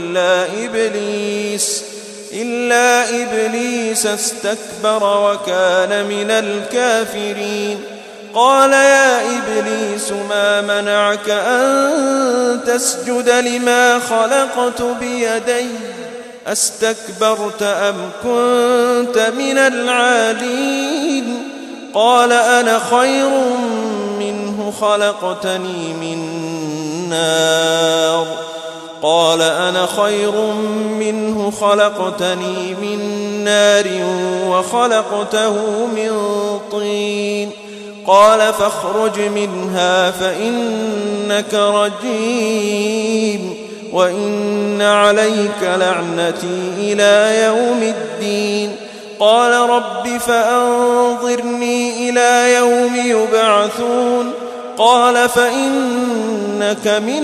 إلا إبليس استكبر وكان من الكافرين قال يا إبليس ما منعك أن تسجد لما خلقت بيدي أستكبرت أم كنت من العالين قال أنا خير منه خلقتني من نار وخلقته من طين قال فاخرج منها فإنك رجيم وإن عليك لعنتي إلى يوم الدين قال رب فأنظرني إلى يوم يبعثون قال فإنك من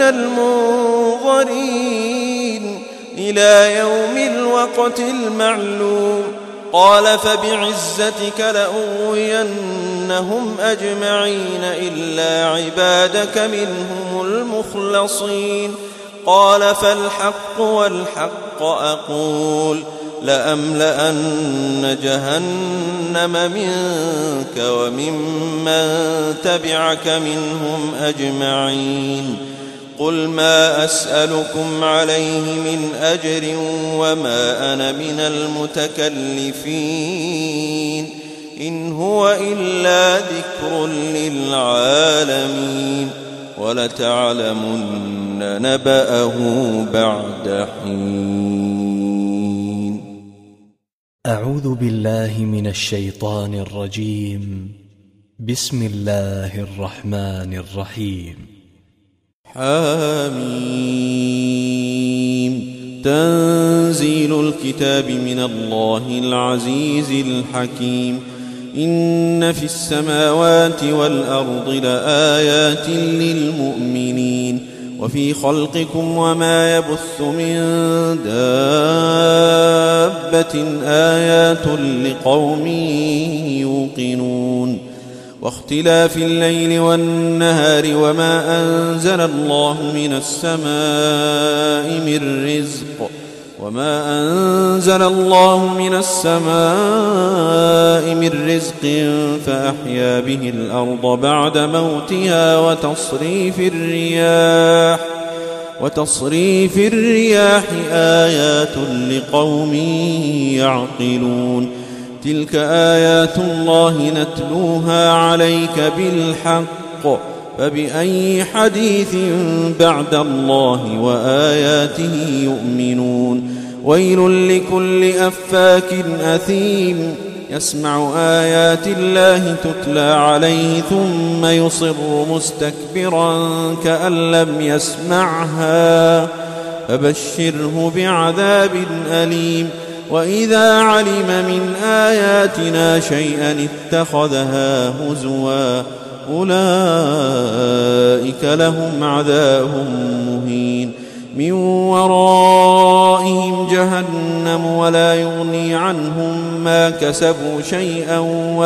المنظرين إلى يوم الوقت المعلوم قال فبعزتك لأغوينهم أجمعين إلا عبادك منهم المخلصين قال فالحق والحق أقول لأملأن جهنم منك وممن تبعك منهم أجمعين قل ما أسألكم عليه من أجر وما أنا من المتكلفين إن هو إلا ذكر للعالمين ولتعلمن نبأه بعد حين. أعوذ بالله من الشيطان الرجيم. بسم الله الرحمن الرحيم. حميم. تنزيل الكتاب من الله العزيز الحكيم. إن في السماوات والأرض لآيات للمؤمنين وفي خلقكم وما يبث من دابة آيات لقوم يوقنون واختلاف الليل والنهار وما أنزل الله من السماء من رزق فأحيا به الأرض بعد موتها وتصريف الرياح آيات لقوم يعقلون تلك آيات الله نتلوها عليك بالحق فبأي حديث بعد الله وآياته يؤمنون ويل لكل أفاك أثيم يسمع آيات الله تتلى عليه ثم يصر مستكبرا كأن لم يسمعها فبشره بعذاب أليم وإذا علم من آياتنا شيئا اتخذها هزوا أولئك لهم عذاب مهين من ورائهم جهنم ولا يغني عنهم ما كسبوا شيئا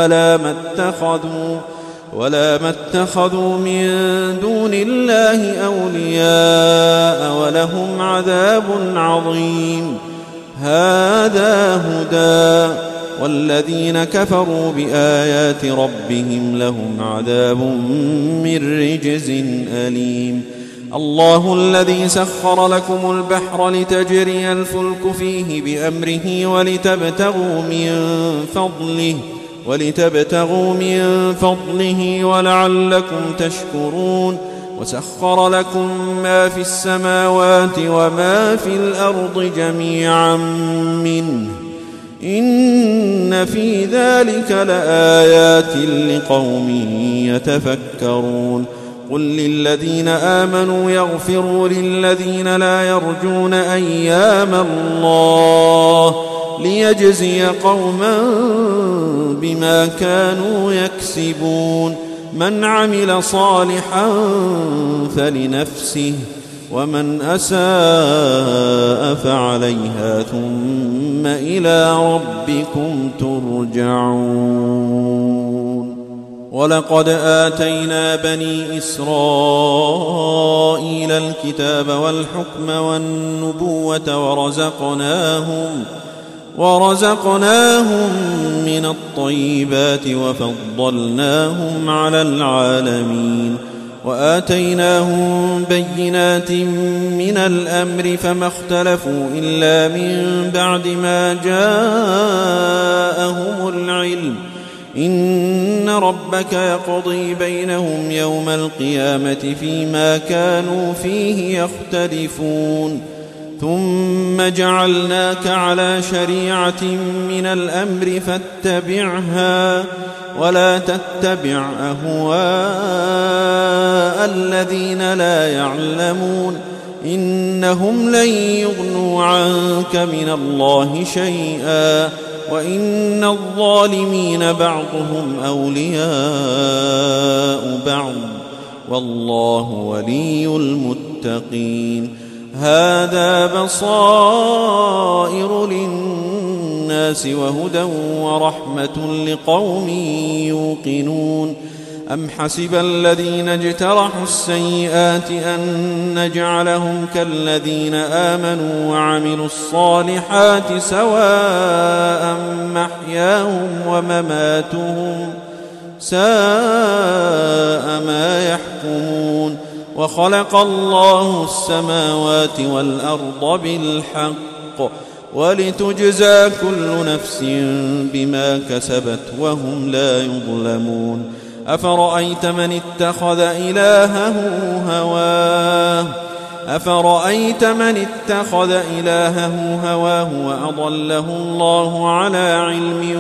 ولا ما اتخذوا من دون الله أولياء ولهم عذاب عظيم هذا هدى والذين كفروا بآيات ربهم لهم عذاب من رجز أليم الله الذي سخر لكم البحر لتجري الفلك فيه بأمره ولتبتغوا من فضله ولعلكم تشكرون وسخر لكم ما في السماوات وما في الأرض جميعا منه إن في ذلك لآيات لقوم يتفكرون قل للذين آمنوا يغفروا للذين لا يرجون أيام الله ليجزي قوما بما كانوا يكسبون من عمل صالحا فلنفسه ومن أساء فعليها ثم إلى ربكم ترجعون ولقد آتينا بني إسرائيل الكتاب والحكم والنبوة ورزقناهم من الطيبات وفضلناهم على العالمين وآتيناهم بينات من الأمر فما اختلفوا إلا من بعد ما جاءهم العلم إن ربك يقضي بينهم يوم القيامة فيما كانوا فيه يختلفون ثم جعلناك على شريعة من الأمر فاتبعها ولا تتبع أهواء الذين لا يعلمون إنهم لن يغنوا عنك من الله شيئا وإن الظالمين بعضهم أولياء بعض والله ولي المتقين هذا بصائر للناس وهدى ورحمة لقوم يوقنون أم حسب الذين اجترحوا السيئات أن نجعلهم كالذين آمنوا وعملوا الصالحات سواء محياهم ومماتهم ساء ما يحكمون وخلق الله السماوات والأرض بالحق ولتجزى كل نفس بما كسبت وهم لا يظلمون أفرأيت من اتخذ إلهه هواه وأضله الله على علم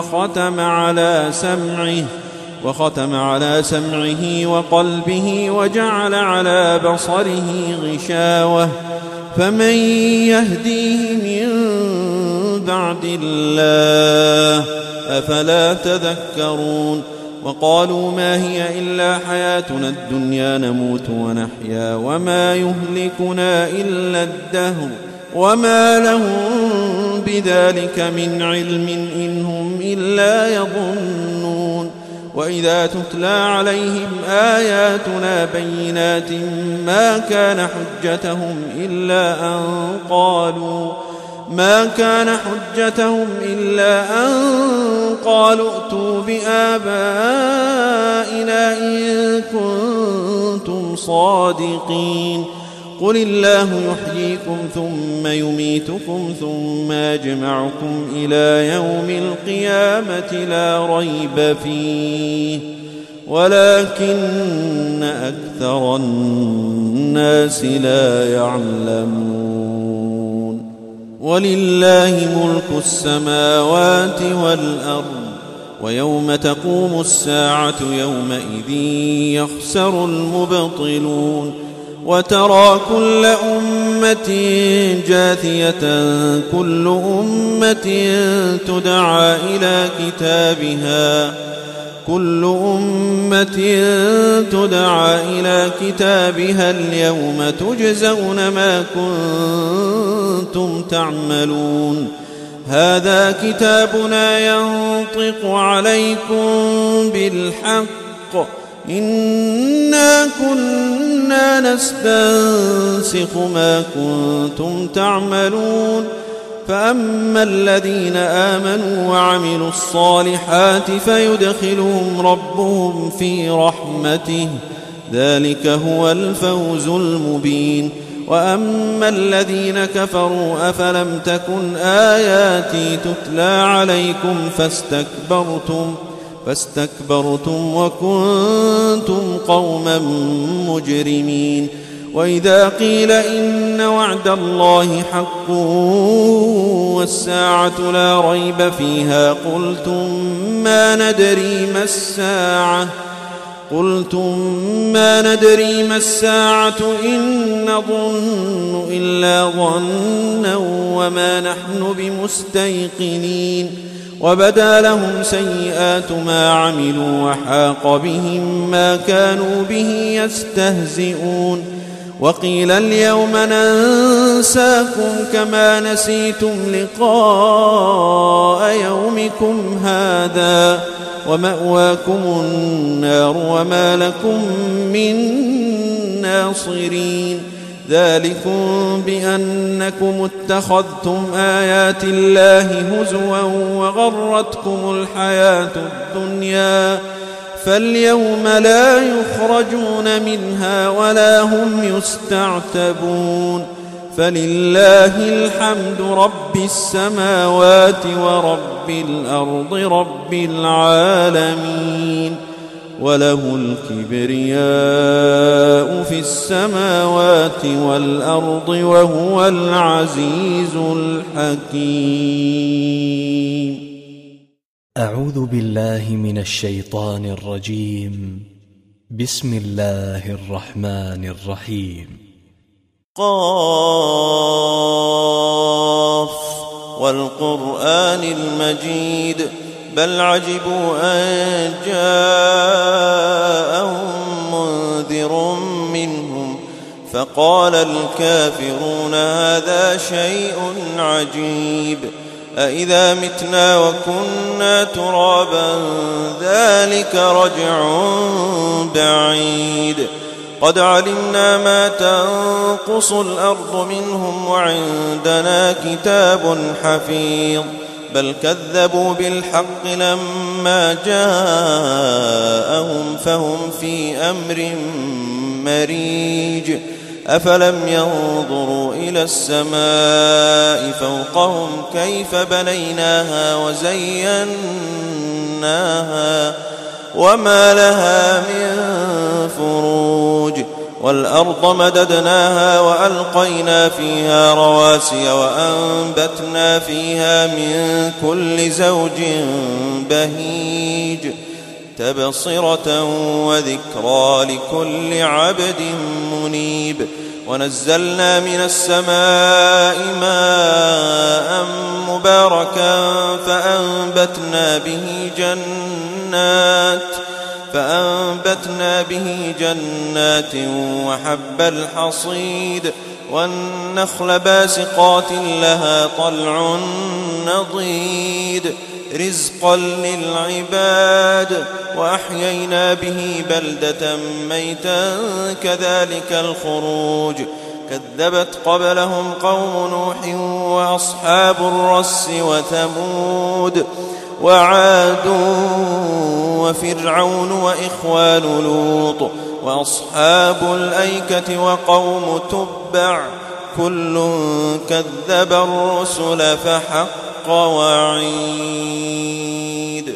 وختم على سمعه وقلبه وجعل على بصره غشاوة فمن يهديه من بعد الله أفلا تذكرون وقالوا ما هي إلا حياتنا الدنيا نموت ونحيا وما يهلكنا إلا الدهر وما لهم بذلك من علم إن هم إلا يظنون وإذا تتلى عليهم آياتنا بينات ما كان حجتهم إلا أن قالوا ائتوا بآبائنا إن كنتم صادقين قل الله يحييكم ثم يميتكم ثم يجمعكم إلى يوم القيامة لا ريب فيه ولكن أكثر الناس لا يعلمون ولله ملك السماوات والأرض ويوم تقوم الساعة يومئذ يخسر المبطلون وترى كل أمة جاثية كل أمة تدعى إلى كتابها اليوم تجزون ما كنتم تعملون هذا كتابنا ينطق عليكم بالحق إنا كنا نستنسخ ما كنتم تعملون فأما الذين آمنوا وعملوا الصالحات فيدخلهم ربهم في رحمته ذلك هو الفوز المبين وأما الذين كفروا أفلم تكن آياتي تتلى عليكم فاستكبرتم وكنتم قوما مجرمين وإذا قيل إن وعد الله حق والساعة لا ريب فيها قلتم ما ندري ما الساعة إن نظن إلا ظنا وما نحن بمستيقنين وبدا لهم سيئات ما عملوا وحاق بهم ما كانوا به يستهزئون وقيل اليوم ننساكم كما نسيتم لقاء يومكم هذا ومأواكم النار وما لكم من ناصرين ذلكم بأنكم اتخذتم آيات الله هزوا وغرتكم الحياة الدنيا فاليوم لا يخرجون منها ولا هم يستعتبون فلله الحمد رب السماوات ورب الأرض رب العالمين وله الكبرياء في السماوات والأرض وهو العزيز الحكيم. أعوذ بالله من الشيطان الرجيم. بسم الله الرحمن الرحيم. قاف والقرآن المجيد بل عجبوا أن جاءهم منذر منهم فقال الكافرون هذا شيء عجيب أإذا متنا وكنا ترابا ذلك رجع بعيد قد علمنا ما تنقص الأرض منهم وعندنا كتاب حفيظ بل كذبوا بالحق لما جاءهم فهم في أمر مريج أفلم ينظروا إلى السماء فوقهم كيف بنيناها وزيناها وما لها من فروج والأرض مددناها وألقينا فيها رواسي وأنبتنا فيها من كل زوج بهيج تبصرة وذكرى لكل عبد منيب ونزلنا من السماء ماء مباركا فأنبتنا به جنات وحب الحصيد والنخل باسقات لها طلع نضيد رزقا للعباد وأحيينا به بلدة ميتا كذلك الخروج كذبت قبلهم قوم نوح وأصحاب الرس وثمود وعاد وفرعون وإخوان لوط وأصحاب الأيكة وقوم تبع كل كذب الرسل فحق وعيد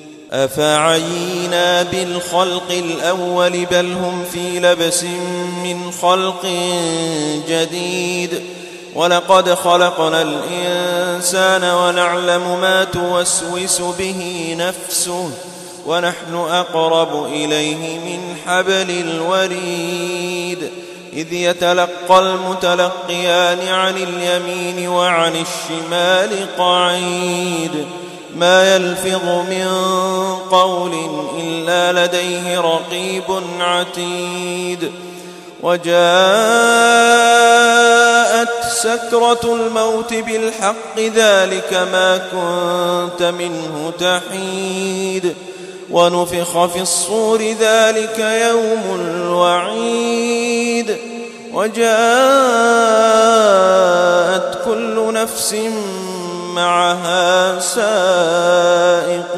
أفعينا بالخلق الأول بل هم في لبس من خلق جديد ولقد خلقنا الإنسان ونعلم ما توسوس به نفسه ونحن أقرب إليه من حبل الوريد إذ يتلقى المتلقيان عن اليمين وعن الشمال قعيد ما يلفظ من قول إلا لديه رقيب عتيد وجاءت سكرة الموت بالحق ذلك ما كنت منه تحيد ونفخ في الصور ذلك يوم الوعيد وجاءت كل نفس معها سائق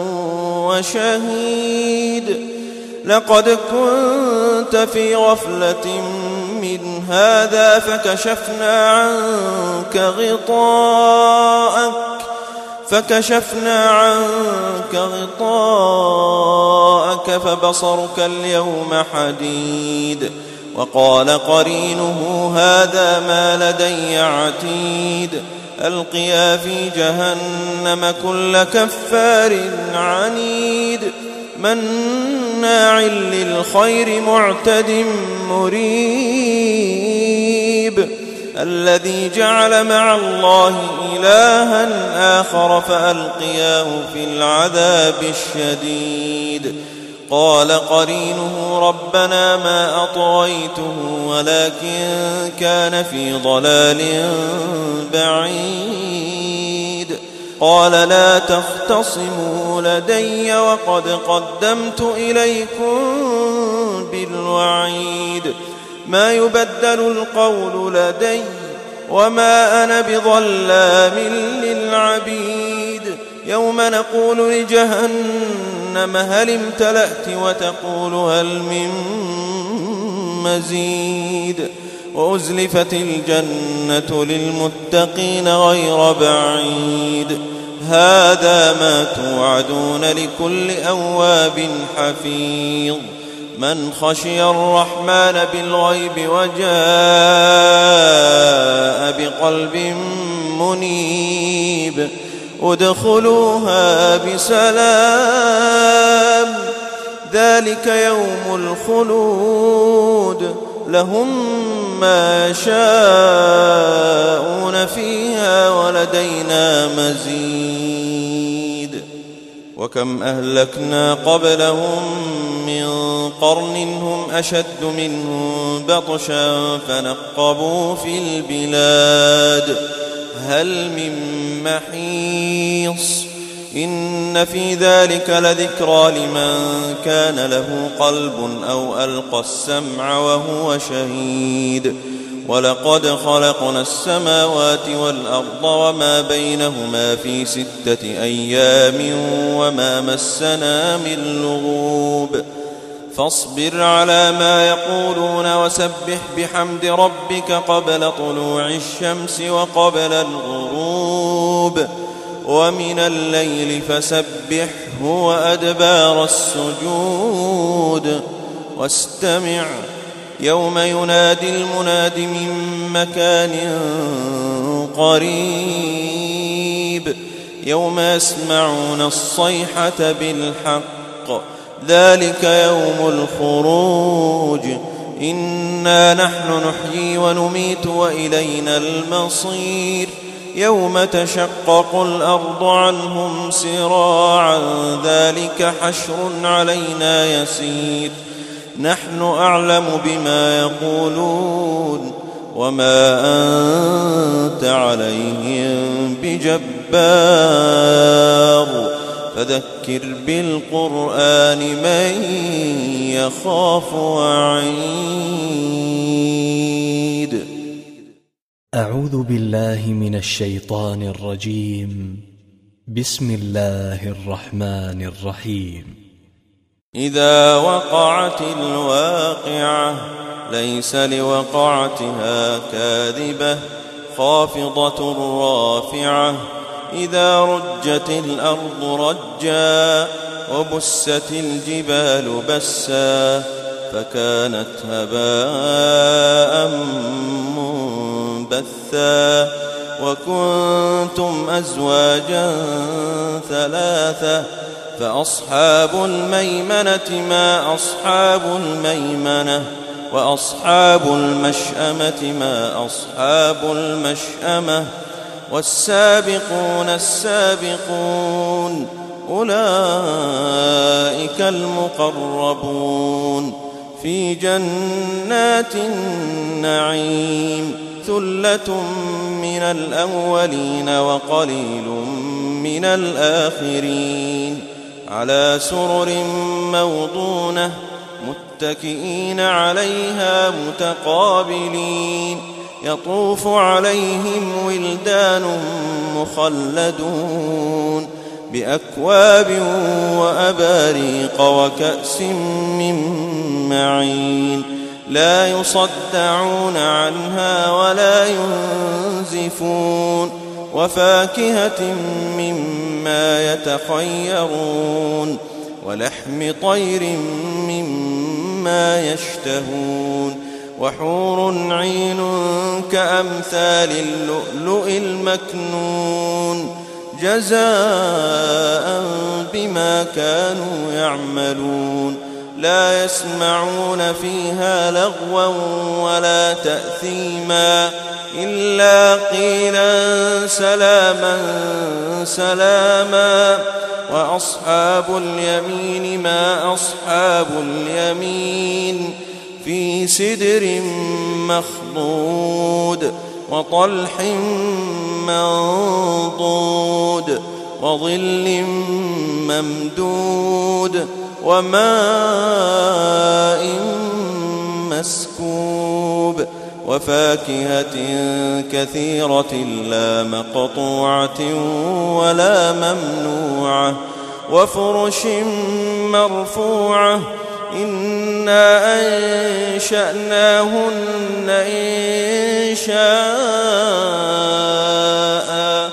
وشهيد لقد كنت في غفلة من هذا فكشفنا عنك غطاءك فبصرك اليوم حديد وقال قرينه هذا ما لدي عتيد ألقيا في جهنم كل كفار عنيد مناع للخير معتد مريب الذي جعل مع الله إلها آخر فألقياه في العذاب الشديد قال قرينه ربنا ما أطغيته ولكن كان في ضلال بعيد قال لا تختصموا لدي وقد قدمت إليكم بالوعيد ما يبدل القول لدي وما أنا بظلام للعبيد يوم نقول لجهنم هل امتلأت وتقول هل من مزيد وأزلفت الجنة للمتقين غير بعيد هذا ما توعدون لكل أواب حفيظ من خشي الرحمن بالغيب وجاء بقلب منيب ادخلوها بسلام ذلك يوم الخلود لهم ما يشاءون فيها ولدينا مزيد وكم أهلكنا قبلهم من قرن هم أشد منهم بطشا فنقبوا في البلاد هل من محيص إن في ذلك لذكرى لمن كان له قلب أو ألقى السمع وهو شهيد ولقد خلقنا السماوات والأرض وما بينهما في 6 أيام وما مسنا من لغوب فاصبر على ما يقولون وسبح بحمد ربك قبل طلوع الشمس وقبل الغروب ومن الليل فسبحه وأدبار السجود واستمع يوم ينادي المناد من مكان قريب يوم يسمعون الصيحة بالحق ذلك يوم الخروج إنا نحن نحيي ونميت وإلينا المصير يوم تشقق الأرض عنهم سراعا ذلك حشر علينا يسير نحن أعلم بما يقولون وما أنت عليهم بجبار فذكر بالقرآن من يخاف وعيد. أعوذ بالله من الشيطان الرجيم. بسم الله الرحمن الرحيم. إذا وقعت الواقعة ليس لوقعتها كاذبة خافضة رافعة إذا رجت الأرض رجا وبست الجبال بسا فكانت هباء منبثا وكنتم أزواجا ثلاثة فأصحاب الميمنة ما أصحاب الميمنة وأصحاب المشأمة ما أصحاب المشأمة والسابقون السابقون أولئك المقربون في جنات النعيم ثلة من الأولين وقليل من الآخرين على سرر موضونة متكئين عليها متقابلين يطوف عليهم ولدان مخلدون بأكواب وأباريق وكأس من معين لا يصدعون عنها ولا ينزفون وفاكهة مما يتخيرون ولحم طير مما يشتهون وحور عين كأمثال اللؤلؤ المكنون جزاء بما كانوا يعملون لا يسمعون فيها لغوا ولا تأثيما إلا قيلا سلاما سلاما وأصحاب اليمين ما أصحاب اليمين في سدر مخضود وطلح منضود وظل ممدود وماء مسكوب وفاكهة كثيرة لا مقطوعة ولا ممنوعة وفرش مرفوعة إنا أنشأناهن إنشاء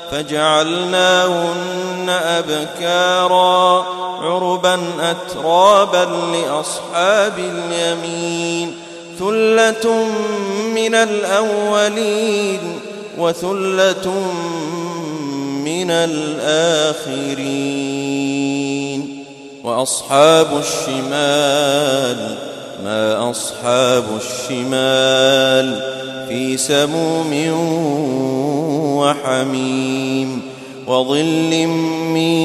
فجعلناهن أبكارا عربا أترابا لأصحاب اليمين ثلة من الأولين وثلة من الآخرين وأصحاب الشمال ما أصحاب الشمال في سموم وحميم وظل من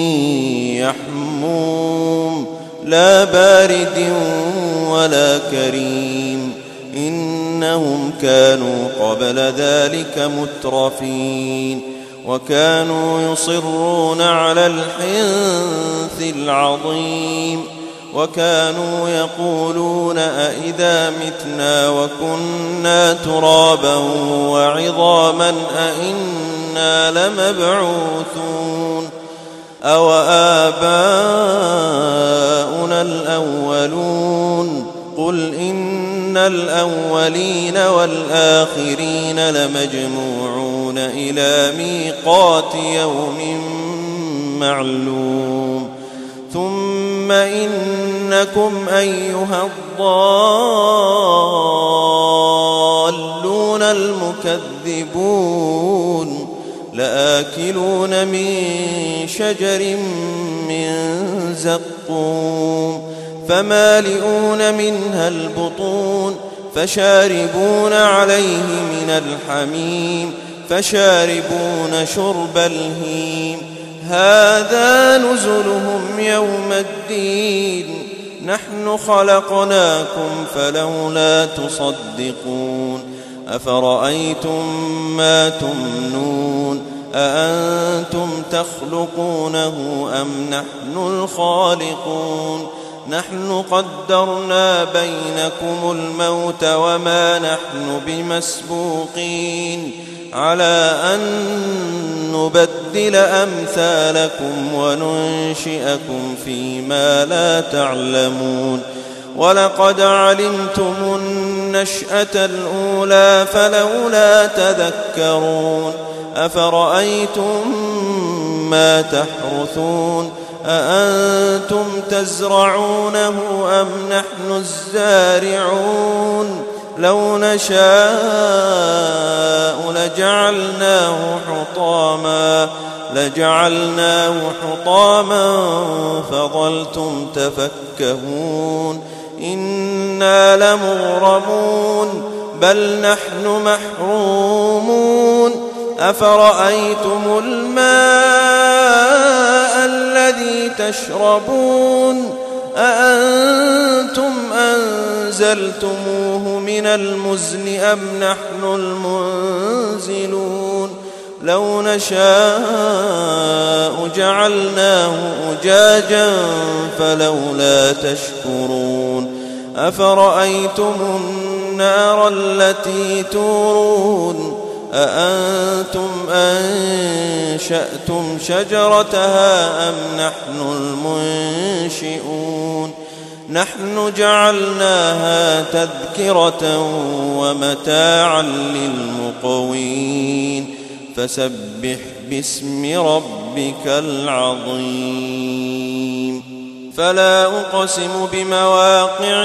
يحموم لا بارد ولا كريم إنهم كانوا قبل ذلك مترفين وكانوا يصرون على الحنث العظيم وكانوا يقولون أئذا متنا وكنا ترابا وعظاما أئنا لمبعوثون أوآباؤنا الأولون قل إن الأولين والآخرين لمجموعون إلى ميقات يوم معلوم ثم إنكم أيها الضالون المكذبون لآكلون من شجر من زقوم فمالئون منها البطون فشاربون عليه من الحميم فشاربون شرب الهيم هذا نزلهم يوم الدين نحن خلقناكم فلولا تصدقون أفرأيتم ما تمنون أأنتم تخلقونه أم نحن الخالقون نحن قدرنا بينكم الموت وما نحن بمسبوقين على أن نبدل أمثالكم وننشئكم فيما لا تعلمون ولقد علمتم النشأة الأولى فلولا تذكرون أفرأيتم ما تحرثون أأنتم تزرعونه أم نحن الزارعون لو نشاء لجعلناه حطاما فظلتم تفكهون إنا لمغرمون بل نحن محرومون أفرأيتم الماء الذي تشربون أأنتم أنزلتموه من المزن أم نحن المنزلون لو نشاء جعلناه أجاجا فلولا تشكرون أفرأيتم النار التي تورون أأنتم أنشأتم شجرتها أم نحن المنشئون نحن جعلناها تذكرة ومتاعا للمقوين فسبح باسم ربك العظيم فلا أقسم بمواقع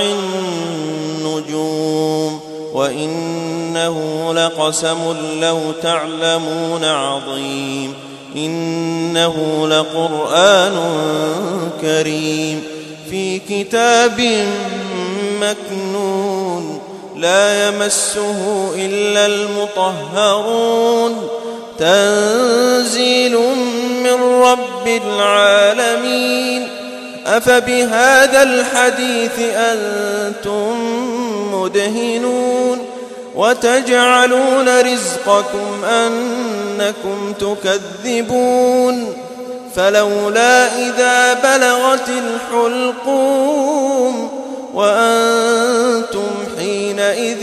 النجوم وإنه لقسم لو تعلمون عظيم إنه لقرآن كريم في كتاب مكنون لا يمسه إلا المطهرون تنزيل من رب العالمين أفبهذا الحديث أنتم مدهنون وتجعلون رزقكم أنكم تكذبون فلولا إذا بلغت الحلقوم وأنتم حينئذ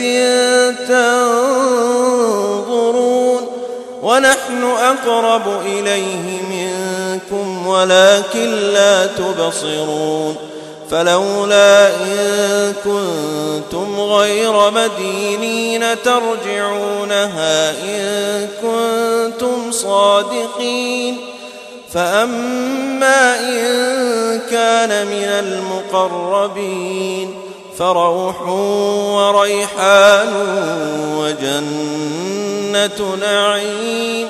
تنظرون ونحن أقرب إليه منكم ولكن لا تبصرون فلولا إن كنتم غير مدينين ترجعونها إن كنتم صادقين فأما إن كان من المقربين فروح وريحان وجنة نعيم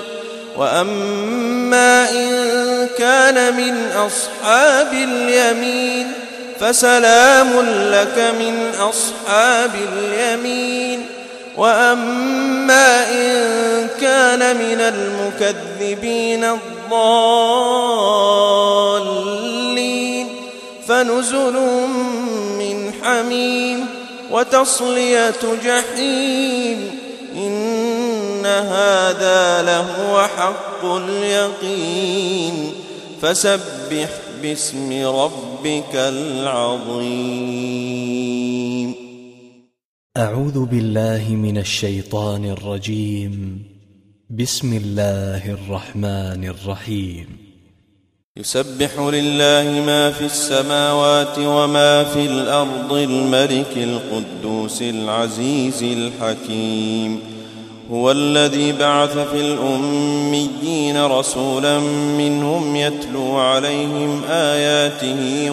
وأما إن كان من أصحاب اليمين فسلام لك من أصحاب اليمين وأما إن كان من المكذبين الضالين فنزل من حميم وتصلية جحيم إن هذا لهو حق اليقين فسبح باسم ربك العظيم أعوذ بالله من الشيطان الرجيم بسم الله الرحمن الرحيم يسبح لله ما في السماوات وما في الأرض الملك القدوس العزيز الحكيم. هو الذي بعث في الأميين رسولا منهم يتلو عليهم آياته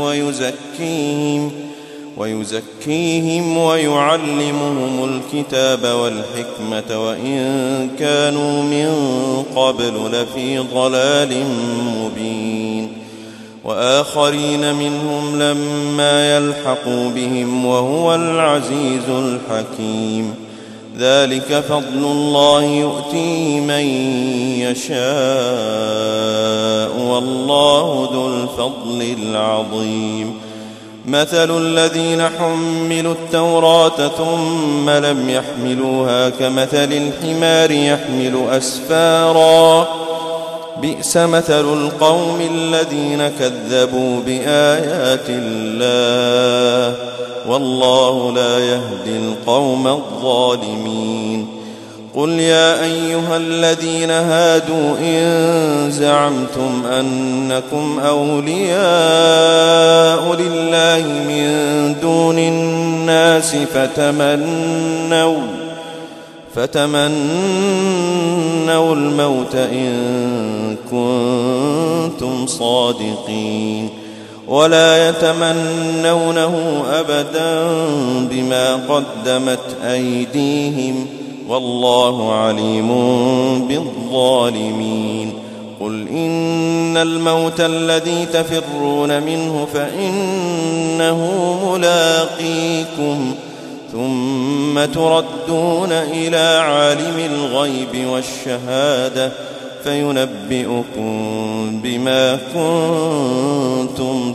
ويزكيهم ويعلمهم الكتاب والحكمة وإن كانوا من قبل لفي ضلال مبين. وآخرين منهم لما يلحقوا بهم وهو العزيز الحكيم. ذلك فضل الله يؤتيه من يشاء والله ذو الفضل العظيم. مثل الذين حملوا التوراة ثم لم يحملوها كمثل الحمار يحمل أسفارا بئس مثل القوم الذين كذبوا بآيات الله والله لا يهدي القوم الظالمين. قل يا أيها الذين هادوا إن زعمتم أنكم أولياء لله من دون الناس فتمنوا الموت إن كنتم صادقين ولا يتمنونه أبدا بما قدمت أيديهم والله عليم بالظالمين. قل إن الموت الذي تفرون منه فإنه ملاقيكم ثم تردون إلى عالم الغيب والشهادة فينبئكم بما كنتم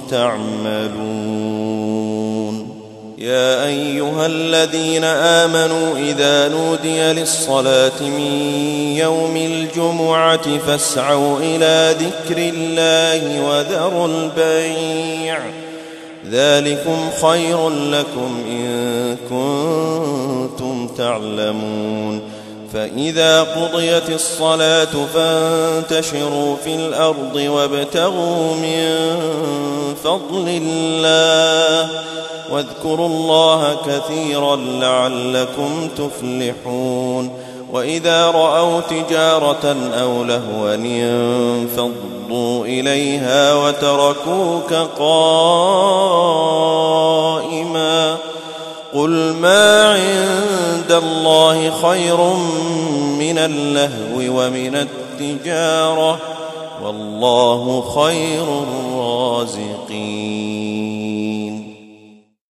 تعملون. يا أيها الذين آمنوا إذا نودي للصلاة من يوم الجمعة فاسعوا إلى ذكر الله وذروا البيع ذلكم خير لكم إن كنتم تعلمون. فإذا قضيت الصلاة فانتشروا في الأرض وابتغوا من فضل الله واذكروا الله كثيرا لعلكم تفلحون. وإذا رأوا تجارة أو لهوا انفضوا إليها وتركوك قائما قل ما عند الله خير من اللهو ومن التجارة والله خير الرازقين.